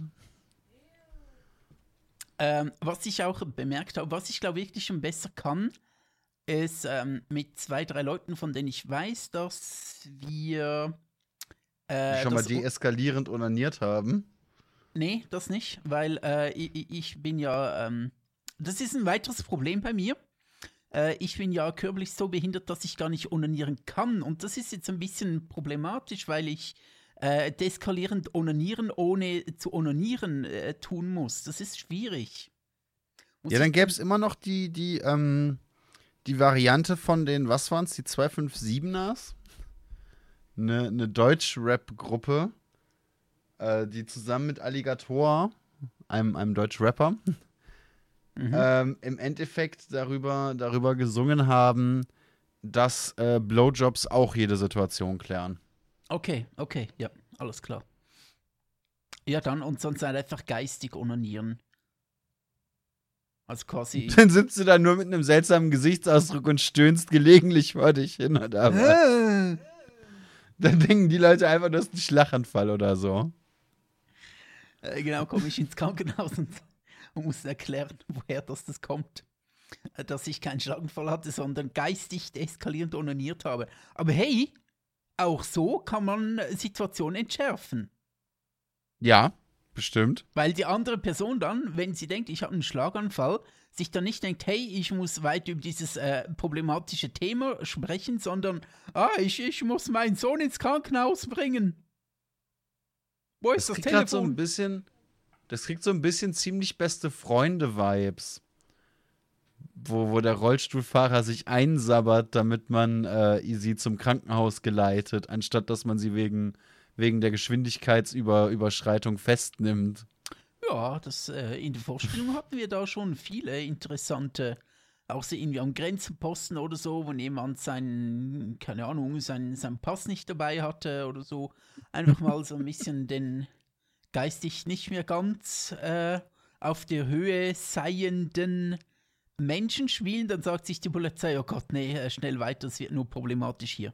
Ähm, was ich auch bemerkt habe, was ich glaube wirklich schon besser kann, ist ähm, mit zwei, drei Leuten, von denen ich weiß, dass wir äh, Die schon mal das- deeskalierend onaniert haben. Nee, das nicht, weil äh, ich, ich bin ja, ähm, das ist ein weiteres Problem bei mir. Äh, ich bin ja körperlich so behindert, dass ich gar nicht onanieren kann. Und das ist jetzt ein bisschen problematisch, weil ich äh, deeskalierend onanieren, ohne zu onanieren, äh, tun muss. Das ist schwierig. Muss Ja, dann ich- gäbe es immer noch die, die, ähm, die Variante von den, was waren es, die zwei fünf siebeners? Eine, eine Deutsch-Rap-Gruppe, äh, die zusammen mit Alligator, einem, einem Deutsch-Rapper, Mhm. ähm, im Endeffekt darüber, darüber gesungen haben, dass äh, Blowjobs auch jede Situation klären. Okay, okay, ja, alles klar. Ja, dann und sonst halt einfach geistig onanieren. Also quasi. Dann sitzt du da nur mit einem seltsamen Gesichtsausdruck und stöhnst gelegentlich vor dich hin oder was. Dann denken die Leute einfach, du hast einen Schlaganfall oder so. Äh, genau, komme ich ins Krankenhaus und, und muss erklären, woher das, das kommt. Äh, Dass ich keinen Schlaganfall hatte, sondern geistig eskalierend onaniert habe. Aber hey, auch so kann man Situationen entschärfen. Ja, bestimmt. Weil die andere Person dann, wenn sie denkt, ich habe einen Schlaganfall, sich dann nicht denkt, hey, ich muss weiter über dieses äh, problematische Thema sprechen, sondern, ah, ich, ich muss meinen Sohn ins Krankenhaus bringen. Wo ist das, das kriegt so ein Telefon? bisschen, das kriegt so ein bisschen ziemlich beste Freunde-Vibes. Wo, wo der Rollstuhlfahrer sich einsabbert, damit man äh, sie zum Krankenhaus geleitet, anstatt dass man sie wegen, wegen der Geschwindigkeitsüberschreitung festnimmt. Ja, das, äh, in der Vorstellung hatten wir da schon viele interessante, auch so irgendwie am Grenzenposten oder so, wo jemand seinen, keine Ahnung, seinen, seinen Pass nicht dabei hatte oder so. Einfach mal so ein bisschen den geistig nicht mehr ganz äh, auf der Höhe seienden Menschen spielen. Dann sagt sich die Polizei, oh Gott, nee, äh, schnell weiter, es wird nur problematisch hier.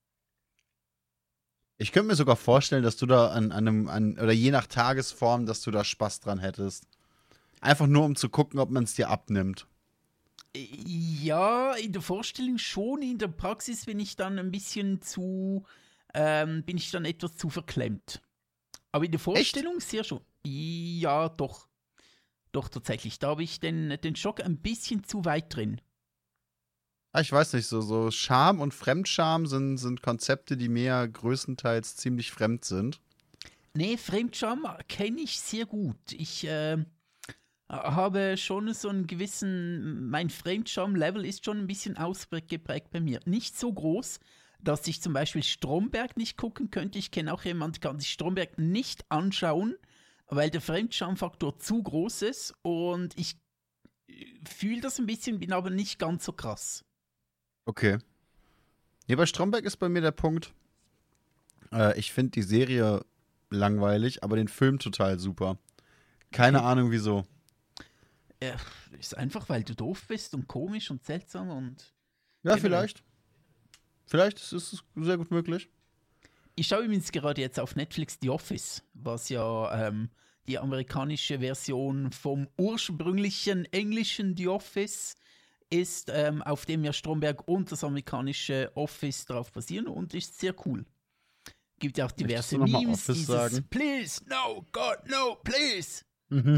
Ich könnte mir sogar vorstellen, dass du da an, an einem, an, oder je nach Tagesform, dass du da Spaß dran hättest. Einfach nur, um zu gucken, ob man es dir abnimmt. Ja, in der Vorstellung schon, in der Praxis bin ich dann ein bisschen zu, ähm, bin ich dann etwas zu verklemmt. Aber in der Vorstellung sehr schon. Ja, doch. Doch, tatsächlich. Da habe ich den, den Schock ein bisschen zu weit drin. Ah, ich weiß nicht, so, so Scham und Fremdscham sind, sind Konzepte, die mir größtenteils ziemlich fremd sind. Nee, Fremdscham kenne ich sehr gut. Ich äh, habe schon so einen gewissen, mein Fremdscham-Level ist schon ein bisschen ausgeprägt bei mir. Nicht so groß, dass ich zum Beispiel Stromberg nicht gucken könnte. Ich kenne auch jemanden, der kann sich Stromberg nicht anschauen, weil der Fremdscham-Faktor zu groß ist und ich fühle das ein bisschen, bin aber nicht ganz so krass. Okay. Nee, bei Stromberg ist bei mir der Punkt, äh, ich finde die Serie langweilig, aber den Film total super. Keine Okay. Ahnung wieso. Äh, ist einfach, weil du doof bist und komisch und seltsam und Ja, generell. vielleicht. Vielleicht ist es sehr gut möglich. Ich schaue übrigens gerade jetzt auf Netflix The Office, was ja ähm, die amerikanische Version vom ursprünglichen englischen The Office ist, ähm, auf dem ja Stromberg und das amerikanische Office drauf basieren und ist sehr cool. Gibt ja auch Möchtest diverse du noch mal Memes, Office dieses sagen? Please, no, God, no, please.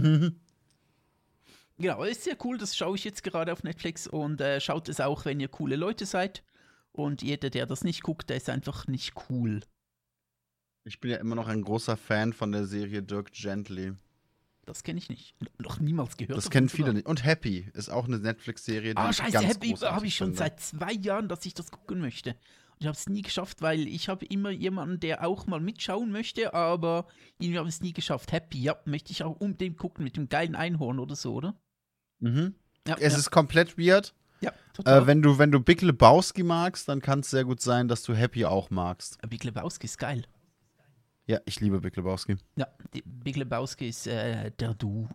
Genau, ist sehr cool, das schaue ich jetzt gerade auf Netflix und äh, schaut es auch, wenn ihr coole Leute seid. Und jeder, der das nicht guckt, der ist einfach nicht cool. Ich bin ja immer noch ein großer Fan von der Serie Dirk Gently. Das kenne ich nicht. Noch niemals gehört. Das kennen viele nicht. Und Happy ist auch eine Netflix-Serie, die Ah, ich scheiße, ganz Happy großartig habe ich schon finde. seit zwei Jahren, dass ich das gucken möchte. Und ich habe es nie geschafft, weil ich habe immer jemanden, der auch mal mitschauen möchte, aber irgendwie habe ich es nie geschafft. Happy, ja, möchte ich auch unbedingt gucken mit dem geilen Einhorn oder so, oder? Mhm. Ja, Es ja, ist komplett weird. ja total. Äh, wenn, du, wenn du Big Lebowski magst, dann kann es sehr gut sein, dass du Happy auch magst. Big Lebowski ist geil. Ja, ich liebe Big Lebowski. Ja, die, Big Lebowski ist äh, der Dude.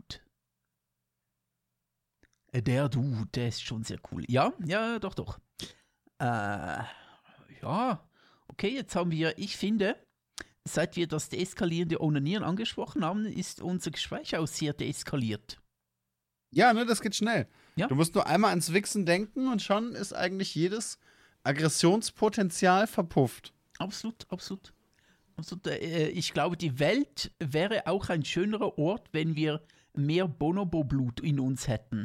Äh, Der Dude, der ist schon sehr cool. Ja, ja, doch, doch. Äh, ja, okay, jetzt haben wir, ich finde, seit wir das deeskalierende Onanieren angesprochen haben, ist unser Gespräch auch sehr deeskaliert. Ja, ne, das geht schnell. Ja. Du musst nur einmal ans Wichsen denken und schon ist eigentlich jedes Aggressionspotenzial verpufft. Absolut, absolut. absolut. Äh, ich glaube, die Welt wäre auch ein schönerer Ort, wenn wir mehr Bonobo-Blut in uns hätten.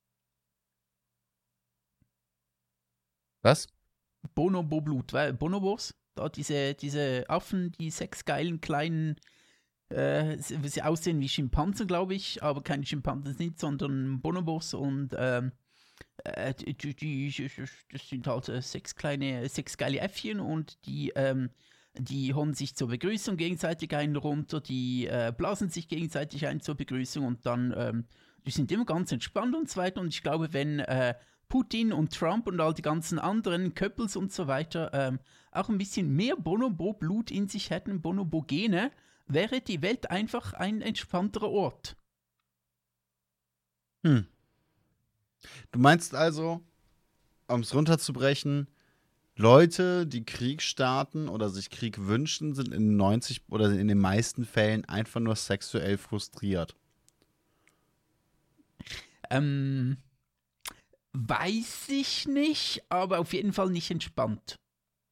Was? Bonobo-Blut, weil Bonobos, da diese, diese Affen, die sechs geilen kleinen, äh, sie sie aussehen wie Schimpansen, glaube ich, aber keine Schimpansen sind, sondern Bonobos und ähm, äh, die, die, die, das sind halt äh, sechs kleine, sechs geile Äffchen und die, ähm, die hauen sich zur Begrüßung gegenseitig einen runter, die äh, blasen sich gegenseitig ein zur Begrüßung und dann, ähm, die sind immer ganz entspannt und so weiter und ich glaube, wenn äh, Putin und Trump und all die ganzen anderen Köppels und so weiter ähm, auch ein bisschen mehr Bonobo-Blut in sich hätten, Bonobo-Gene, wäre die Welt einfach ein entspannterer Ort. Hm. Du meinst also, um es runterzubrechen, Leute, die Krieg starten oder sich Krieg wünschen, sind in neunzig oder in den meisten Fällen einfach nur sexuell frustriert. Ähm, weiß ich nicht, aber auf jeden Fall nicht entspannt.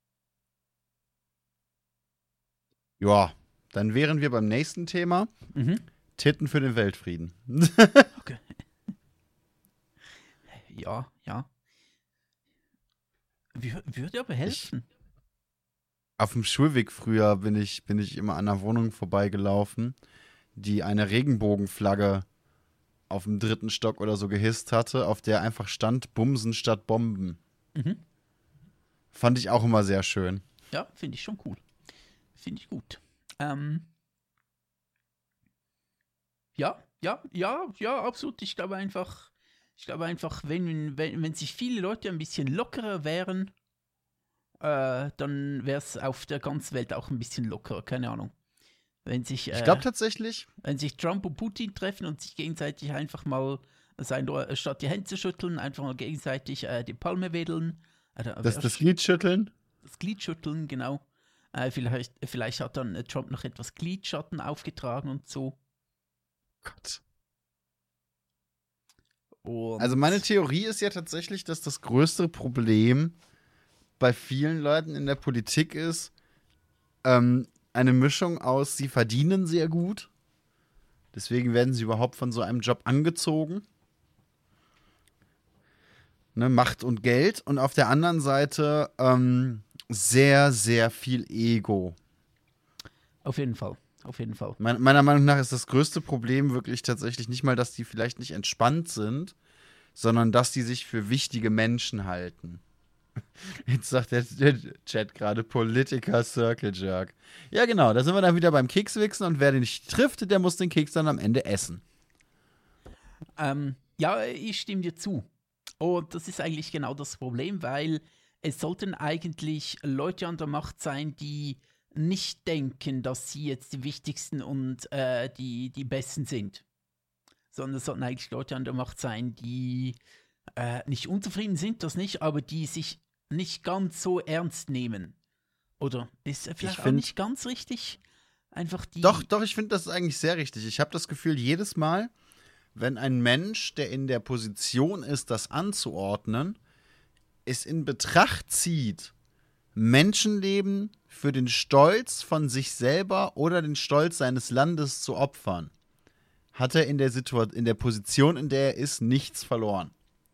Ja, dann wären wir beim nächsten Thema. Mhm. Titten für den Weltfrieden. Okay. Ja, ja. Wür- Würde aber helfen. Auf dem Schulweg früher bin ich, bin ich immer an einer Wohnung vorbeigelaufen, die eine Regenbogenflagge auf dem dritten Stock oder so gehisst hatte, auf der einfach stand Bumsen statt Bomben. Mhm. Fand ich auch immer sehr schön. Ja, finde ich schon cool. Finde ich gut. Ähm, ja, ja, ja, ja, absolut. Ich glaube einfach, ich glaube einfach, wenn, wenn, wenn sich viele Leute ein bisschen lockerer wären, äh, dann wäre es auf der ganzen Welt auch ein bisschen lockerer, keine Ahnung. Wenn sich, äh, Ich glaube tatsächlich, wenn sich Trump und Putin treffen und sich gegenseitig einfach mal, sein, statt die Hände zu schütteln, einfach mal gegenseitig äh, die Palme wedeln. Äh, da das, wär's- das Glied schütteln. das Glied schütteln, genau. Äh, vielleicht, vielleicht hat dann äh, Trump noch etwas Glidschatten aufgetragen und so. Gott. Und Also meine Theorie ist ja tatsächlich, dass das größte Problem bei vielen Leuten in der Politik ist, ähm, eine Mischung aus, sie verdienen sehr gut, deswegen werden sie überhaupt von so einem Job angezogen. Ne, Macht und Geld. Und auf der anderen Seite ähm, sehr, sehr viel Ego. auf jeden Fall, auf jeden Fall. Me- meiner Meinung nach ist das größte Problem wirklich tatsächlich nicht mal, dass die vielleicht nicht entspannt sind, sondern dass die sich für wichtige Menschen halten. Jetzt sagt der, der Chat gerade Politiker Circle Jerk. Ja, genau, da sind wir dann wieder beim Kekswichsen und wer den nicht trifft, der muss den Keks dann am Ende essen. Ähm, ja, ich stimme dir zu. Und das ist eigentlich genau das Problem, weil es sollten eigentlich Leute an der Macht sein, die nicht denken, dass sie jetzt die wichtigsten und äh, die, die Besten sind. Sondern es sollten eigentlich Leute an der Macht sein, die äh, nicht unzufrieden sind, das nicht, aber die sich nicht ganz so ernst nehmen. Oder ist er vielleicht auch find- nicht ganz richtig? Einfach die. Doch, doch, ich finde das ist eigentlich sehr richtig. Ich habe das Gefühl, jedes Mal, wenn ein Mensch, der in der Position ist, das anzuordnen, es in Betracht zieht, Menschenleben für den Stolz von sich selber oder den Stolz seines Landes zu opfern, hat er in der, Situa- in der Position, in der er ist, nichts verloren.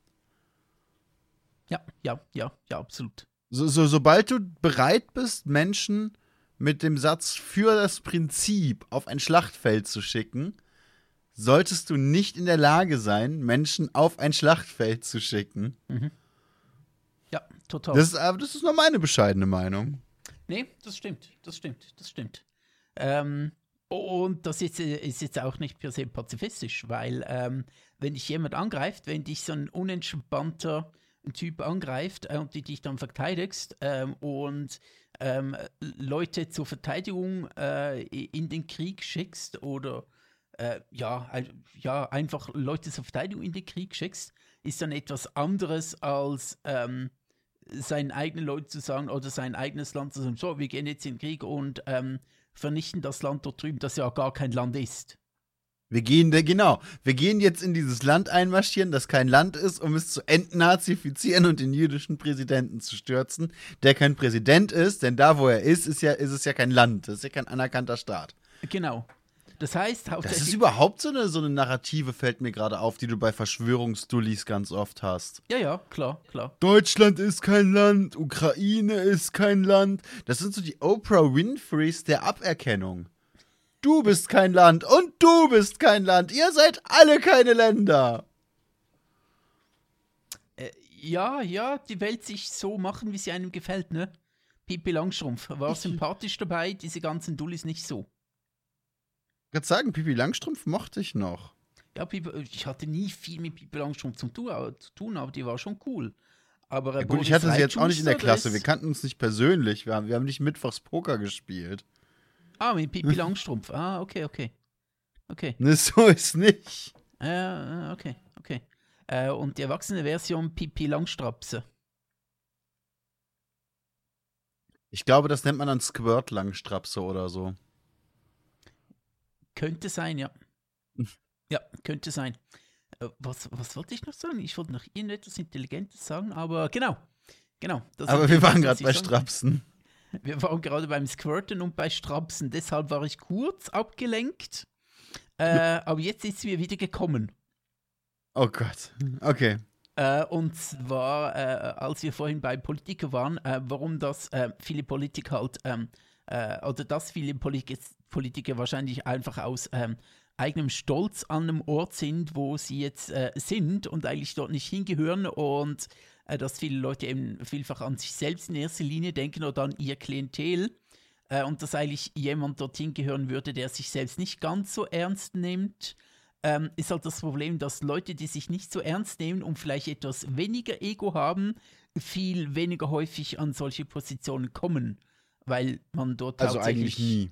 Ja, ja, ja, ja, absolut. So, so, sobald du bereit bist, Menschen mit dem Satz für das Prinzip auf ein Schlachtfeld zu schicken, solltest du nicht in der Lage sein, Menschen auf ein Schlachtfeld zu schicken. Ja, total. Das ist, aber das ist nur meine bescheidene Meinung. Nee, das stimmt, das stimmt, das stimmt. Ähm, und das ist, äh, ist jetzt auch nicht per se pazifistisch, weil ähm, wenn dich jemand angreift, wenn dich so ein unentspannter Typ angreift äh, und du dich dann verteidigst ähm, und ähm, Leute zur Verteidigung äh, in den Krieg schickst oder äh, ja, ein, ja, einfach Leute zur Verteidigung in den Krieg schickst, ist dann etwas anderes als ähm, seinen eigenen Leuten zu sagen oder sein eigenes Land zu sagen, so, wir gehen jetzt in den Krieg und ähm, vernichten das Land dort drüben, das ja gar kein Land ist. Wir gehen, da- genau, wir gehen jetzt in dieses Land einmarschieren, das kein Land ist, um es zu entnazifizieren und den jüdischen Präsidenten zu stürzen, der kein Präsident ist, denn da, wo er ist, ist, ja, ist es ja kein Land, das ist ja kein anerkannter Staat. Genau. Das heißt, Das hauptsächlich. ist überhaupt so eine, so eine Narrative, fällt mir gerade auf, die du bei Verschwörungsdullis ganz oft hast. Ja, ja, klar, klar. Deutschland ist kein Land, Ukraine ist kein Land. Das sind so die Oprah Winfreys der Aberkennung. Du bist kein Land und du bist kein Land. Ihr seid alle keine Länder. Äh, ja, ja, die Welt sich so machen, wie sie einem gefällt, ne? Pippi Langstrumpf war sympathisch dabei, diese ganzen Dullis nicht so. Ich kann sagen, Pipi Langstrumpf mochte ich noch. Ja, Pipi, ich hatte nie viel mit Pipi Langstrumpf zu tun, aber, zu tun, aber die war schon cool. Aber äh, Ja, gut, ich Boris hatte sie jetzt auch nicht in der Reitschuster, Klasse. das- Wir kannten uns nicht persönlich. Wir haben, wir haben nicht mittwochs Poker gespielt. Ah, mit Pipi Langstrumpf. Ah, okay, okay. Okay. Ne, so ist nicht. Äh, okay, okay. Äh, und die erwachsene Version Pipi Langstrapse. Ich glaube, das nennt man dann Squirt-Langstrapse oder so. Könnte sein, ja. Ja, könnte sein. Äh, was, was wollte ich noch sagen? Ich wollte noch irgendetwas Intelligentes sagen, aber genau. Genau. das Aber wir waren Intelligente, gerade was bei ich sagen- Strapsen. Wir waren gerade beim Squirten und bei Strapsen. Deshalb war ich kurz abgelenkt. Äh, aber jetzt ist es mir wieder gekommen. Oh Gott. Okay. Äh, und zwar, äh, als wir vorhin bei Politiker waren, äh, warum das äh, viele Politiker halt, ähm, äh, oder dass viele Polit Politiker wahrscheinlich einfach aus ähm, eigenem Stolz an einem Ort sind, wo sie jetzt äh, sind und eigentlich dort nicht hingehören und äh, dass viele Leute eben vielfach an sich selbst in erster Linie denken oder an ihr Klientel äh, und dass eigentlich jemand dorthin gehören würde, der sich selbst nicht ganz so ernst nimmt. Ähm, ist halt das Problem, dass Leute, die sich nicht so ernst nehmen und vielleicht etwas weniger Ego haben, viel weniger häufig an solche Positionen kommen, weil man dort Also hauptsächlich, eigentlich nie.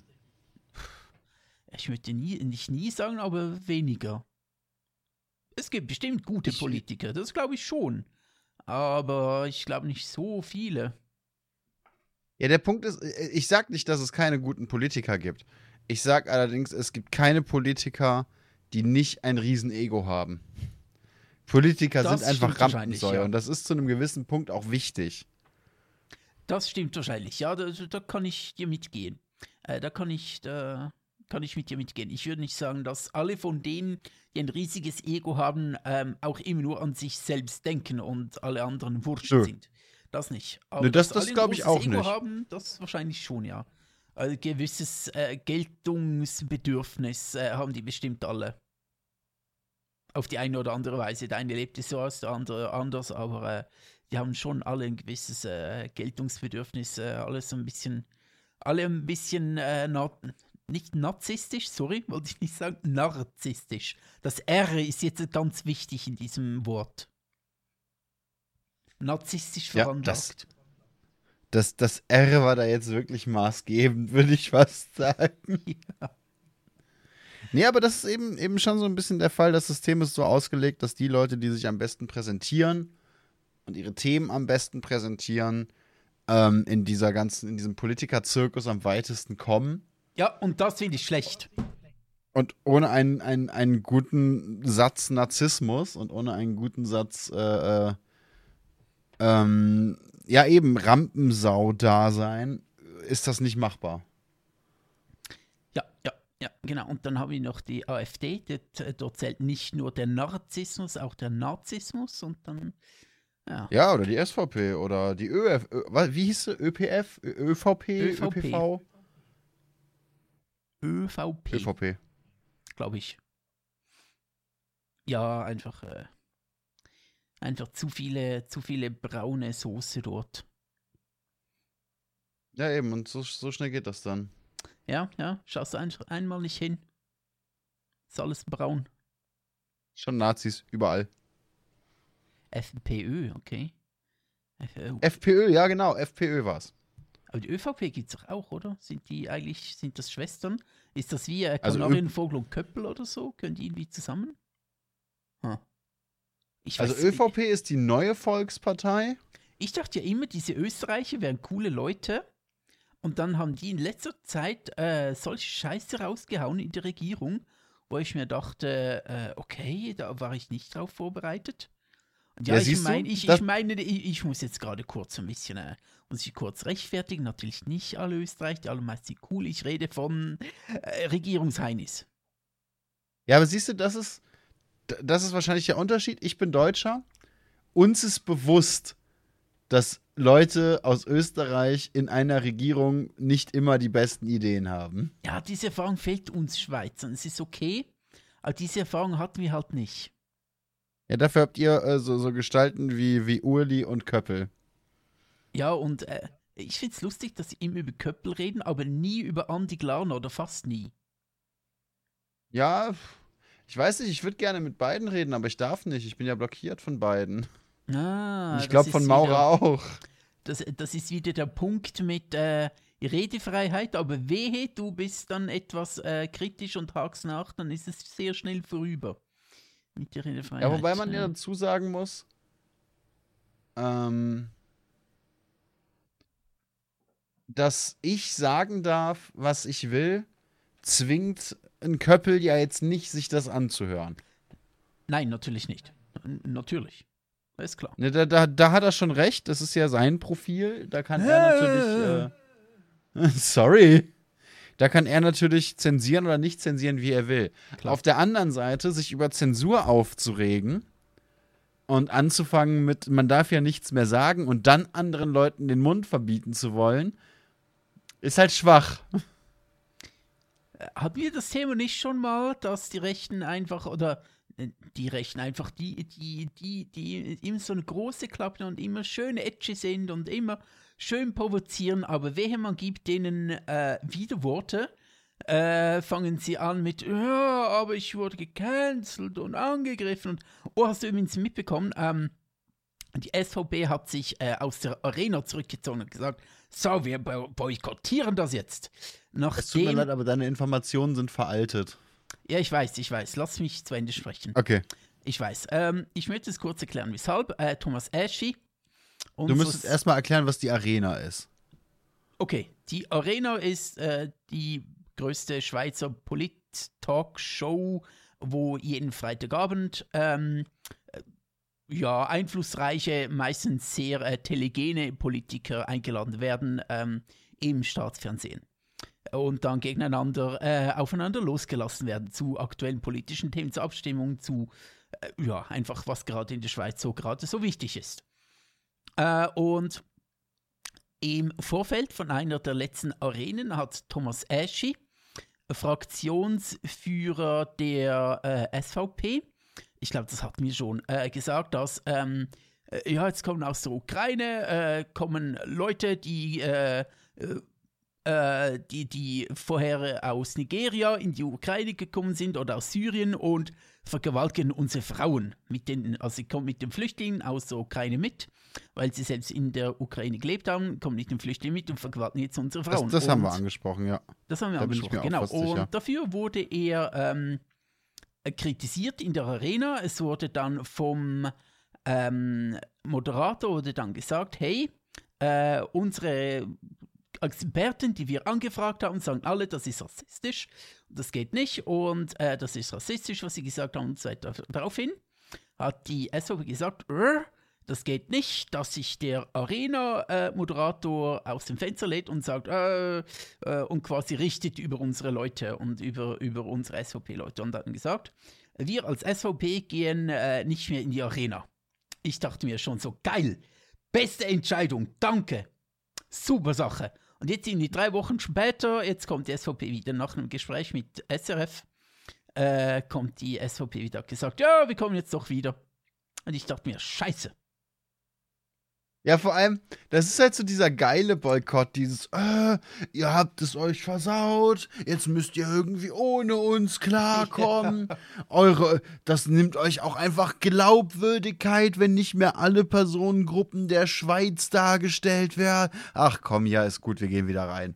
ich möchte nie, nicht nie sagen, aber weniger. Es gibt bestimmt gute Ich- Politiker, das glaube ich schon, aber ich glaube nicht so viele. Ja, der Punkt ist, äh, ich sag nicht, dass es keine guten Politiker gibt. Ich sag allerdings, es gibt keine Politiker, die nicht ein Riesenego haben. Politiker Das sind einfach stimmt wahrscheinlich, Rampensäue ja. und das ist zu einem gewissen Punkt auch wichtig. Das stimmt wahrscheinlich, ja, da, da kann ich dir mitgehen. Äh, da kann ich, da kann ich mit dir mitgehen. Ich würde nicht sagen, dass alle von denen, die ein riesiges Ego haben, ähm, auch immer nur an sich selbst denken und alle anderen wurscht Nö. sind. Das nicht. Aber Nö, das- dass das alle ein glaub ich großes auch Ego nicht. haben, das wahrscheinlich schon, ja. Ein gewisses äh, Geltungsbedürfnis äh, haben die bestimmt alle. Auf die eine oder andere Weise. Der eine lebt es so aus, der andere anders, aber äh, die haben schon alle ein gewisses äh, Geltungsbedürfnis, äh, alles so ein bisschen, alle ein bisschen, äh, na nicht narzisstisch, sorry, wollte ich nicht sagen, narzisstisch. Das R ist jetzt ganz wichtig in diesem Wort. Narzisstisch Ja, veranlagt. Das, das R war da jetzt wirklich maßgebend, würde ich fast sagen. Ja. Nee, aber das ist eben, eben schon so ein bisschen der Fall. Das System ist so ausgelegt, dass die Leute, die sich am besten präsentieren und ihre Themen am besten präsentieren, ähm, in dieser ganzen, in diesem Politikerzirkus am weitesten kommen. Ja, und das finde ich schlecht. Und ohne einen, einen, einen guten Satz Narzissmus und ohne einen guten Satz, äh, äh, ähm, ja eben Rampensau-Dasein, ist das nicht machbar. Ja, ja, ja, genau. Und dann habe ich noch die AfD. Dort, dort zählt nicht nur der Narzissmus, auch der Narzissmus. Und dann, ja. Ja, oder die S V P oder die ÖF, Ö, wa- wie hieß sie? ÖPF? Ö- ÖVP? ÖVP. ÖPV? ÖVP, ÖVP. glaube ich. Ja, einfach, äh, einfach zu viele, zu viele braune Soße dort. Ja, eben, und so, so schnell geht das dann. Ja, ja, schaust du ein, einmal nicht hin. Ist alles braun. Schon Nazis, überall. FPÖ, okay. FPÖ. FPÖ, ja genau, FPÖ war's. Aber die ÖVP gibt es doch auch, oder? Sind die eigentlich, sind das Schwestern? Ist das wie äh, Also Kanarien, Vogel und Köppel oder so? Können die irgendwie zusammen? Hm. Ich Also weiß- ÖVP ist die neue Volkspartei. Ich dachte ja immer, diese Österreicher wären coole Leute. Und dann haben die in letzter Zeit äh, solche Scheiße rausgehauen in der Regierung, wo ich mir dachte, äh, okay, da war ich nicht drauf vorbereitet. Und ja, Ja, ich, siehst du, mein, ich, das- ich meine, ich, ich muss jetzt gerade kurz ein bisschen, äh, muss ich kurz rechtfertigen. Natürlich nicht alle Österreich, die allermeisten sind cool. Ich rede von äh, Regierungsheinis. Ja, aber siehst du, das ist, d- das ist wahrscheinlich der Unterschied. Ich bin Deutscher. Uns ist bewusst, dass Leute aus Österreich in einer Regierung nicht immer die besten Ideen haben. Ja, diese Erfahrung fehlt uns Schweizern. Es ist okay, aber diese Erfahrung hatten wir halt nicht. Ja, dafür habt ihr äh, so, so Gestalten wie, wie Urli und Köppel. Ja, und äh, ich finde es lustig, dass sie immer über Köppel reden, aber nie über Andi Glarner oder fast nie. Ja, Ich weiß nicht, ich würde gerne mit beiden reden, aber ich darf nicht. Ich bin ja blockiert von beiden. Ah, Und ich glaube von Maurer wieder, auch. Das, das ist wieder der Punkt mit äh, Redefreiheit, aber wehe, du bist dann etwas äh, kritisch und hakst nach, dann ist es sehr schnell vorüber. Mit der Redefreiheit. Ja, wobei man ja dazu sagen muss, ähm, dass ich sagen darf, was ich will, zwingt ein Köppel ja jetzt nicht, sich das anzuhören. Nein, natürlich nicht. N- natürlich. Ist klar. Ne, da, da, da hat er schon recht, das ist ja sein Profil. Da kann er natürlich. Äh, sorry. Da kann er natürlich zensieren oder nicht zensieren, wie er will. Klar. Auf der anderen Seite, sich über Zensur aufzuregen und anzufangen mit, man darf ja nichts mehr sagen und dann anderen Leuten den Mund verbieten zu wollen, ist halt schwach. Hatten wir das Thema nicht schon mal, dass die Rechten einfach, oder äh, die Rechten einfach, die, die, die, die immer so eine große Klappe und immer schön edgy sind und immer schön provozieren, aber wehe, man gibt denen äh, Widerworte, äh, fangen sie an mit, ja, aber ich wurde gecancelt und angegriffen und, oh, hast du übrigens mitbekommen, ähm, die S V P hat sich äh, aus der Arena zurückgezogen und gesagt, so, wir bo- boykottieren das jetzt. Nachdem, Es tut mir leid, aber deine Informationen sind veraltet. Ja, ich weiß, ich weiß. Lass mich zu Ende sprechen. Okay. Ich weiß. Ähm, ich möchte es kurz erklären, weshalb. Äh, Thomas Aschi. Du müsstest erstmal erklären, was die Arena ist. Okay, die Arena ist äh, die größte Schweizer Polit-Talkshow, wo jeden Freitagabend ähm, äh, ja, einflussreiche, meistens sehr äh, telegene Politiker eingeladen werden ähm, im Staatsfernsehen. Und dann gegeneinander, äh, aufeinander losgelassen werden zu aktuellen politischen Themen, zur Abstimmung, zu, äh, ja, einfach was gerade in der Schweiz so gerade so wichtig ist. Äh, und im Vorfeld von einer der letzten Arenen hat Thomas Aschi, Fraktionsführer der äh, S V P, ich glaube, das hat mir schon äh, gesagt, dass ähm, äh, ja, jetzt kommen aus der Ukraine, äh, kommen Leute, die äh, äh, die, die vorher aus Nigeria in die Ukraine gekommen sind oder aus Syrien und vergewaltigen unsere Frauen. Mit den, also sie kommen mit den Flüchtlingen aus der Ukraine mit, weil sie selbst in der Ukraine gelebt haben, kommen mit den Flüchtlingen mit und vergewaltigen jetzt unsere Frauen. Das, das haben und wir angesprochen, ja. Das haben wir Da bin ich angesprochen, mir genau. auch fast sicher. Und dafür wurde er ähm, kritisiert in der Arena. Es wurde dann vom ähm, Moderator wurde dann gesagt, hey, äh, unsere Experten, die wir angefragt haben, sagen alle, das ist rassistisch, das geht nicht und äh, das ist rassistisch, was sie gesagt haben und so weiter. Daraufhin hat die S V P gesagt, das geht nicht, dass sich der Arena-Moderator äh, aus dem Fenster lädt und sagt, äh, äh, und quasi richtet über unsere Leute und über, über unsere S V P-Leute und hat dann gesagt, wir als S V P gehen äh, nicht mehr in die Arena. Ich dachte mir schon so, geil, beste Entscheidung, danke, super Sache. Und jetzt sind die drei Wochen später, jetzt kommt die S V P wieder nach einem Gespräch mit S R F, äh, kommt die S V P wieder gesagt, ja, wir kommen jetzt doch wieder. Und ich dachte mir, scheiße. Ja, vor allem, das ist halt so dieser geile Boykott, dieses, äh, ihr habt es euch versaut, jetzt müsst ihr irgendwie ohne uns klarkommen. Ja. Eure, das nimmt euch auch einfach Glaubwürdigkeit, wenn nicht mehr alle Personengruppen der Schweiz dargestellt werden. Ach komm, ja, ist gut, wir gehen wieder rein.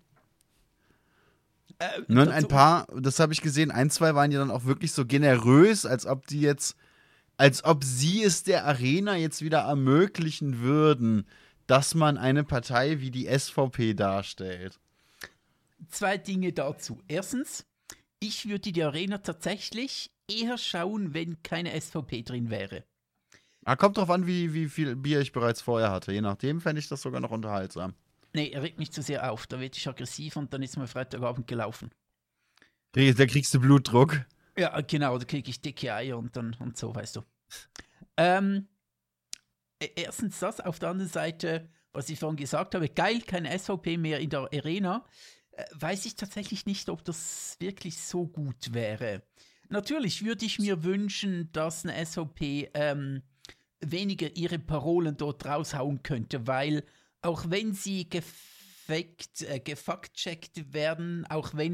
Äh, Nur ein paar, das habe ich gesehen, ein, zwei waren ja dann auch wirklich so generös, als ob die jetzt Als ob sie es der Arena jetzt wieder ermöglichen würden, dass man eine Partei wie die S V P darstellt. Zwei Dinge dazu. Erstens, ich würde die Arena tatsächlich eher schauen, wenn keine S V P drin wäre. Ah, kommt drauf an, wie, wie viel Bier ich bereits vorher hatte. Je nachdem fände ich das sogar noch unterhaltsam. Nee, er regt mich zu sehr auf. Da werde ich aggressiv und dann ist mein Freitagabend gelaufen. Da kriegst du Blutdruck. Ja, genau, da kriege ich dicke Eier und dann und so, weißt du. Ähm, erstens das, auf der anderen Seite, was ich vorhin gesagt habe, geil, keine S V P mehr in der Arena, äh, weiß ich tatsächlich nicht, ob das wirklich so gut wäre. Natürlich würde ich mir wünschen, dass eine S V P ähm, weniger ihre Parolen dort raushauen könnte, weil auch wenn sie gefakt, äh, gefact-checkt werden, auch wenn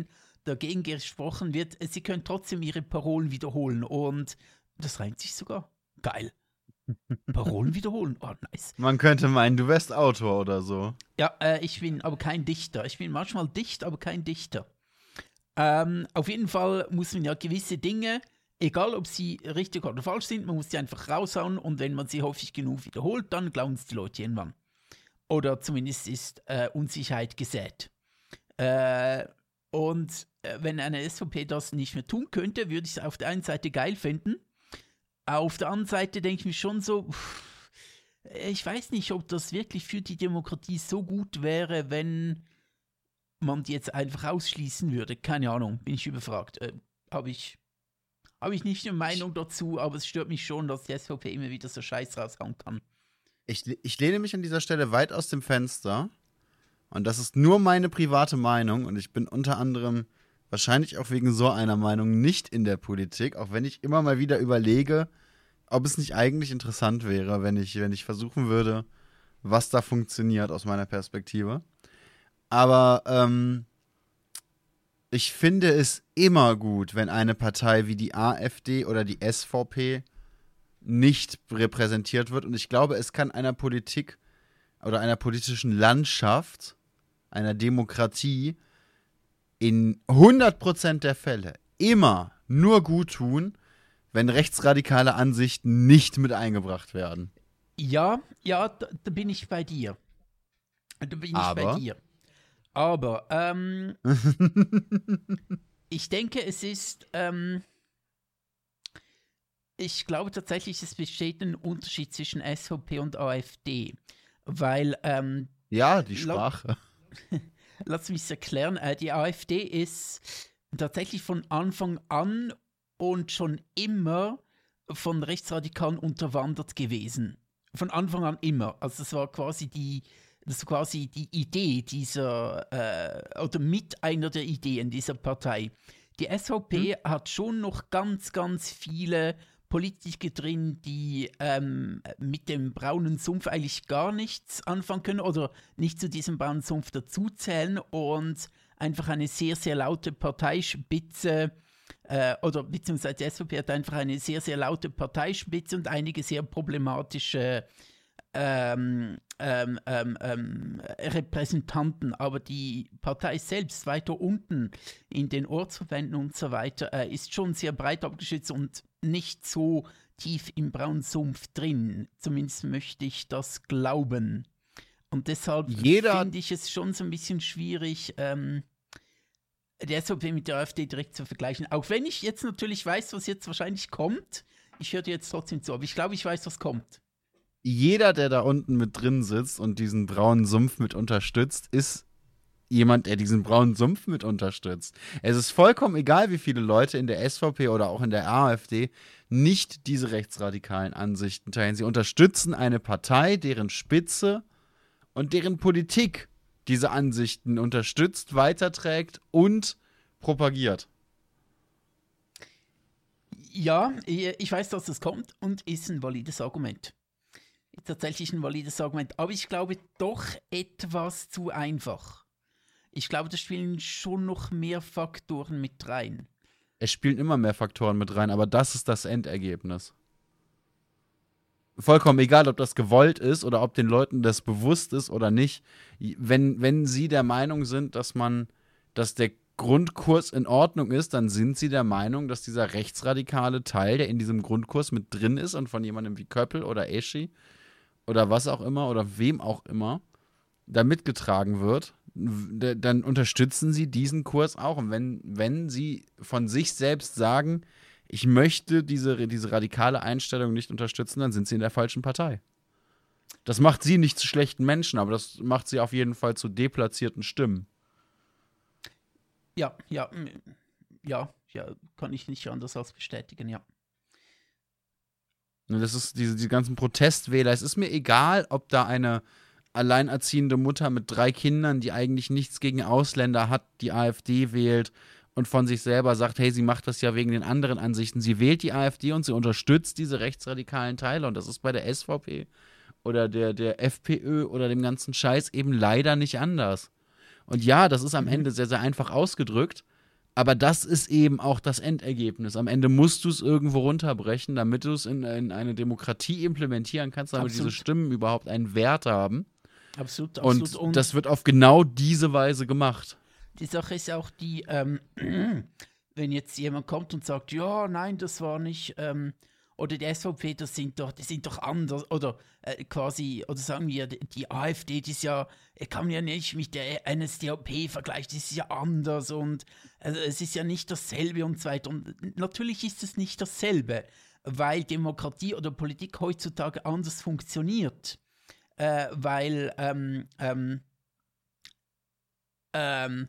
dagegen gesprochen wird, sie können trotzdem ihre Parolen wiederholen und das reimt sich sogar. Geil. Parolen wiederholen, oh nice. Man könnte meinen, du wärst Autor oder so. Ja, äh, ich bin aber kein Dichter. Ich bin manchmal dicht, aber kein Dichter. Ähm, auf jeden Fall muss man ja gewisse Dinge, egal ob sie richtig oder falsch sind, man muss sie einfach raushauen und wenn man sie häufig genug wiederholt, dann glauben es die Leute irgendwann. Oder zumindest ist äh, Unsicherheit gesät. Äh, und äh, wenn eine S V P das nicht mehr tun könnte, würde ich es auf der einen Seite geil finden. Auf der anderen Seite denke ich mir schon so, pff, ich weiß nicht, ob das wirklich für die Demokratie so gut wäre, wenn man die jetzt einfach ausschließen würde. Keine Ahnung, bin ich überfragt. Äh, Habe ich, hab ich nicht eine Meinung dazu, aber es stört mich schon, dass die S V P immer wieder so Scheiß raushauen kann. Ich, ich lehne mich an dieser Stelle weit aus dem Fenster und das ist nur meine private Meinung und ich bin unter anderem wahrscheinlich auch wegen so einer Meinung nicht in der Politik, auch wenn ich immer mal wieder überlege, ob es nicht eigentlich interessant wäre, wenn ich, wenn ich versuchen würde, was da funktioniert aus meiner Perspektive. Aber ähm, ich finde es immer gut, wenn eine Partei wie die AfD oder die S V P nicht repräsentiert wird. Und ich glaube, es kann einer Politik oder einer politischen Landschaft, einer Demokratie in hundert Prozent der Fälle immer nur gut tun, wenn rechtsradikale Ansichten nicht mit eingebracht werden. Ja, ja, da, da bin ich bei dir. Da bin ich Aber? bei dir. Aber, ähm, ich denke, es ist, ähm, ich glaube tatsächlich, es besteht ein Unterschied zwischen S V P und AfD. Weil, ähm, Ja, die Sprache. lass mich es erklären, äh, die AfD ist tatsächlich von Anfang an und schon immer von Rechtsradikalen unterwandert gewesen. Von Anfang an immer. Also das war quasi die, das war quasi die Idee dieser, äh, oder mit einer der Ideen dieser Partei. Die S V P hm. hat schon noch ganz, ganz viele Politiker drin, die ähm, mit dem braunen Sumpf eigentlich gar nichts anfangen können oder nicht zu diesem braunen Sumpf dazuzählen und einfach eine sehr, sehr laute Parteispitze äh, oder beziehungsweise die S V P hat einfach eine sehr, sehr laute Parteispitze und einige sehr problematische ähm, ähm, ähm, ähm, Repräsentanten, aber die Partei selbst weiter unten in den Ortsverbänden und so weiter äh, ist schon sehr breit abgeschützt und nicht so tief im braunen Sumpf drin. Zumindest möchte ich das glauben. Und deshalb finde ich es schon so ein bisschen schwierig, ähm, die S V P mit der AfD direkt zu vergleichen. Auch wenn ich jetzt natürlich weiß, was jetzt wahrscheinlich kommt. Ich höre dir jetzt trotzdem zu, aber ich glaube, ich weiß, was kommt. Jeder, der da unten mit drin sitzt und diesen braunen Sumpf mit unterstützt, ist jemand, der diesen braunen Sumpf mit unterstützt. Es ist vollkommen egal, wie viele Leute in der S V P oder auch in der AfD nicht diese rechtsradikalen Ansichten teilen. Sie unterstützen eine Partei, deren Spitze und deren Politik diese Ansichten unterstützt, weiterträgt und propagiert. Ja, ich weiß, dass das kommt und ist ein valides Argument. Tatsächlich ein valides Argument, aber ich glaube doch etwas zu einfach. Ich glaube, da spielen schon noch mehr Faktoren mit rein. Es spielen immer mehr Faktoren mit rein, aber das ist das Endergebnis. Vollkommen egal, ob das gewollt ist oder ob den Leuten das bewusst ist oder nicht. Wenn, wenn sie der Meinung sind, dass man, dass der Grundkurs in Ordnung ist, dann sind sie der Meinung, dass dieser rechtsradikale Teil, der in diesem Grundkurs mit drin ist und von jemandem wie Köppel oder Eschi oder was auch immer oder wem auch immer da mitgetragen wird, dann unterstützen sie diesen Kurs auch. Und wenn, wenn sie von sich selbst sagen, ich möchte diese, diese radikale Einstellung nicht unterstützen, dann sind sie in der falschen Partei. Das macht sie nicht zu schlechten Menschen, aber das macht sie auf jeden Fall zu deplatzierten Stimmen. Ja, ja, ja, ja, kann ich nicht anders als bestätigen, ja. Das ist diese, die ganzen Protestwähler. Es ist mir egal, ob da eine alleinerziehende Mutter mit drei Kindern, die eigentlich nichts gegen Ausländer hat, die AfD wählt und von sich selber sagt, hey, sie macht das ja wegen den anderen Ansichten. Sie wählt die AfD und sie unterstützt diese rechtsradikalen Teile. Und das ist bei der S V P oder der, der FPÖ oder dem ganzen Scheiß eben leider nicht anders. Und ja, das ist am Ende sehr, sehr einfach ausgedrückt, Aber das ist eben auch das Endergebnis. Am Ende musst du es irgendwo runterbrechen, damit du es in, in eine Demokratie implementieren kannst, damit Absolut. diese Stimmen überhaupt einen Wert haben. Absolut, absolut. Und, Und das wird auf genau diese Weise gemacht. die Sache ist auch die, ähm, wenn jetzt jemand kommt und sagt, ja, nein, das war nicht, ähm, oder die S V P, das sind doch, die sind doch anders, oder äh, quasi, oder sagen wir, die, die AfD, die ist ja, äh, kann man ja nicht mit der N S D A P vergleichen, das ist ja anders und also, es ist ja nicht dasselbe und so weiter. Und natürlich ist es nicht dasselbe, weil Demokratie oder Politik heutzutage anders funktioniert, äh, weil, ähm, ähm, ähm,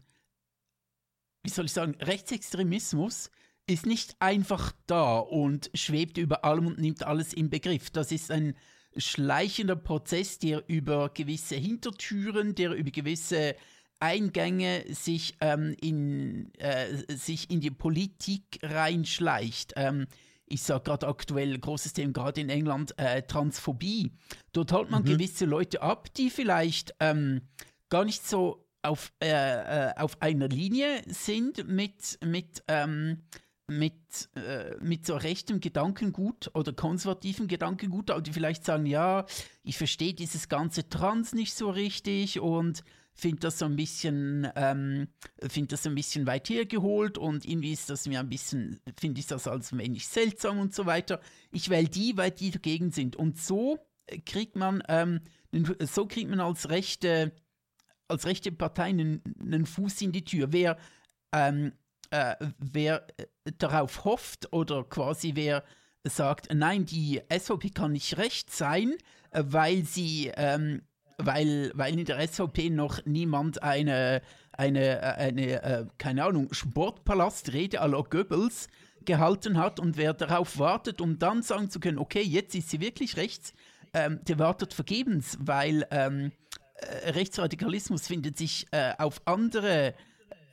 wie soll ich sagen, Rechtsextremismus ist nicht einfach da und schwebt über allem und nimmt alles in Begriff. Das ist ein schleichender Prozess, der über gewisse Hintertüren, der über gewisse Eingänge sich, ähm, in, äh, sich in die Politik reinschleicht. Ähm, ich sage gerade aktuell, großes Thema, gerade in England, äh, Transphobie. Dort holt man Mhm. gewisse Leute ab, die vielleicht ähm, gar nicht so auf, äh, äh, auf einer Linie sind mit, mit, ähm, mit, äh, mit so rechtem Gedankengut oder konservativem Gedankengut, aber die vielleicht sagen, ja, ich verstehe dieses ganze Trans nicht so richtig und finde das so ein bisschen, ähm, finde das so ein bisschen weit hergeholt und irgendwie ist das mir ein bisschen, finde ich das als ein wenig seltsam und so weiter. Ich wähle die, weil die dagegen sind. Und so kriegt man, ähm, so kriegt man als rechte als rechte Partei einen, einen Fuß in die Tür. Wer, ähm, äh, wer darauf hofft oder quasi wer sagt, nein, die S V P kann nicht recht sein, weil sie, ähm, weil, weil in der S V P noch niemand eine, eine, eine äh, keine Ahnung, Sportpalastrede à la Goebbels gehalten hat und wer darauf wartet, um dann sagen zu können, okay, jetzt ist sie wirklich rechts, ähm, der wartet vergebens, weil ähm, Rechtsradikalismus findet sich äh, auf andere äh,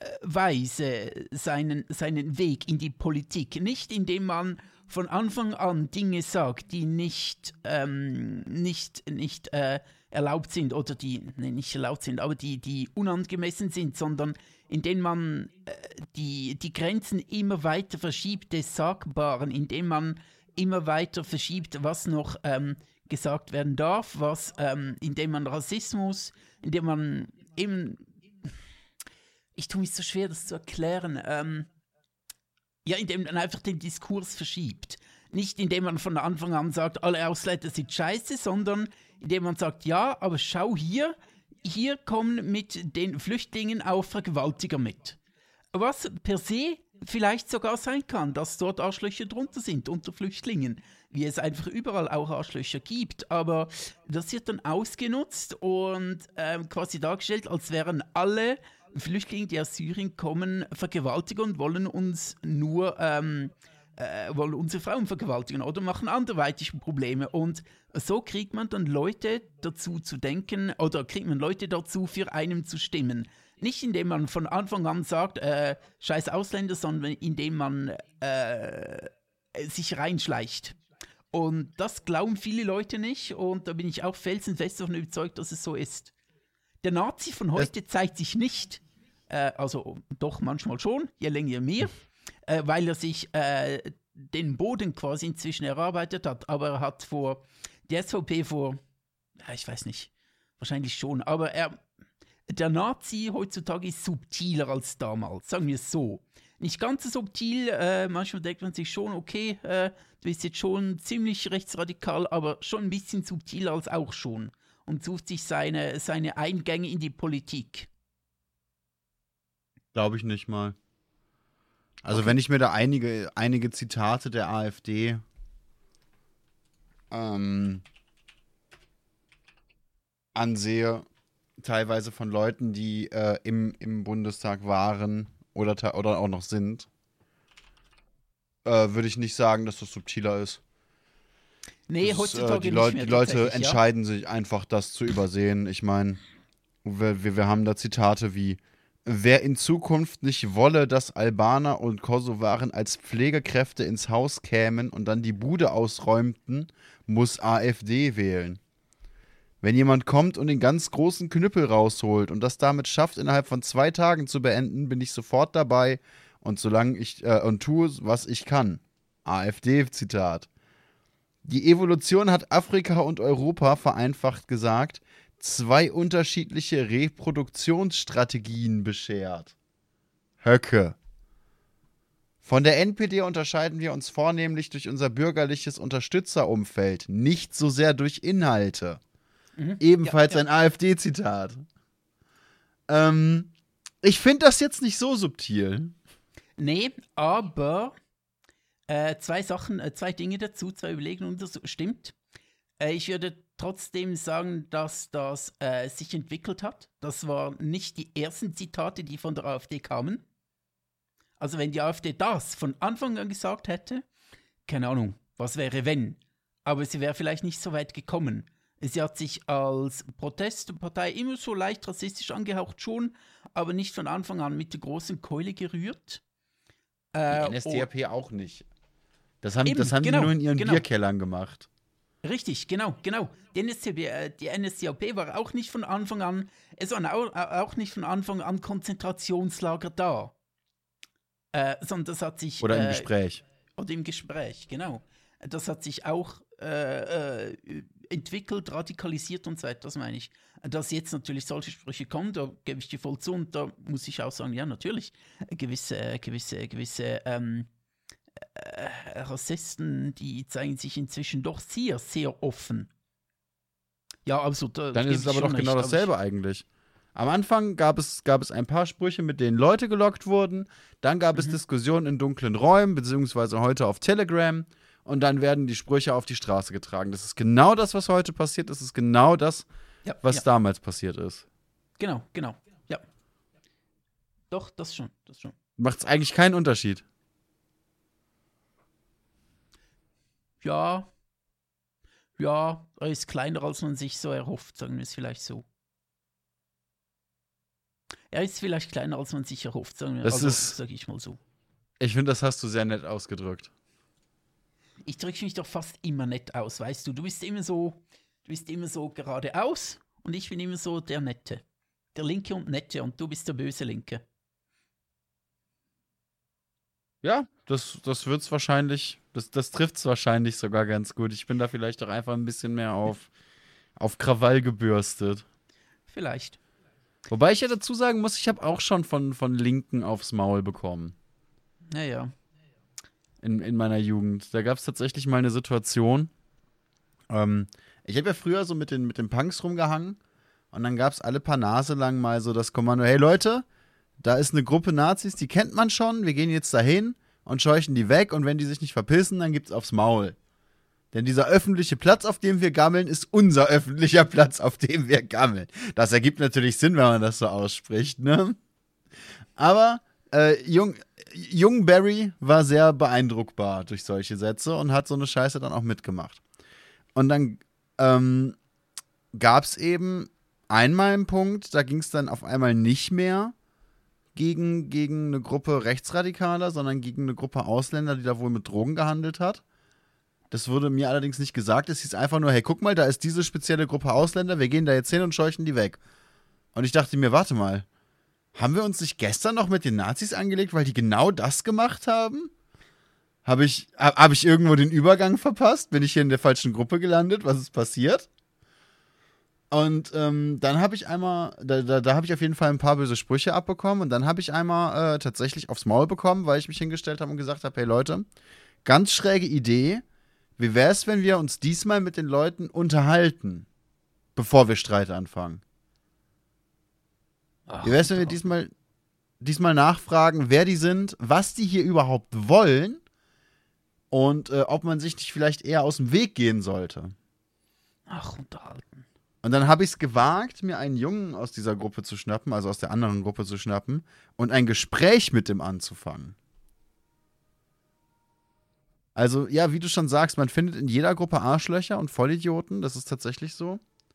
Weise seinen, seinen Weg in die Politik. Nicht indem man von Anfang an Dinge sagt, die nicht, ähm, nicht, nicht äh, erlaubt sind oder die nee, nicht erlaubt sind, aber die, die unangemessen sind, sondern indem man äh, die, die Grenzen immer weiter verschiebt des Sagbaren, indem man immer weiter verschiebt, was noch ähm, gesagt werden darf, was, ähm, indem man Rassismus, indem man eben, ich tue mich so schwer, das zu erklären, ähm, ja, indem man einfach den Diskurs verschiebt. Nicht indem man von Anfang an sagt, alle Ausländer sind scheiße, sondern indem man sagt, ja, aber schau hier, hier kommen mit den Flüchtlingen auch Vergewaltiger mit. Was per se vielleicht sogar sein kann, dass dort Arschlöcher drunter sind, unter Flüchtlingen, wie es einfach überall auch Arschlöcher gibt, aber das wird dann ausgenutzt und ähm, quasi dargestellt, als wären alle Flüchtlinge, die aus Syrien kommen, Vergewaltiger und wollen uns nur, ähm, äh, wollen unsere Frauen vergewaltigen oder machen anderweitige Probleme und so kriegt man dann Leute dazu zu denken oder kriegt man Leute dazu, für einen zu stimmen. Nicht indem man von Anfang an sagt, äh, scheiß Ausländer, sondern indem man äh, sich reinschleicht. Und das glauben viele Leute nicht und da bin ich auch felsenfest davon überzeugt, dass es so ist. Der Nazi von heute das zeigt sich nicht, äh, also doch manchmal schon, je länger je mehr, äh, weil er sich äh, den Boden quasi inzwischen erarbeitet hat, aber er hat vor, die S V P vor, ja, ich weiß nicht, wahrscheinlich schon, aber er der Nazi heutzutage ist subtiler als damals, sagen wir es so. Nicht ganz so subtil, äh, manchmal denkt man sich schon, okay, äh, du bist jetzt schon ziemlich rechtsradikal, aber schon ein bisschen subtiler als auch schon und sucht sich seine, seine Eingänge in die Politik. Glaube ich nicht mal. Also Okay. wenn ich mir da einige, einige Zitate der AfD ähm, ansehe, teilweise von Leuten, die äh, im, im Bundestag waren oder, ta- oder auch noch sind, äh, würde ich nicht sagen, dass das subtiler ist. Nee, Das ist, heutzutage äh, die, nicht Leut, mehr die Leute tatsächlich, entscheiden sich einfach, das zu übersehen. Ich meine, wir, wir, wir haben da Zitate wie: Wer in Zukunft nicht wolle, dass Albaner und Kosovaren als Pflegekräfte ins Haus kämen und dann die Bude ausräumten, muss AfD wählen. Wenn jemand kommt und den ganz großen Knüppel rausholt und das damit schafft, innerhalb von zwei Tagen zu beenden, bin ich sofort dabei Und solange ich äh, und tue, was ich kann. AfD-Zitat. Die Evolution hat Afrika und Europa, vereinfacht gesagt, zwei unterschiedliche Reproduktionsstrategien beschert. Höcke. Von der N P D unterscheiden wir uns vornehmlich durch unser bürgerliches Unterstützerumfeld, nicht so sehr durch Inhalte. Mhm. Ebenfalls ja, ja. ein AfD-Zitat. Ähm, ich finde das jetzt nicht so subtil. Nee, aber äh, zwei Sachen, äh, zwei Dinge dazu, zwei Überlegungen, das stimmt. Äh, ich würde trotzdem sagen, dass das äh, sich entwickelt hat. Das waren nicht die ersten Zitate, die von der AfD kamen. Also wenn die AfD das von Anfang an gesagt hätte, keine Ahnung, was wäre wenn? Aber sie wäre vielleicht nicht so weit gekommen. Sie hat sich als Protestpartei immer so leicht rassistisch angehaucht schon, aber nicht von Anfang an mit der großen Keule gerührt. Äh, die N S D A P oh, auch nicht. Das haben, eben, das haben genau, die nur in ihren genau. Bierkellern gemacht. Richtig, genau, genau. Die N S D A P war auch nicht von Anfang an, es waren auch, auch nicht von Anfang an Konzentrationslager da. Äh, sondern das hat sich... Oder im äh, Gespräch. Oder im Gespräch, genau. Das hat sich auch äh, äh, entwickelt, radikalisiert und so weiter, das meine ich. Dass jetzt natürlich solche Sprüche kommen, da gebe ich dir voll zu und da muss ich auch sagen, ja, natürlich, gewisse, gewisse, gewisse ähm, äh, Rassisten, die zeigen sich inzwischen doch sehr, sehr offen. Ja, also... Da Dann ist es aber doch genau recht, dasselbe eigentlich. Am Anfang gab es, gab es ein paar Sprüche, mit denen Leute gelockt wurden. Dann gab mhm. es Diskussionen in dunklen Räumen, beziehungsweise heute auf Telegram. Und dann werden die Sprüche auf die Straße getragen. Das ist genau das, was heute passiert. Das ist genau das, ja, was ja. damals passiert ist. Genau, genau, ja. Doch, das schon, das schon. Macht es eigentlich keinen Unterschied. Ja. Ja, er ist kleiner, als man sich so erhofft, sagen wir es vielleicht so. Er ist vielleicht kleiner, als man sich erhofft, sagen wir, das also, ist, sag ich mal so. Ich finde, das hast du sehr nett ausgedrückt. Ich drücke mich doch fast immer nett aus, weißt du. Du bist immer so, du bist immer so geradeaus und ich bin immer so der Nette. Der Linke und Nette und du bist der böse Linke. Ja, das, das wird's wahrscheinlich, das, das trifft's wahrscheinlich sogar ganz gut. Ich bin da vielleicht auch einfach ein bisschen mehr auf, auf Krawall gebürstet. Vielleicht. Wobei ich ja dazu sagen muss, ich habe auch schon von, von Linken aufs Maul bekommen. Naja. In, in meiner Jugend. Da gab es tatsächlich mal eine Situation. Ähm, ich habe ja früher so mit den, mit den Punks rumgehangen und dann gab es alle paar Nase lang mal so das Kommando, hey Leute, da ist eine Gruppe Nazis, die kennt man schon, wir gehen jetzt dahin und scheuchen die weg und wenn die sich nicht verpissen, dann gibt's aufs Maul. Denn dieser öffentliche Platz, auf dem wir gammeln, ist unser öffentlicher Platz, auf dem wir gammeln. Das ergibt natürlich Sinn, wenn man das so ausspricht, ne? Aber äh, Jung, Jung Barry war sehr beeindruckbar durch solche Sätze und hat so eine Scheiße dann auch mitgemacht. Und dann ähm, gab es eben einmal einen Punkt, da ging es dann auf einmal nicht mehr gegen, gegen eine Gruppe Rechtsradikaler, sondern gegen eine Gruppe Ausländer, die da wohl mit Drogen gehandelt hat. Das wurde mir allerdings nicht gesagt. Es hieß einfach nur, hey, guck mal, da ist diese spezielle Gruppe Ausländer, wir gehen da jetzt hin und scheuchen die weg. Und ich dachte mir, warte mal, haben wir uns nicht gestern noch mit den Nazis angelegt, weil die genau das gemacht haben? Habe ich, hab, hab ich irgendwo den Übergang verpasst? Bin ich hier in der falschen Gruppe gelandet? Was ist passiert? Und ähm, dann habe ich einmal, da, da, da habe ich auf jeden Fall ein paar böse Sprüche abbekommen. Und dann habe ich einmal äh, tatsächlich aufs Maul bekommen, weil ich mich hingestellt habe und gesagt habe, hey Leute, ganz schräge Idee. Wie wäre es, wenn wir uns diesmal mit den Leuten unterhalten, bevor wir Streit anfangen? Ach, Wie wäre es, wenn wir diesmal, diesmal nachfragen, wer die sind, was die hier überhaupt wollen und äh, ob man sich nicht vielleicht eher aus dem Weg gehen sollte? Ach, unterhalten. Und dann habe ich es gewagt, mir einen Jungen aus dieser Gruppe zu schnappen, also aus der anderen Gruppe zu schnappen und ein Gespräch mit dem anzufangen. Also, ja, wie du schon sagst, man findet in jeder Gruppe Arschlöcher und Vollidioten, das ist tatsächlich so.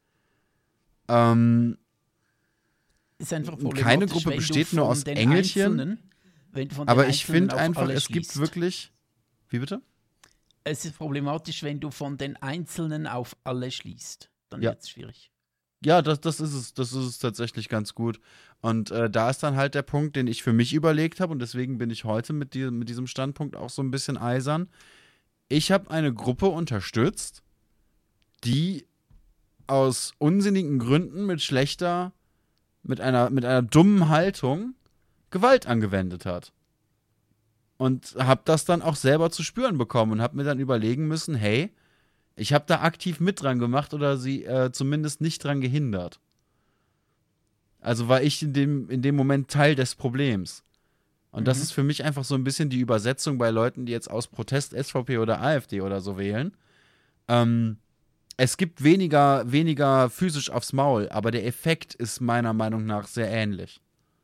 Ähm, ist einfach keine Gruppe besteht nur aus Engelchen. Aber ich finde einfach, es gibt wirklich. Wie bitte? Es ist problematisch, wenn du von den Einzelnen auf alle schließt. Dann ja. wird es schwierig. Ja, das, das ist es, das ist es tatsächlich ganz gut. Und äh, da ist dann halt der Punkt, den ich für mich überlegt habe und deswegen bin ich heute mit, die, mit diesem Standpunkt auch so ein bisschen eisern. Ich habe eine Gruppe unterstützt, die aus unsinnigen Gründen mit schlechter, mit einer, mit einer dummen Haltung Gewalt angewendet hat. Und habe das dann auch selber zu spüren bekommen und habe mir dann überlegen müssen, hey, ich habe da aktiv mit dran gemacht oder sie äh, zumindest nicht dran gehindert. Also war ich in dem, in dem Moment Teil des Problems. Und mhm. das ist für mich einfach so ein bisschen die Übersetzung bei Leuten, die jetzt aus Protest S V P oder A f D oder so wählen. Ähm, es gibt weniger, weniger physisch aufs Maul, aber der Effekt ist meiner Meinung nach sehr ähnlich.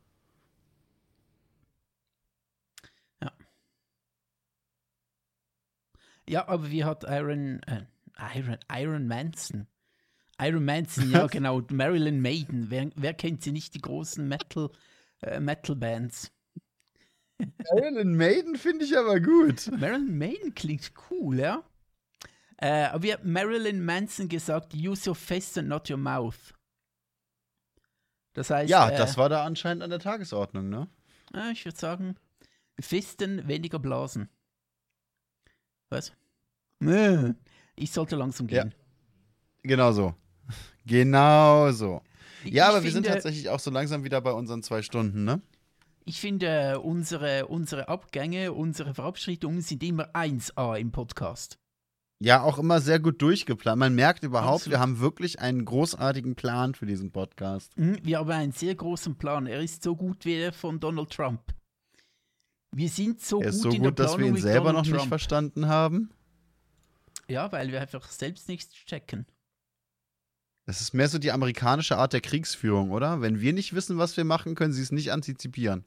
Ja. Ja, aber wie hat Iron, äh, Iron, Iron Manson Iron Manson, ja genau, Marilyn Maiden, wer, wer kennt sie nicht, die großen Metal, äh, Metal-Bands? Marilyn Maiden finde ich aber gut. Marilyn Maiden klingt cool, ja? Äh, aber wie hat Marilyn Manson gesagt, use your fist and not your mouth. Das heißt, ja, äh, das war da anscheinend an der Tagesordnung, ne? Äh, ich würde sagen, Fisten, weniger Blasen. Was? Ich sollte langsam gehen. Ja, genau so. Genau so. Ich, ja, ich aber finde, wir sind tatsächlich auch so langsam wieder bei unseren zwei Stunden, ne? Ich finde, unsere, unsere Abgänge, unsere Verabschiedungen sind immer eins A im Podcast. Ja, auch immer sehr gut durchgeplant. Man merkt überhaupt, Absolut. Wir haben wirklich einen großartigen Plan für diesen Podcast. Wir haben einen sehr großen Plan. Er ist so gut wie der von Donald Trump. Wir sind so er ist gut so in gut, der dass wir Planung ihn wie selber Donald noch Trump. nicht verstanden haben. Ja, weil wir einfach selbst nichts checken. Das ist mehr so die amerikanische Art der Kriegsführung, oder? Wenn wir nicht wissen, was wir machen, können sie es nicht antizipieren.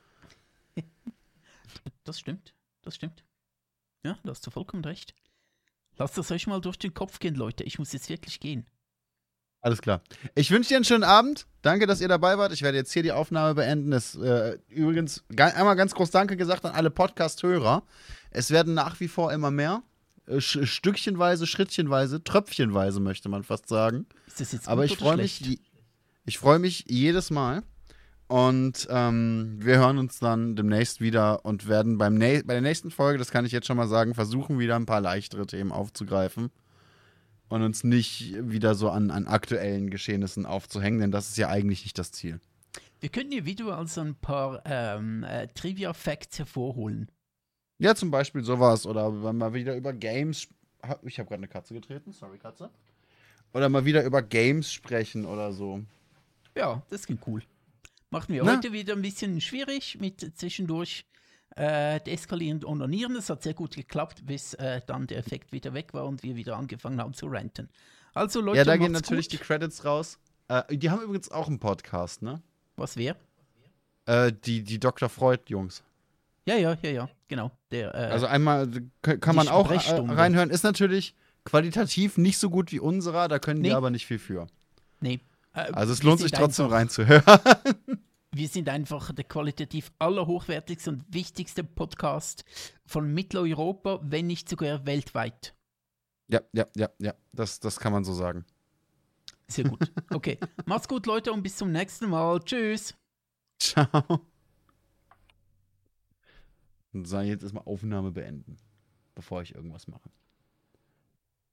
Das stimmt, das stimmt. Ja, da hast du vollkommen recht. Lasst das euch mal durch den Kopf gehen, Leute. Ich muss jetzt wirklich gehen. Alles klar. Ich wünsche dir einen schönen Abend. Danke, dass ihr dabei wart. Ich werde jetzt hier die Aufnahme beenden. Das, äh, übrigens, ga- einmal ganz groß Danke gesagt an alle Podcast-Hörer. Es werden nach wie vor immer mehr. Äh, sch- stückchenweise, schrittchenweise, tröpfchenweise, möchte man fast sagen. Ist das jetzt gut Aber ich oder freue mich, schlecht? je- ich freue mich jedes Mal. Und ähm, wir hören uns dann demnächst wieder und werden beim nä- bei der nächsten Folge, das kann ich jetzt schon mal sagen, versuchen, wieder ein paar leichtere Themen aufzugreifen und uns nicht wieder so an, an aktuellen Geschehnissen aufzuhängen, denn das ist ja eigentlich nicht das Ziel. Wir könnten hier wieder also ein paar ähm, äh, Trivia-Facts hervorholen. Ja, zum Beispiel sowas oder mal wieder über Games. Ich habe gerade eine Katze getreten, sorry Katze. Oder mal wieder über Games sprechen oder so. Ja, das klingt cool. Machten wir Na? heute wieder ein bisschen schwierig mit zwischendurch äh, deeskalierend onanieren. Das hat sehr gut geklappt, bis äh, dann der Effekt wieder weg war und wir wieder angefangen haben zu ranten. Also Leute, Ja, da gehen macht's natürlich gut. die Credits raus. Äh, die haben übrigens auch einen Podcast, ne? Was wer? Äh, die, die Doktor Freud-Jungs. Ja, ja, ja, ja, genau. Der, äh, Also einmal k- kann man die auch äh, Sprechstunde. reinhören. Ist natürlich qualitativ nicht so gut wie unserer, da können Nee. die aber nicht viel für. nee. Äh, Also es wir lohnt sich sind trotzdem einfach, reinzuhören. Wir sind einfach der qualitativ allerhochwertigste und wichtigste Podcast von Mitteleuropa, wenn nicht sogar weltweit. Ja, ja, ja, ja. Das, das kann man so sagen. Sehr gut. Okay, macht's gut, Leute, und bis zum nächsten Mal. Tschüss. Ciao. Und sagen jetzt erstmal Aufnahme beenden, bevor ich irgendwas mache.